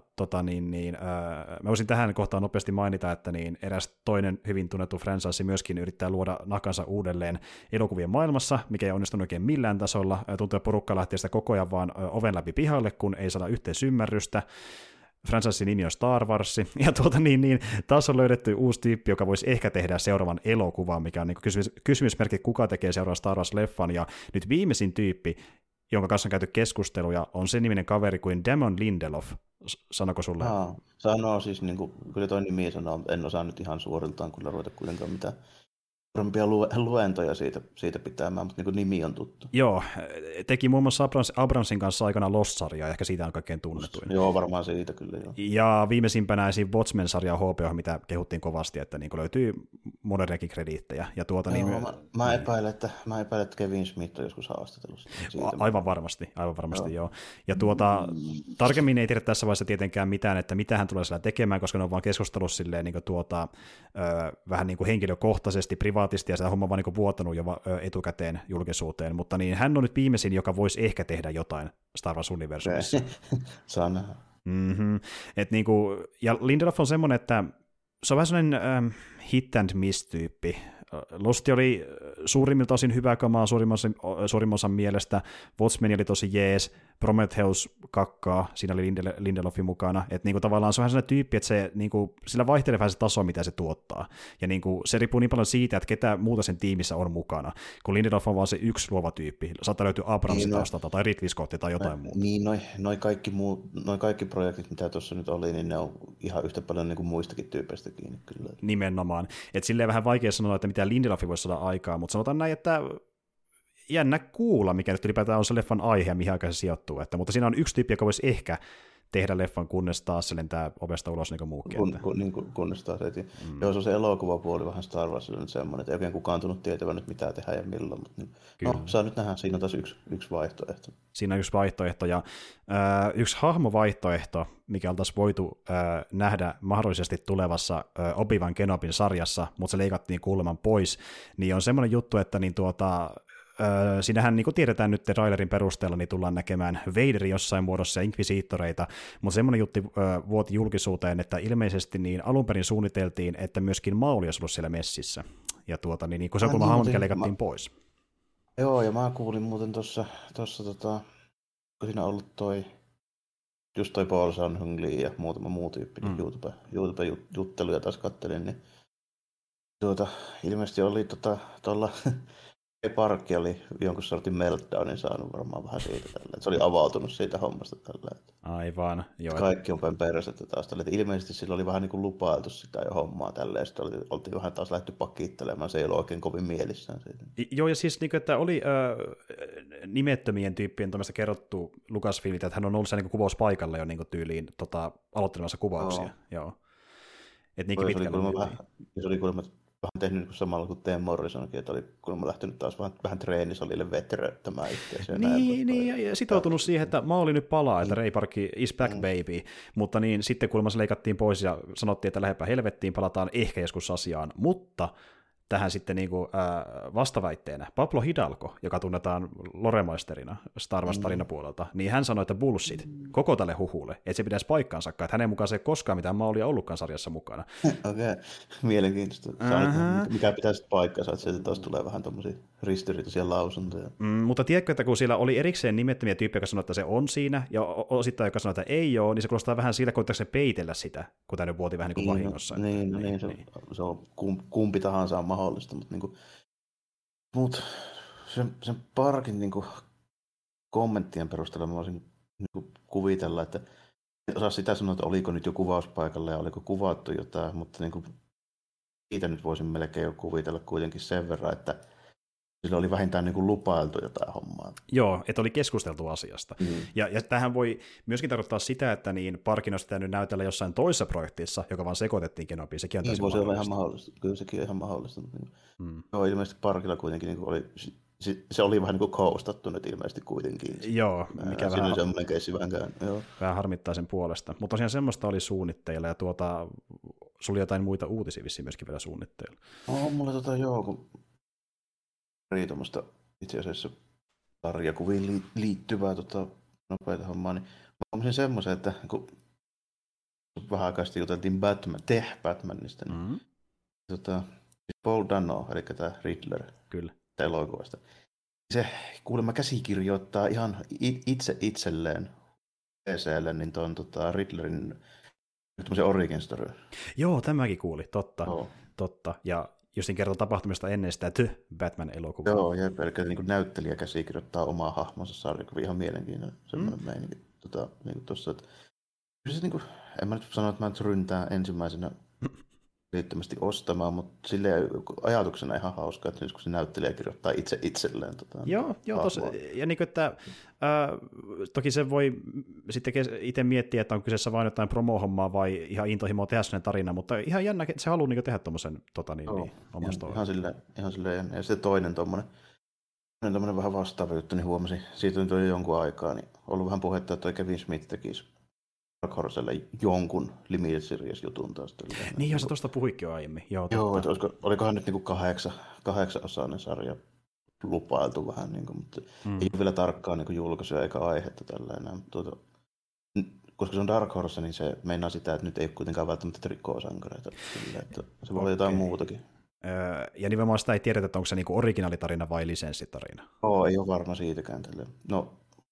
A: mä voisin tähän kohtaan nopeasti mainita, että niin eräs toinen hyvin tunnettu franchise myöskin yrittää luoda nakansa uudelleen elokuvien maailmassa, mikä ei onnistunut oikein millään tasolla. Tuntuu, että porukka lähtee sitä koko ajan vaan oven läpi pihalle, kun ei saada yhteisymmärrystä. Franchisein nimi on Star Wars, ja taas on löydetty uusi tyyppi, joka voisi ehkä tehdä seuraavan elokuvan, mikä on niin kysymysmerkki, kuka tekee seuraavan Star Wars-leffan, ja nyt viimeisin tyyppi, jonka kanssa on käyty keskusteluja, on sen niminen kaveri kuin Damon Lindelof. Sanoko sulle?
B: Sanoo siis, niin kuin, kyllä toi nimi sanoo, en osaa nyt ihan suoriltaan kyllä ruveta kuitenkaan mitään suurempia luentoja siitä pitämään, mutta niin nimi on tuttu.
A: Joo, teki muun muassa Abramsin kanssa aikana Lost-sarjaa, ehkä siitä on kaikkein tunnetuin.
B: Joo, varmaan siitä kyllä. Joo.
A: Ja viimeisimpänä esim. Watchmen-sarjaa HBO, mitä kehuttiin kovasti, että niin löytyy moderniakin krediittejä. Ja
B: mä epäilen, että Kevin Smith on joskus haastatellut siitä.
A: Aivan varmasti, joo. Ja tarkemmin ei tiedä tässä vaiheessa tietenkään mitään, että mitä hän tulee siellä tekemään, koska ne on vaan keskustellut silleen niin vähän niin kuin henkilökohtaisesti, privaatisti, ja sitä homma on vaan niin vuotanut jo etukäteen julkisuuteen, mutta niin hän on nyt viimeisin, joka voisi ehkä tehdä jotain Star Wars-universumissa.
B: Saa nähdä.
A: Ja Lindelof on semmoinen, että se on vähän sellainen hit and miss-tyyppi. Lost oli suurimmilta osin hyvä kamaa suurimman osan mielestä, Watchmen oli tosi jees, Prometheus kakkaa, siinä oli Lindelofin mukana, että niinku tavallaan se on vähän sellainen tyyppi, että se, niinku, sillä vaihtelee vähän se taso, mitä se tuottaa, ja niinku, se riippuu niin paljon siitä, että ketä muuta sen tiimissä on mukana, kun Lindelof on vaan se yksi luova tyyppi, saattaa löytyä Abramsin taustalta, tai Ridley Scott tai jotain muuta.
B: Niin, noi kaikki projektit, mitä tuossa nyt oli, niin ne on ihan yhtä paljon niin kuin muistakin tyypeistä kiinni kyllä.
A: Nimenomaan, että silleen vähän vaikea sanoa, että mitä Lindelof voisi saada aikaa, mutta sanotaan näin, että jännä kuulla, mikä nyt ylipäätään on se leffan aihe ja mihin aikaan se sijoittuu. Mutta siinä on yksi tyyppi, joka voisi ehkä tehdä leffan, kunnes taas se lentää ovesta ulos niin kuin muukin.
B: Kunnes taas heti. Joo, se on se elokuvapuoli vähän Star Warsilla nyt semmoinen, että ei oikein kukaan tunnu tietävän nyt mitä tehdä ja milloin. Mutta saa nyt nähdä, siinä on taas yksi vaihtoehto.
A: Siinä on yksi vaihtoehto, ja yksi hahmovaihtoehto, mikä oltaisiin voitu nähdä mahdollisesti tulevassa Obi-Wan Kenobin sarjassa, mutta se leikattiin kuuleman pois, niin on semmoinen juttu, että niin siinähän niin kuin tiedetään nyt trailerin perusteella, niin tullaan näkemään Vaderi jossain muodossa ja Inquisitoreita, mutta semmoinen juttu vuoti julkisuuteen, että ilmeisesti niin alun perin suunniteltiin, että myöskin Mauli olisi ollut siellä messissä, ja niin kun se on hahmo, mikä leikattiin pois.
B: Joo, ja mä kuulin muuten tuossa kun siinä on ollut just toi Paul Sanhung Lee ja muutama muu tyyppi, YouTube-jutteluja taas kattelin, niin ilmeisesti oli tuolla Parkki oli jonkun sortin meltdownin saanut varmaan vähän siitä tällä, että se oli avautunut siitä hommasta tällä.
A: Aivan, joo.
B: Kaikki on päin persettä taas tällä, että ilmeisesti sillä oli vähän niin kuin lupailtu sitä jo hommaa tällä, ja sitten oltiin vähän taas lähty pakittelemaan, se ei ollut oikein kovin mielissään siitä.
A: Joo, ja siis niin kuin, että oli nimettömien tyyppien tuommoista kerrottu Lucasfilmiltä, että hän on ollut siellä niin kuvauspaikalla jo niin kuin tyyliin aloittelemassa kuvauksia. Joo. Että niinkin pitkällä.
B: Se oli kuulemma vähän tehnyt niin samalla kuin Tim Morrisonkin, että oli kuulemma lähtenyt taas vähän treenisalille veteröittämään itseänsä.
A: Niin, ja sitoutunut siihen, että Mauli nyt palaa, että Ray Park is back baby, mutta niin sitten kuulemma se leikattiin pois ja sanottiin, että lähdepä helvettiin, palataan ehkä joskus asiaan, mutta tähän sitten niin kuin, vastaväitteenä Pablo Hidalgo, joka tunnetaan loremaisterina Star Wars tarinapuolelta, niin hän sanoi, että bullshit, koko tälle huhulle, että se pitäisi paikkaansa, että hänen mukaan se ei koskaan mitään Maulia ollutkaan sarjassa mukana.
B: Okei, mielenkiintoista. Mikä pitäisi paikkansa, että sieltä taas tulee vähän tuommoisia ristiriitaisia lausuntoja.
A: Mutta tiedätkö, että kun siellä oli erikseen nimettömiä tyyppejä, jotka sanoi, että se on siinä, ja osittain, joka sanoi, että ei ole, niin se kuulostaa vähän siltä, koittaako se peitellä sitä, kun tämä nyt vuoti vähän niin kuin vahingossa.
B: Se on kumpi tahansa on mahdollista, mutta sen Parkin niin kuin kommenttien perusteella mä voisin niin kuin kuvitella, että en osaa sitä sanoa, että oliko nyt jo kuvauspaikalla ja oliko kuvattu jotain, mutta niin kuin siitä nyt voisin melkein jo kuvitella kuitenkin sen verran, että sillä oli vähintään niin kuin lupailtu jotain hommaa.
A: Joo, että oli keskusteltu asiasta. Ja tähän voi myöskin tarkoittaa sitä, että niin Parkin olisi pitänyt näytellä jossain toisessa projektissa, joka vaan sekoitettiin Kenobiin. Sekin on täysin
B: voisi olla ihan mahdollista. Kyllä sekin on ihan mahdollista. Joo, ilmeisesti Parkilla kuitenkin niin oli, se oli vähän niin kuin koustattu nyt ilmeisesti kuitenkin.
A: Joo, mikä
B: siinä on semmoinen keissi vähän käynyt.
A: Vähän harmittaa sen puolesta. Mutta tosiaan semmoista oli suunnitteilla, ja sulla oli jotain muita uutisia vissiin myöskin vielä suunnitteilla.
B: Mulla kun tuommoista itse asiassa sarjakuviin liittyvää nopeita hommaa, niin mä huomasin semmoisen, että kun vähän aikaa sitten juteltiin Batmanista, niin Paul Dano, eli tämä Riddler,
A: kyllä,
B: elokuvasta, se kuulemma käsikirjoittaa ihan itselleen PC:lle niin tuon Riddlerin tämmöisen origin story.
A: Joo, tämäkin kuuli, totta. Ja justin kertoo tapahtumista ennen sitä Batman-elokuvaa.
B: Joo, eli niin näyttelijä käsikirjoittaa omaa hahmonsa sarjakuviin, ihan mielenkiintoinen semmoinen meininki. Niin tossa, että se, niin kuin, en mä nyt sano, että mä nyt ryntään ensimmäisenä liittymästi ostamaan, mutta silleen ajatuksena ihan hauska, että nyt kun se näyttelijä kirjoittaa itselleen.
A: Joo, ja niin kuin, että toki se voi sitten itse miettiä, että on kyseessä vain jotain promo-hommaa vai ihan intohimoa tehdä sellainen tarina, mutta ihan jännä, että se haluaa niin tehdä tuommoisen omasta
B: ihan silleen, ja sitten toinen tuommoinen vähän vastaava juttu, niin huomasin, siitä on jo jonkun aikaa, niin ollut vähän puhetta, että toi Kevin Smith tekisi Dark Horselle jonkun Limited Series-jutun taas.
A: Niin, jos sä tuosta puhuikin jo aiemmin. Joo,
B: että olikohan nyt niin 8-osainen sarja lupailtu vähän, niin kuin, mutta ei ole vielä tarkkaan niin julkaisuja eikä aihetta tällainen. Koska se on Dark Horse, niin se meinaa sitä, että nyt ei ole kuitenkaan välttämättä trikoosankareita. Että se voi olla jotain muutakin.
A: Ja nimenomaan sitä ei tiedetä, että onko se niin originaalitarina vai lisenssitarina.
B: Ei ole varma siitäkään. No,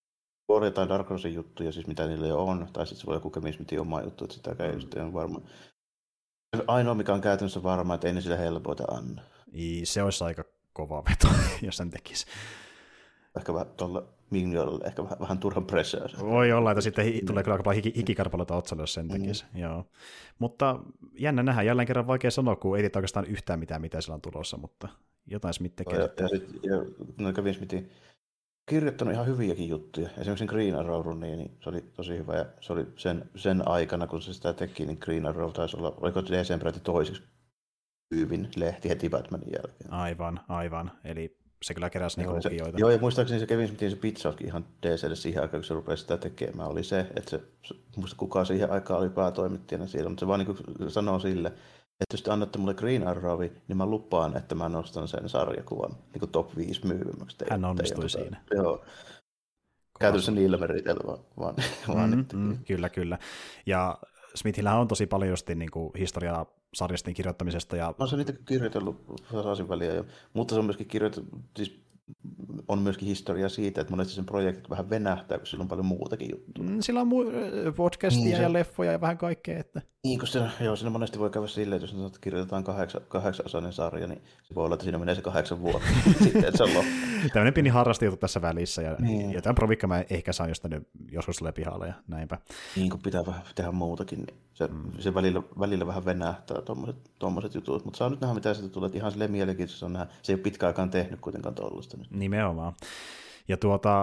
B: Oli jotain Dark Horsen juttuja, siis mitä niillä jo on, tai sitten se voi joku Kevin Smithin oma juttu, että sitäkään just ei ole varma. Ainoa, mikä on käytännössä varma, että ei ne sille helpoita anna.
A: Se olisi aika kova veto, jos sen tekisi.
B: Ehkä vähän tuolla Mignolalle, ehkä vähän turhan pressure.
A: Voi olla, että sitten tulee kyllä aika paljon hikikarpaloita otsalle, jos sen tekisi. Joo. Mutta jännä nähdä, jälleen kerran vaikea sanoa, kun ei tiedä oikeastaan yhtään mitään, mitä sillä on tulossa, mutta jotain Smith tekee.
B: Ja Kevin Smithin kirjoittanut ihan hyviäkin juttuja. Esimerkiksi Green Arrow, niin se oli tosi hyvä. Ja se oli sen aikana, kun se sitä teki, niin Green Arrow taisi olla, oliko DC peräti toiseksi hyvin lehti heti Batmanin jälkeen.
A: Aivan. Eli se kyllä keräsi niinku lukijoita.
B: Joo, ja muistaakseni se Kevin Smithin se pitsauskin ihan DClle siihen aikaan, kun se rupesi sitä tekemään, oli se, että se muista kukaan siihen aikaan oli päätoimittajana siellä, mutta se vaan niin sanoo sille, että jos te annatte mulle Green Arrowi, niin mä lupaan, että mä nostan sen sarjakuvan niin top 5 myyvimmäksi.
A: Hän onnistui siinä.
B: Joo. Käytännössä niillä meriteillä vaan.
A: Kyllä. Ja Smithillähän on tosi paljon just niin kuin historiaa sarjastin kirjoittamisesta. Ja...
B: On se niitä kirjoitellut tasaisin väliä jo, mutta se on myöskin kirjoitettu, siis on myöskin historia siitä, että monesti sen projektit vähän venähtää, kun sillä on paljon muutakin juttuja.
A: Sillä on podcastia ja leffoja ja vähän kaikkea. Että...
B: Niin, kun siinä monesti voi käydä silleen, että jos kirjoitetaan 8-osainen sarja, niin se voi olla, että siinä menee se 8 vuotta. Sitten, että se on loppu.
A: Tämmöinen pieni harrastajuttu tässä välissä, ja jotain provikka mä ehkä saan jostain joskus tulee pihalle, ja näinpä.
B: Niin, kun pitää vähän tehdä muutakin, niin se välillä vähän venähtää tuommoiset jutut, mutta saa nyt nähdä, mitä siitä tulee, että ihan silleen mielenkiintoista on nähdä. Se ei ole pitkä aikaan tehnyt kuitenkaan tuollaista.
A: Nimenomaan. Ja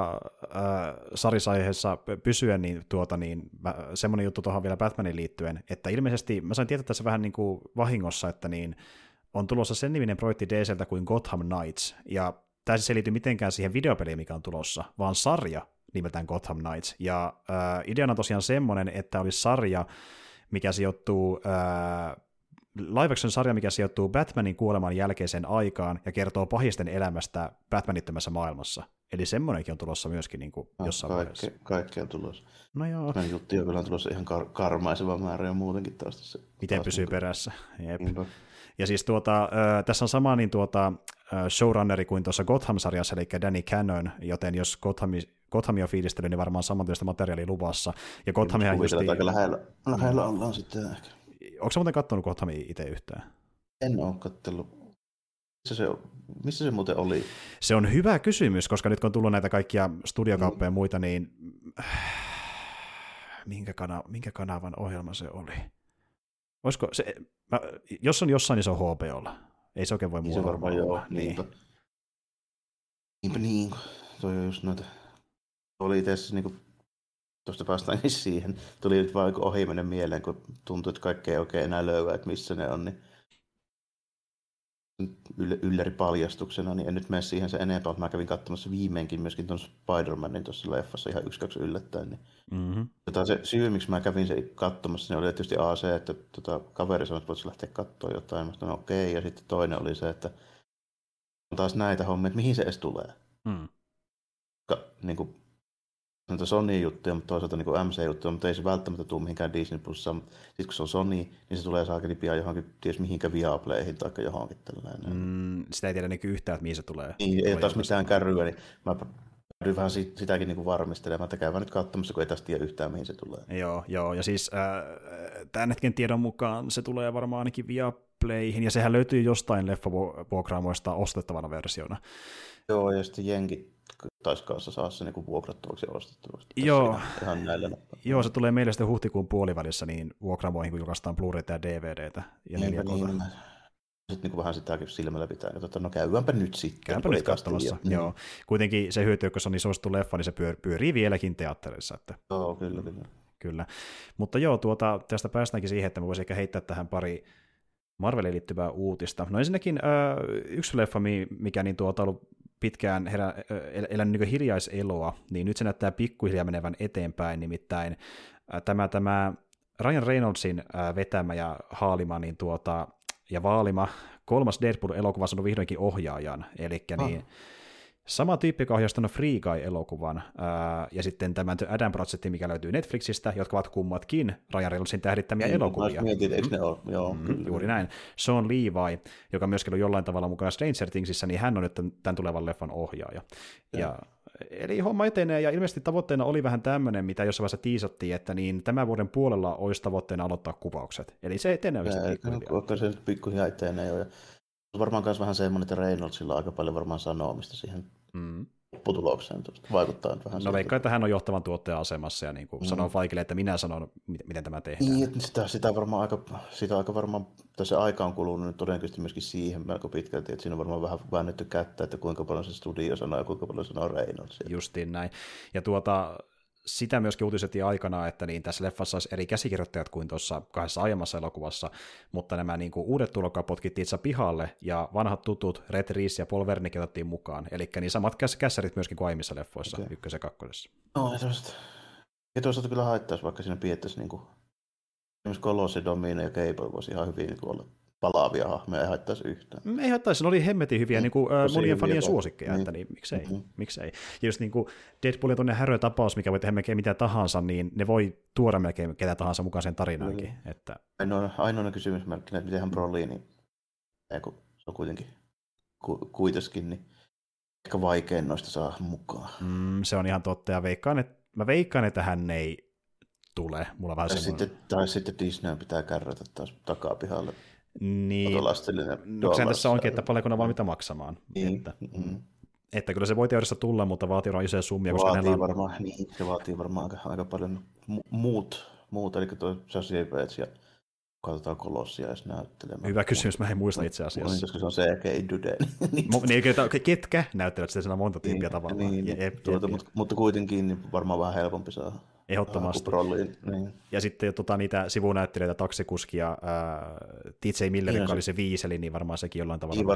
A: sarisaiheessa pysyen, niin, semmoinen juttu tuohon vielä Batmanin liittyen, että ilmeisesti, mä sain tietää tässä vähän niin kuin vahingossa, että niin on tulossa sen niminen projekti DCltä kuin Gotham Knights, ja tämä siis ei liity mitenkään siihen videopeliin, mikä on tulossa, vaan sarja nimeltään Gotham Knights, ja ideana on tosiaan semmoinen, että olisi sarja, mikä sijoittuu live action sarja, mikä sijoittuu Batmanin kuoleman jälkeiseen aikaan ja kertoo pahisten elämästä Batmanittömässä maailmassa. Eli semmoinenkin on tulossa myöskin niin kuin jossain vaiheessa.
B: Kaikki on tulossa.
A: No joo.
B: Meidän juttuja kyllä on tulossa ihan karmaiseva määrä ja muutenkin taas.
A: Miten pysyy perässä. Jep. Ja siis tässä on sama niin showrunneri kuin tuossa Gotham-sarjassa, eli Danny Cannon, joten jos Gothamia fiilistely, niin varmaan samantyöstä materiaalia luvassa. Ja Gothamia
B: justiin... aika lähellä ollaan sitten ehkä.
A: Onko sä muuten katsonut Gothamia itse yhtään?
B: En ole katsellut. Missä se muuten oli?
A: Se on hyvä kysymys, koska nyt kun on tullut näitä kaikkia studiokauppeja ja muita, niin minkä kanavan ohjelma se oli? Olisiko se, jos on jossain, niin se on HBOlla. Ei se oikein voi muualla.
B: Se varmaan joo. Niin. Toi on just noita. Oli itse asiassa niin tuosta päästäänkin siihen. Tuli nyt vaan ohimennen mieleen, kun tuntui, että kaikki ei oikein enää löyä, että missä ne on. Niin ylläri paljastuksena, niin en nyt mene siihen se enempää, mutta mä kävin katsomassa viimeinkin myöskin tuon Spider-Manin tuossa leffassa ihan 1-2 yllättäen. Niin. Se syy, miksi mä kävin se katsomassa, niin oli tietysti se, että kaveri sanoi, että voisi lähteä katsoa jotain. Mä sanoin, okei. Ja sitten toinen oli se, että on taas näitä hommia, että mihin se edes tulee. Niin kuin, Sony-juttuja, mutta toisaalta niin MC-juttuja, mutta ei se välttämättä tule mihinkään Disney Plussaan. Sitten kun se on Sony, niin se tulee saakeli pian johonkin, ties mihinkä Viaplayhin tai johonkin tällainen.
A: Sitä ei tiedä niin yhtään, että mihin se tulee.
B: Niin, ei taas mitään kärryä, niin mä pyrin vähän sitäkin niin varmistelemaan, että käydään nyt katsomassa, kun ei taas tiedä yhtään, mihin se tulee.
A: Joo, ja siis tämän hetken tiedon mukaan se tulee varmaan ainakin Viaplayhin, ja sehän löytyy jostain leffavuokraamoista ostettavana versiona.
B: Joo, ja sitten jenki taisi kanssa saa se niin vuokrattavaksi ja ostettavaksi. Ihan näillä näppää.
A: Joo, se tulee meille sitten huhtikuun puolivälissä niin vuokraamoihin, kun julkaistaan Blu-rayta ja DVDtä. Ja
B: niin. Sitten niin vähän sitäkin silmällä pitää, että no käyäänpä nyt sitten.
A: Käyäänpä nyt katsomassa, joo. Kuitenkin se hyöty, jos on niin suosittu leffa, niin se pyörii vieläkin teatterissa. Että...
B: Joo, kyllä.
A: Mutta joo, tästä päästäänkin siihen, että me voisi ehkä heittää tähän pari Marveliin liittyvää uutista. No ensinnäkin yksi leffa, mikä niin on ollut pitkään elänyt niin hiljaiseloa, niin nyt se näyttää pikkuhiljaa menevän eteenpäin, nimittäin tämä Ryan Reynoldsin vetämä ja haalima niin ja vaalima 3. Deadpool-elokuva on saanut vihdoinkin ohjaajan, eli niin sama tyyppi, joka on ohjastanut Free Guy-elokuvan, ja sitten tämän The Adam Project, mikä löytyy Netflixistä, jotka ovat kummatkin Ryan Reynoldsin tähdittämiä elokuvia.
B: Mietin, eikö ne ole? Joo,
A: juuri näin. Sean Levi, joka myöskin on jollain tavalla mukana Stranger Thingsissä, niin hän on nyt tämän tulevan leffan ohjaaja. Ja eli homma etenee, ja ilmeisesti tavoitteena oli vähän tämmöinen, mitä jossain vaiheessa tiisattiin, että niin tämän vuoden puolella olisi tavoitteena aloittaa kuvaukset. Eli se etenee oikeasti pikkuhiljaa.
B: Se pikkuhiljaa etenee jo. Ja varmaan myös vähän semmoinen, että Reynoldsilla on aika paljon varmaan sanomista siihen lopputulokseen. Vaikuttaa nyt vähän.
A: No veikkaan, että hän on johtavan tuottajan asemassa ja niin kuin sanoo Feigelle, että minä sanon, miten tämä tehdään.
B: Niin, sitä aika varmaan, tässä aika on kulunut nyt todennäköisesti myöskin siihen melko pitkälti, että siinä on varmaan vähän väännetty kättä, että kuinka paljon se studio sanoo ja kuinka paljon sanoo Reynolds.
A: Justiin näin. Ja sitä myöskin uutisettiin aikana, että niin tässä leffassa olisi eri käsikirjoittajat kuin tuossa kahdessa aiemmassa elokuvassa, mutta nämä niin kuin uudet tulokkaat potkittiin itse pihalle, ja vanhat tutut Red Reese ja Paul Wernick otettiin mukaan. Eli niin samat kässärit myöskin kuin aiemmissa leffoissa, ykkös- ja kakkosessa.
B: No, ja toisaalta kyllä haittaisi, vaikka siinä piettäisi niin kuin, esimerkiksi Colossi, Domino ja Cable voisi ihan hyvin niin kuin olla palaavia hahmoja, ei haittaisi yhtään.
A: Ei haittaisi, ne oli hemmetin hyviä niin kuin, monien fanien suosikkeja, että niin, miksei. Ja just niin kuin Deadpoolin tuonne häröä tapaus, mikä voi tehdä melkein mitä tahansa, niin ne voi tuoda melkein ketä tahansa mukaan sen tarinaankin. Että...
B: Ainoa kysymysmerkki, että mitenhän Broly, niin se on kuitenkin niin ehkä vaikein noista saa mukaan.
A: Se on ihan totta, ja mä veikkaan, että hän ei tule. Mulla vähän
B: tai sitten Disney pitää kärrätä taas takapihalle.
A: Niin, no sehän tässä onkin, että paljonko ne on valmiita maksamaan.
B: Niin.
A: Että kyllä se voi teoriassa tulla, mutta vaatii varmaan isoja summia. Koska
B: se vaatii varmaan aika paljon muut, eli tuo Sassy Bates ja katsotaan Kolossia edes näyttelemään.
A: Hyvä kysymys, mä en muista itse asiassa.
B: Koska se on CGI Dude.
A: Ketkä näyttelevät sitä, siinä on monta tyyppiä tavallaan.
B: Mutta kuitenkin niin varmaan vähän helpompi saada.
A: Ehdottomasti.
B: Niin.
A: Ja sitten niitä sivunäyttelijöitä, taksikuski ja TJ Miller, joka oli se Viiseli, niin varmaan sekin jollain tavalla.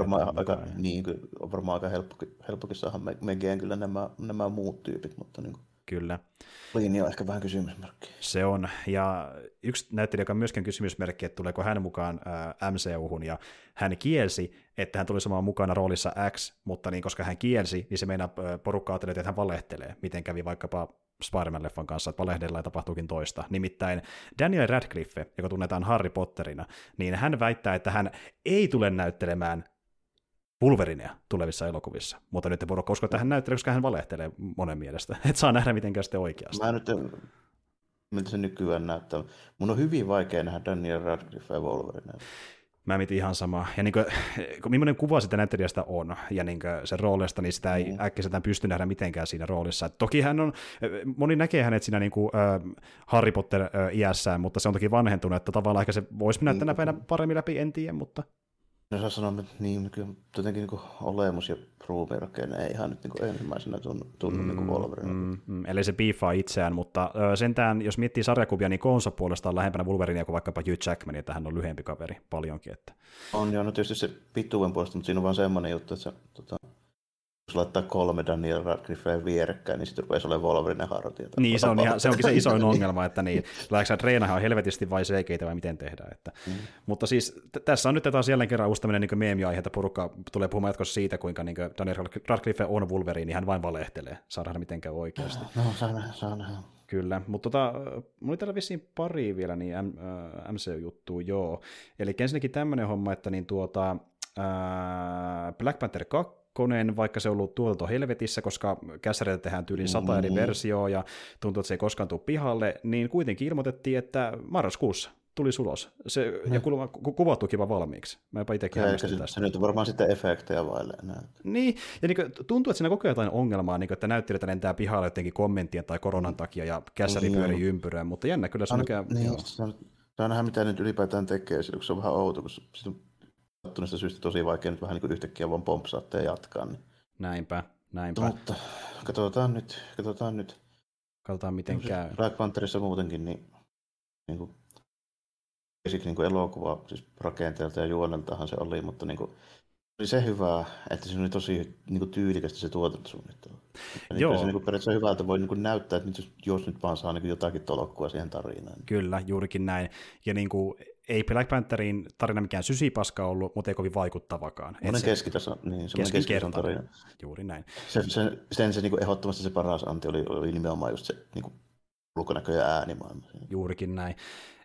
B: On varmaan aika helppokin saada Megeen kyllä nämä muut tyypit, mutta niin kuin.
A: Kyllä.
B: Liini on ehkä vähän kysymysmerkki.
A: Se on, ja yksi näyttelijä, joka on myöskin kysymysmerkki, että tuleeko hän mukaan MCU:hun, ja hän kielsi, että hän tuli samaan mukana roolissa X, mutta niin, koska hän kielsi, niin se meinaa porukka ajattelee, että hän valehtelee, miten kävi vaikkapa Spider-Man-leffan kanssa, että valehdellaan tapahtuukin toista. Nimittäin Daniel Radcliffe, joka tunnetaan Harry Potterina, niin hän väittää, että hän ei tule näyttelemään Wolverinea tulevissa elokuvissa, mutta nyt porukka uskoo, että hän näyttelee, koska hän valehtelee monen mielestä. Et saa nähdä mitenkään sitten oikeasti.
B: Miltä se nykyään näyttää. Mun on hyvin vaikea nähdä Daniel Radcliffe ja Wolverinea.
A: Mä mietin ihan samaa. Ja millainen kuva sitä näyttelijästä on, ja sen roolista, niin sitä ei äkkiseltään pysty nähdä mitenkään siinä roolissa. Et toki moni näkee hänet siinä Harry Potter-iässään, mutta se on toki vanhentunut, että tavallaan ehkä se voisi mennä tänä päivänä paremmin läpi, en tiedä, mutta...
B: No saa sanoa, että jotenkin olemus ja ruumiinrakenne ei ihan nyt ensimmäisenä tunnu Wolverine.
A: Eli se biifaa itseään, mutta sentään, jos miettii sarjakuvia, niin Konso puolestaan lähempänä Wolverinea kuin vaikkapa Hugh Jackman, että hän on lyhyempi kaveri paljonkin. Että...
B: On joo, no tietysti se pituuden puolesta, mutta siinä on vaan semmoinen juttu, että jos laittaa 3 Daniel Radcliffea vierekkäin, niin sitten rupeaa olemaan Wolverine hartia.
A: Niin, se onkin se isoin ongelma, että niin, lähdetäänkö treenaamaan helvetisti vai seikeitä vai miten tehdään. Että. Mutta siis tässä on nyt taas jälleen kerran uusi tämmöinen niin meemi-aihe, että porukka tulee puhumaan jatkossa siitä, kuinka niin Daniel Radcliffe on Wolverine, niin hän vain valehtelee. Saadaan nähdä mitenkään oikeasti.
B: No, saa nähdä.
A: Kyllä, mutta mulla oli täällä vissiin pari vielä niin MCU-juttua, joo. Eli ensinnäkin tämmöinen homma, että niin Black Panther 2, vaikka se on ollut tuotanto helvetissä, koska kässäreitä tehdään tyyliin 100 eri versioa ja tuntuu, että se ei koskaan tule pihalle, niin kuitenkin ilmoitettiin, että marraskuussa tulisi ulos. Ja kuvattukin vaan valmiiksi. Mä jopa itsekin hämmästyn tästä.
B: Se nyt on varmaan sitten efektejä vaille enää.
A: Niin, ja tuntuu, että siinä koko jotain ongelmaa, että näyttelijät lentää pihalle jotenkin kommenttien tai koronan takia ja kässäri pyörii ympyrään, mutta jännä kyllä se on mikään...
B: Saa nähdä, mitä nyt ylipäätään tekee, kun se on vähän outo, kun sitten on sattuneesta syystä tosi vaikea nyt vähän niin yhtäkkiä vaan pompsaatte ja jatkaa. Niin.
A: Näinpä.
B: Mutta katsotaan nyt.
A: Katsotaan miten käy.
B: Black Pantherissa muutenkin, niin elokuva, siis rakenteelta ja juoneltahan se oli, mutta oli se hyvä, että se oli tosi tyylikästä se tuotantosuunnittelu.
A: Joo.
B: Se periaatteessa hyvältä voi näyttää, että jos nyt vaan saa jotakin tolokkua siihen tarinaan.
A: Kyllä, juurikin näin. Ja ei Black Pantherin tarina mikään sysipaska ollut, mutta ei kovin vaikuttavakaan.
B: Semmoinen keskitason tarina.
A: Juuri näin.
B: Se ehdottomasti se paras anti oli nimenomaan just se ulkonäkö ja äänimaailma.
A: Juurikin näin.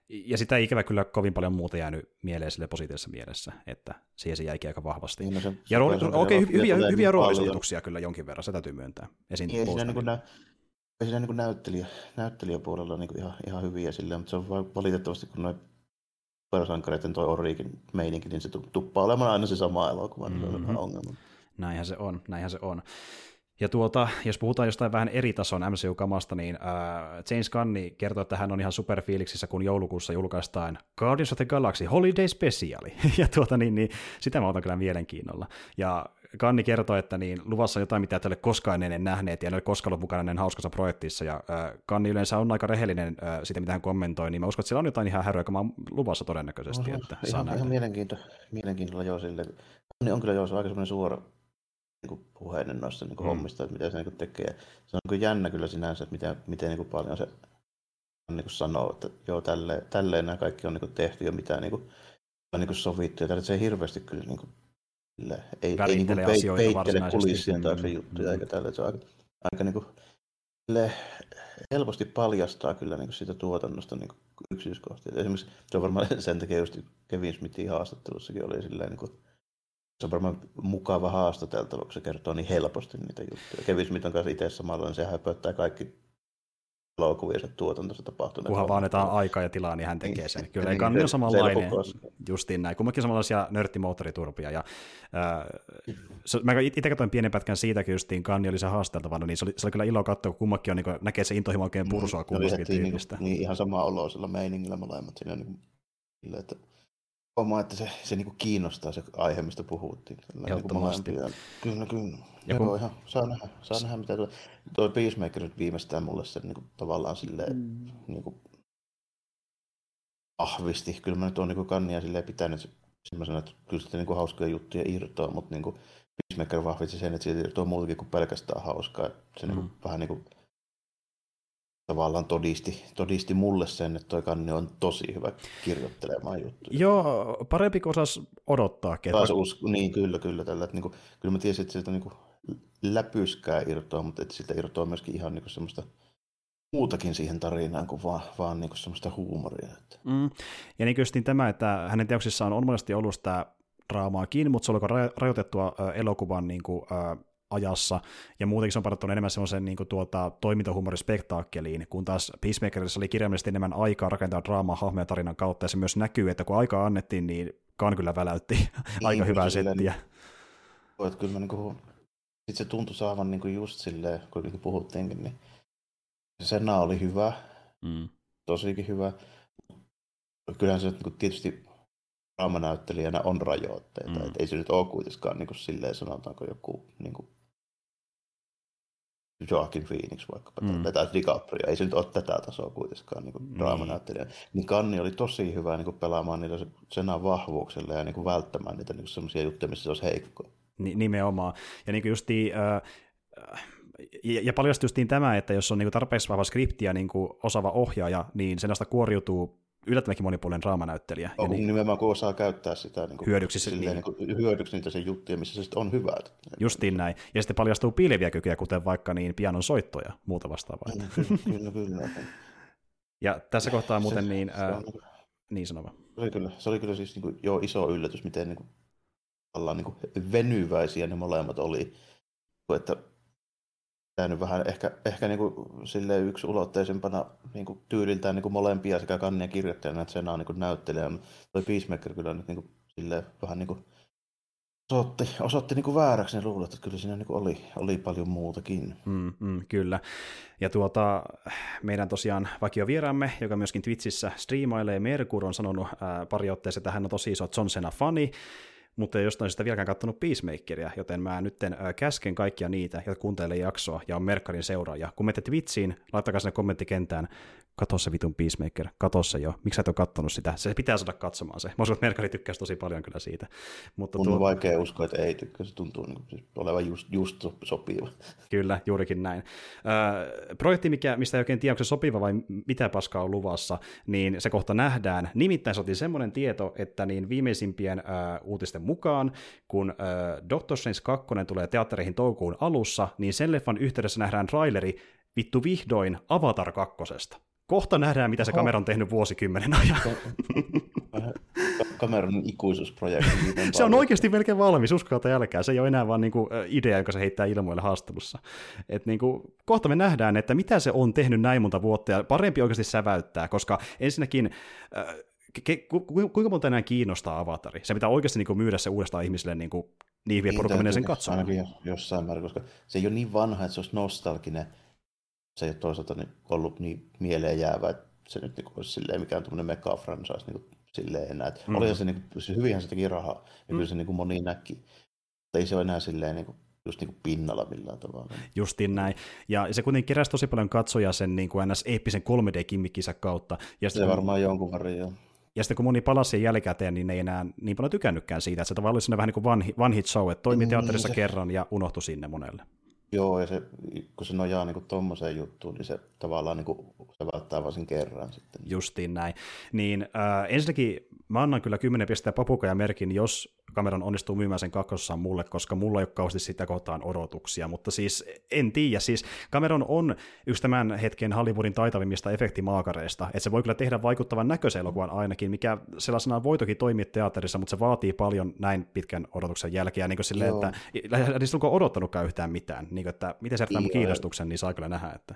A: Ja sitä ei ikävä kyllä kovin paljon muuta jäänyt mieleen sille positiivisessa mielessä, että siihen se jäikin aika vahvasti.
B: Niin, no
A: ja hyviä roolisuorituksia kyllä jonkin verran, se täytyy myöntää.
B: Ei siinä niin näyttelijäpuolella niin ihan hyviä silleen, mutta se on valitettavasti, kun noin supersankareiden toi Oriikin meininki, niin se tuppaa olemaan aina se sama elokuva, niin se on vähän ongelma.
A: Näinhän se on. Ja jos puhutaan jostain vähän eri tason MCU-kamasta, niin James Gunn kertoo, että hän on ihan superfiiliksissä, kun joulukuussa julkaistaan Guardians of the Galaxy Holiday Special. Ja sitä mä otan kyllä mielenkiinnolla. Ja Gunn kertoo, että luvassa on jotain, mitä et ole koskaan ennen nähneet, ja ne ole koskaan ollut mukana näin hauskassa projektissa. Ja Gunn yleensä on aika rehellinen siitä, mitä hän kommentoi, niin mä uskon, että siellä on jotain ihan häröä, luvassa todennäköisesti. Että
B: ihan mielenkiintoilla joo silleen. Gunn on kyllä se aika semmoinen suora niin puheinen noissa niin hommista, että mitä se niin tekee. Se on niin jännä kyllä sinänsä, että miten niin paljon se niin sanoo, että joo, tälleen nämä kaikki on niin tehty ja mitä niin sovittu. Ja se ei hirveästi kyllä ei peittele kulissien taakse juttuja eikä tällä. Se on aika niin kuin, helposti paljastaa kyllä niin siitä tuotannosta niin yksityiskohtia. Esimerkiksi se on varmaan sen takia just Kevin Smithin haastattelussakin oli silleen, niin kuin, se on varmaan mukava haastateltava, kun se kertoo niin helposti niitä juttuja. Kevin Smith on kanssa itse samalla, niin se höpöttää kaikki elokuviensa tuotantossa tapahtuneet.
A: Kunhan vaan annetaan aikaa ja tilaa, niin hän tekee sen. Kyllä ei Gunn on samanlainen, justiin näin. Kummankin samanlaisia nörttimoottoriturpia. Ja, mä itse katsoin pienen pätkän siitäkin justiin, Gunn oli se haasteltavana, niin se oli kyllä ilo katsoa, kun kummankin on, niin näkee se intohimo oikein pursua kummastakin tyypistä.
B: Niin ihan sama olo sillä meiningillä molemmat. Siinä niin, että oma, että se niin kiinnostaa se aihe, mistä puhuttiin.
A: Ehdottomasti.
B: Kyllä. Ihan, saa nähdä, mitä tuo Peacemaker nyt viimeistään mulle sen niin tavallaan silleen niin vahvisti. Kyllä mä nyt oon niin Gunnia silleen pitänyt semmoisena, että kyllä sitten niin hauskoja juttuja irtoaa, mutta niin Peacemaker vahvisti sen, että siitä irtoaa muutakin kuin pelkästään hauskaa. Se niin vähän niin kuin tavallaan todisti mulle sen, että toi Gunn on tosi hyvä kirjoittelemaan juttuja.
A: Joo, parempi kuin osasi odottaa.
B: Niin, kyllä tällä. Että niinku, kyllä mä tiesin, että sieltä niinku läpyskää irtoaa, mutta että siltä irtoaa myöskin ihan niinku semmoista muutakin siihen tarinaan kuin vaan niinku semmoista huumoria.
A: Ja niin kyllä tämä, että hänen teoksissaan on monesti ollut sitä draamaakin, mutta se oli rajoitettua elokuvan niinku, ajassa, ja muutenkin se on parantunut enemmän semmoisen niin toimintahuumorispektaakkeliin, kun taas Peacemakerissa oli kirjaimellisesti enemmän aikaa rakentaa draamaa hahmoja tarinan kautta, ja se myös näkyy, että kun aikaa annettiin, niin Gunn kyllä väläytti aika hyvää settiä.
B: Kyllä sitten se tuntui saavan niin just silleen, kun niin puhuttiinkin, niin se Sena oli hyvä, tosikin hyvä. Kyllähän se niin tietysti draamanäyttelijänä on rajoitteita, ei se nyt ole kuitenkaan niin silleen sanotaanko joku niin Joaquin Phoenix vaikkapa, tai DiCaprio, ei se nyt ole tätä tasoa kuitenkaan niin draamanäyttelijä. Niin Gunn oli tosi hyvä niin pelaamaan niitä Senan vahvuuksella ja niin välttämään niitä niin sellaisia juttuja, missä se olisi heikkoa.
A: Nimenomaan. Ja niin justiin, ja paljasti justiin tämä, että jos on niin tarpeeksi vahva skripti ja niin osaava ohjaaja, niin Senasta kuoriutuu yllättävänkin monipuolinen draamanäyttelijä.
B: Ja nimenomaan kun osaa käyttää sitä
A: hyödyksi
B: niitä sen juttuja, missä se on hyvä.
A: Justiin näin. Ja sitten paljastuu piileviä kykyjä, kuten vaikka pianon soittoja muuta vastaavaa.
B: Kyllä.
A: Ja tässä kohtaa muuten niin sanova.
B: Se oli kyllä siis jo iso yllätys, miten venyväisiä ne molemmat oli. Että nyt vähän ehkä silleen yksulotteisempana tyyliltään molempia sekä Gunnia kirjoittajana että Senaa näyttelijä. Toi Peacemaker kyllä nyt silleen vähän osoitti vääräksi ne luulet, että kyllä siinä oli paljon muutakin.
A: Kyllä. Ja meidän tosiaan vakiovieraamme, joka myöskin Twitchissä striimailee, Merkur, on sanonut pari otteeseen, että hän on tosi iso John Cena-fani, mutta ei jostain sitä vieläkään katsonut Peacemakeria, joten mä nyt käsken kaikkia niitä, jotka kuuntelee jaksoa ja on Merkkarin seuraaja. Kun menette Twitchiin, laittakaa sinne kommenttikentään, katso se vitun Peacemaker, katso se jo, miksi sä et ole kattonut sitä, se pitää saada katsomaan se. Mä uskon, että Merkkari tykkäisi tosi paljon kyllä siitä. Mutta
B: on vaikea uskoa, että ei tykkää, se tuntuu olevan just sopiva.
A: Kyllä, juurikin näin. Projekti, mistä ei oikein tiedä, onko se sopiva vai mitä paskaa on luvassa, niin se kohta nähdään. Nimittäin saatiin semmoinen tieto, että viimeisimpien uutisten mukaan, kun Doctor Strange 2 tulee teattereihin toukokuun alussa, niin sen leffan yhteydessä nähdään traileri vittu vihdoin Avatar 2. kohta nähdään, mitä se kamera on tehnyt vuosikymmenen ajan.
B: Cameronin ikuisuusprojekti.
A: Se on oikeasti melkein valmis, uskalta jälkeen. Se ei ole enää vaan niinku idea, jonka se heittää ilmoille haastattelussa. Et niinku, kohta me nähdään, että mitä se on tehnyt näin monta vuotta, ja parempi oikeasti säväyttää, koska ensinnäkin kuinka monta enää kiinnostaa Avatari? Se pitää oikeasti niinku myydä se uudestaan ihmisille niinku, niin vielä porukka menee sen katsomaan.
B: Ainakin jossain määrin, koska se ei ole niin vanha, että se olisi nostalginen. Se ei ole toisaalta ollut niin mieleen jäävä, että se nyt niinku olisi silleen mikään tuommoinen mega-franchise niinku silleen enää. Olihan se, niinku, hyvinhän se teki rahaa, ja kyllä se niinku moni näki. Mutta ei se ole enää silleen niinku, just niinku pinnalla millään tavalla.
A: Justiin näin. Ja se kuitenkin keräsi tosi paljon katsojia sen niin kuin ns-eeppisen 3D-kimmikkinsä kautta. Ja
B: se varmaan jonkun verran, joo.
A: Ja sitten kun moni palasi sen jälkikäteen, niin ne ei enää niin paljon tykännytkään siitä, että se tavallaan oli vähän niin kuin one hit show, että toimi teatterissa kerran ja unohtui sinne monelle.
B: Joo, ja se, kun se nojaa niin tommoseen juttuun, niin se tavallaan niin se välttää vaan sen kerran sitten.
A: Justiin näin. Niin ensinnäkin mä annan kyllä 10 pistettä papukajamerkin, jos Cameron onnistuu myymään sen kakkossaan mulle, koska mulla ei ole kauheasti sitä kohtaan odotuksia, mutta siis en tiedä, siis Cameron on yksi tämän hetken Hollywoodin taitavimmista efektimaakareista, että se voi kyllä tehdä vaikuttavan näköisen elokuvan ainakin, mikä sellaisena voi toki toimia teatterissa, mutta se vaatii paljon näin pitkän odotuksen jälkeen, niin kuin silleen, että ei onko odottanutkaan yhtään mitään, niin kuin, että miten se herättää mun kiinnostuksen, niin saa kyllä nähdä, että...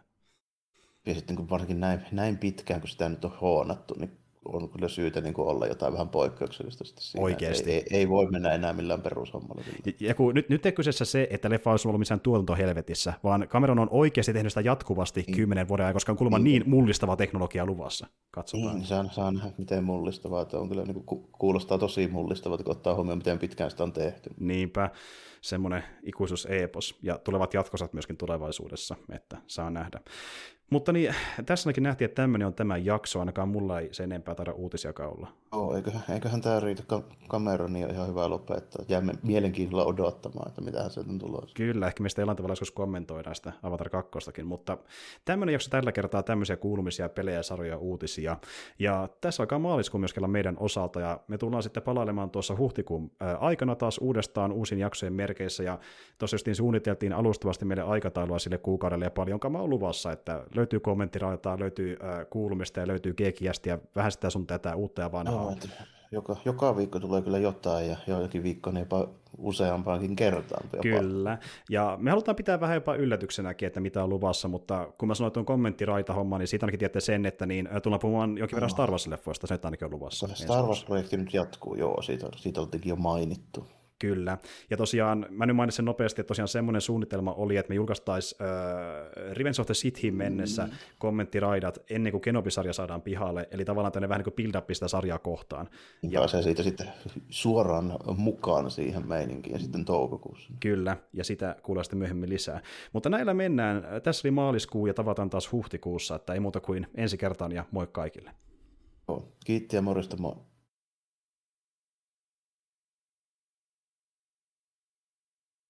B: Ja sitten kun varsinkin näin pitkään, kun sitä nyt on hoonattu, niin on kyllä syytä niin kuin olla jotain vähän poikkeuksellista siinä.
A: Oikeasti.
B: Ei voi mennä enää millään perushommalla.
A: Ja kun nyt ei kyseessä se, että leffa olisi ollut missään tuotantohelvetissä, vaan Cameron on oikeasti tehnyt sitä jatkuvasti 10 vuoden ajan, koska on kuulemma niin mullistava teknologia luvassa. Katsotaan.
B: Saa nähdä, miten mullistavaa. Että on kyllä niin kuin, kuulostaa tosi mullistavaa, kun ottaa huomioon, miten pitkään sitä on tehty.
A: Niinpä. Semmoinen ikuisuus-epos, ja tulevat jatkosat myöskin tulevaisuudessa, että saa nähdä. Mutta niin, tässäkin nähtiin, että tämmöinen on tämä jakso, ainakaan mulla ei sen enempää taida uutisiakaan olla.
B: Joo, eiköhän tämä riitä. Cameronia on ihan hyvä lopettaa. Jäämme mielenkiinnolla odottamaan, että mitähän sieltä on tulossa.
A: Kyllä, ehkä meistä jollain tavalla joskus kommentoidaan sitä Avatar 2, mutta tämmöinen jakso tällä kertaa tämmöisiä kuulumisia, pelejä, sarjoja, uutisia. Ja tässä alkaa maaliskuun myöskin meidän osalta, ja me tullaan sitten palailemaan tuossa huhtikuun aikana taas uudestaan uusin jaksojen merkeissä, ja tuossa justiin suunniteltiin alustavasti meille aikataulua sille kuukaudelle, ja paljon kamaa on luvassa, että löytyy kommenttiraitaa, löytyy kuulumista ja löytyy keekiästä ja vähän sitä sun tätä uutta ja vanhaa.
B: Joka viikko tulee kyllä jotain ja joillakin viikkoina jopa useampaankin kertaan.
A: Kyllä, ja me halutaan pitää vähän jopa yllätyksenäkin, että mitä on luvassa, mutta kun mä sanoin tuon kommenttiraita-homman, niin siitä ainakin tiedätte sen, että niin tullaan puhumaan jonkin verran Star Wars-leffoista, se ainakin on luvassa.
B: Star Wars-projekti nyt jatkuu, joo, siitä oltiinkin jo mainittu.
A: Kyllä, ja tosiaan, mä nyt mainitsen nopeasti, että tosiaan semmoinen suunnitelma oli, että me julkaistaisiin Revenge of the Sithiin mennessä kommenttiraidat ennen kuin Kenobi-sarja saadaan pihalle, eli tavallaan tämmöinen vähän niin kuin build-up sitä sarjaa kohtaan.
B: Ja pääsee siitä sitten suoraan mukaan siihen meininkiin sitten toukokuussa.
A: Kyllä, ja sitä kuullaan sitten myöhemmin lisää. Mutta näillä mennään, tässä oli maaliskuu ja tavataan taas huhtikuussa, että ei muuta kuin ensi kertaan ja moi kaikille.
B: Kiitti ja morjesta, moi.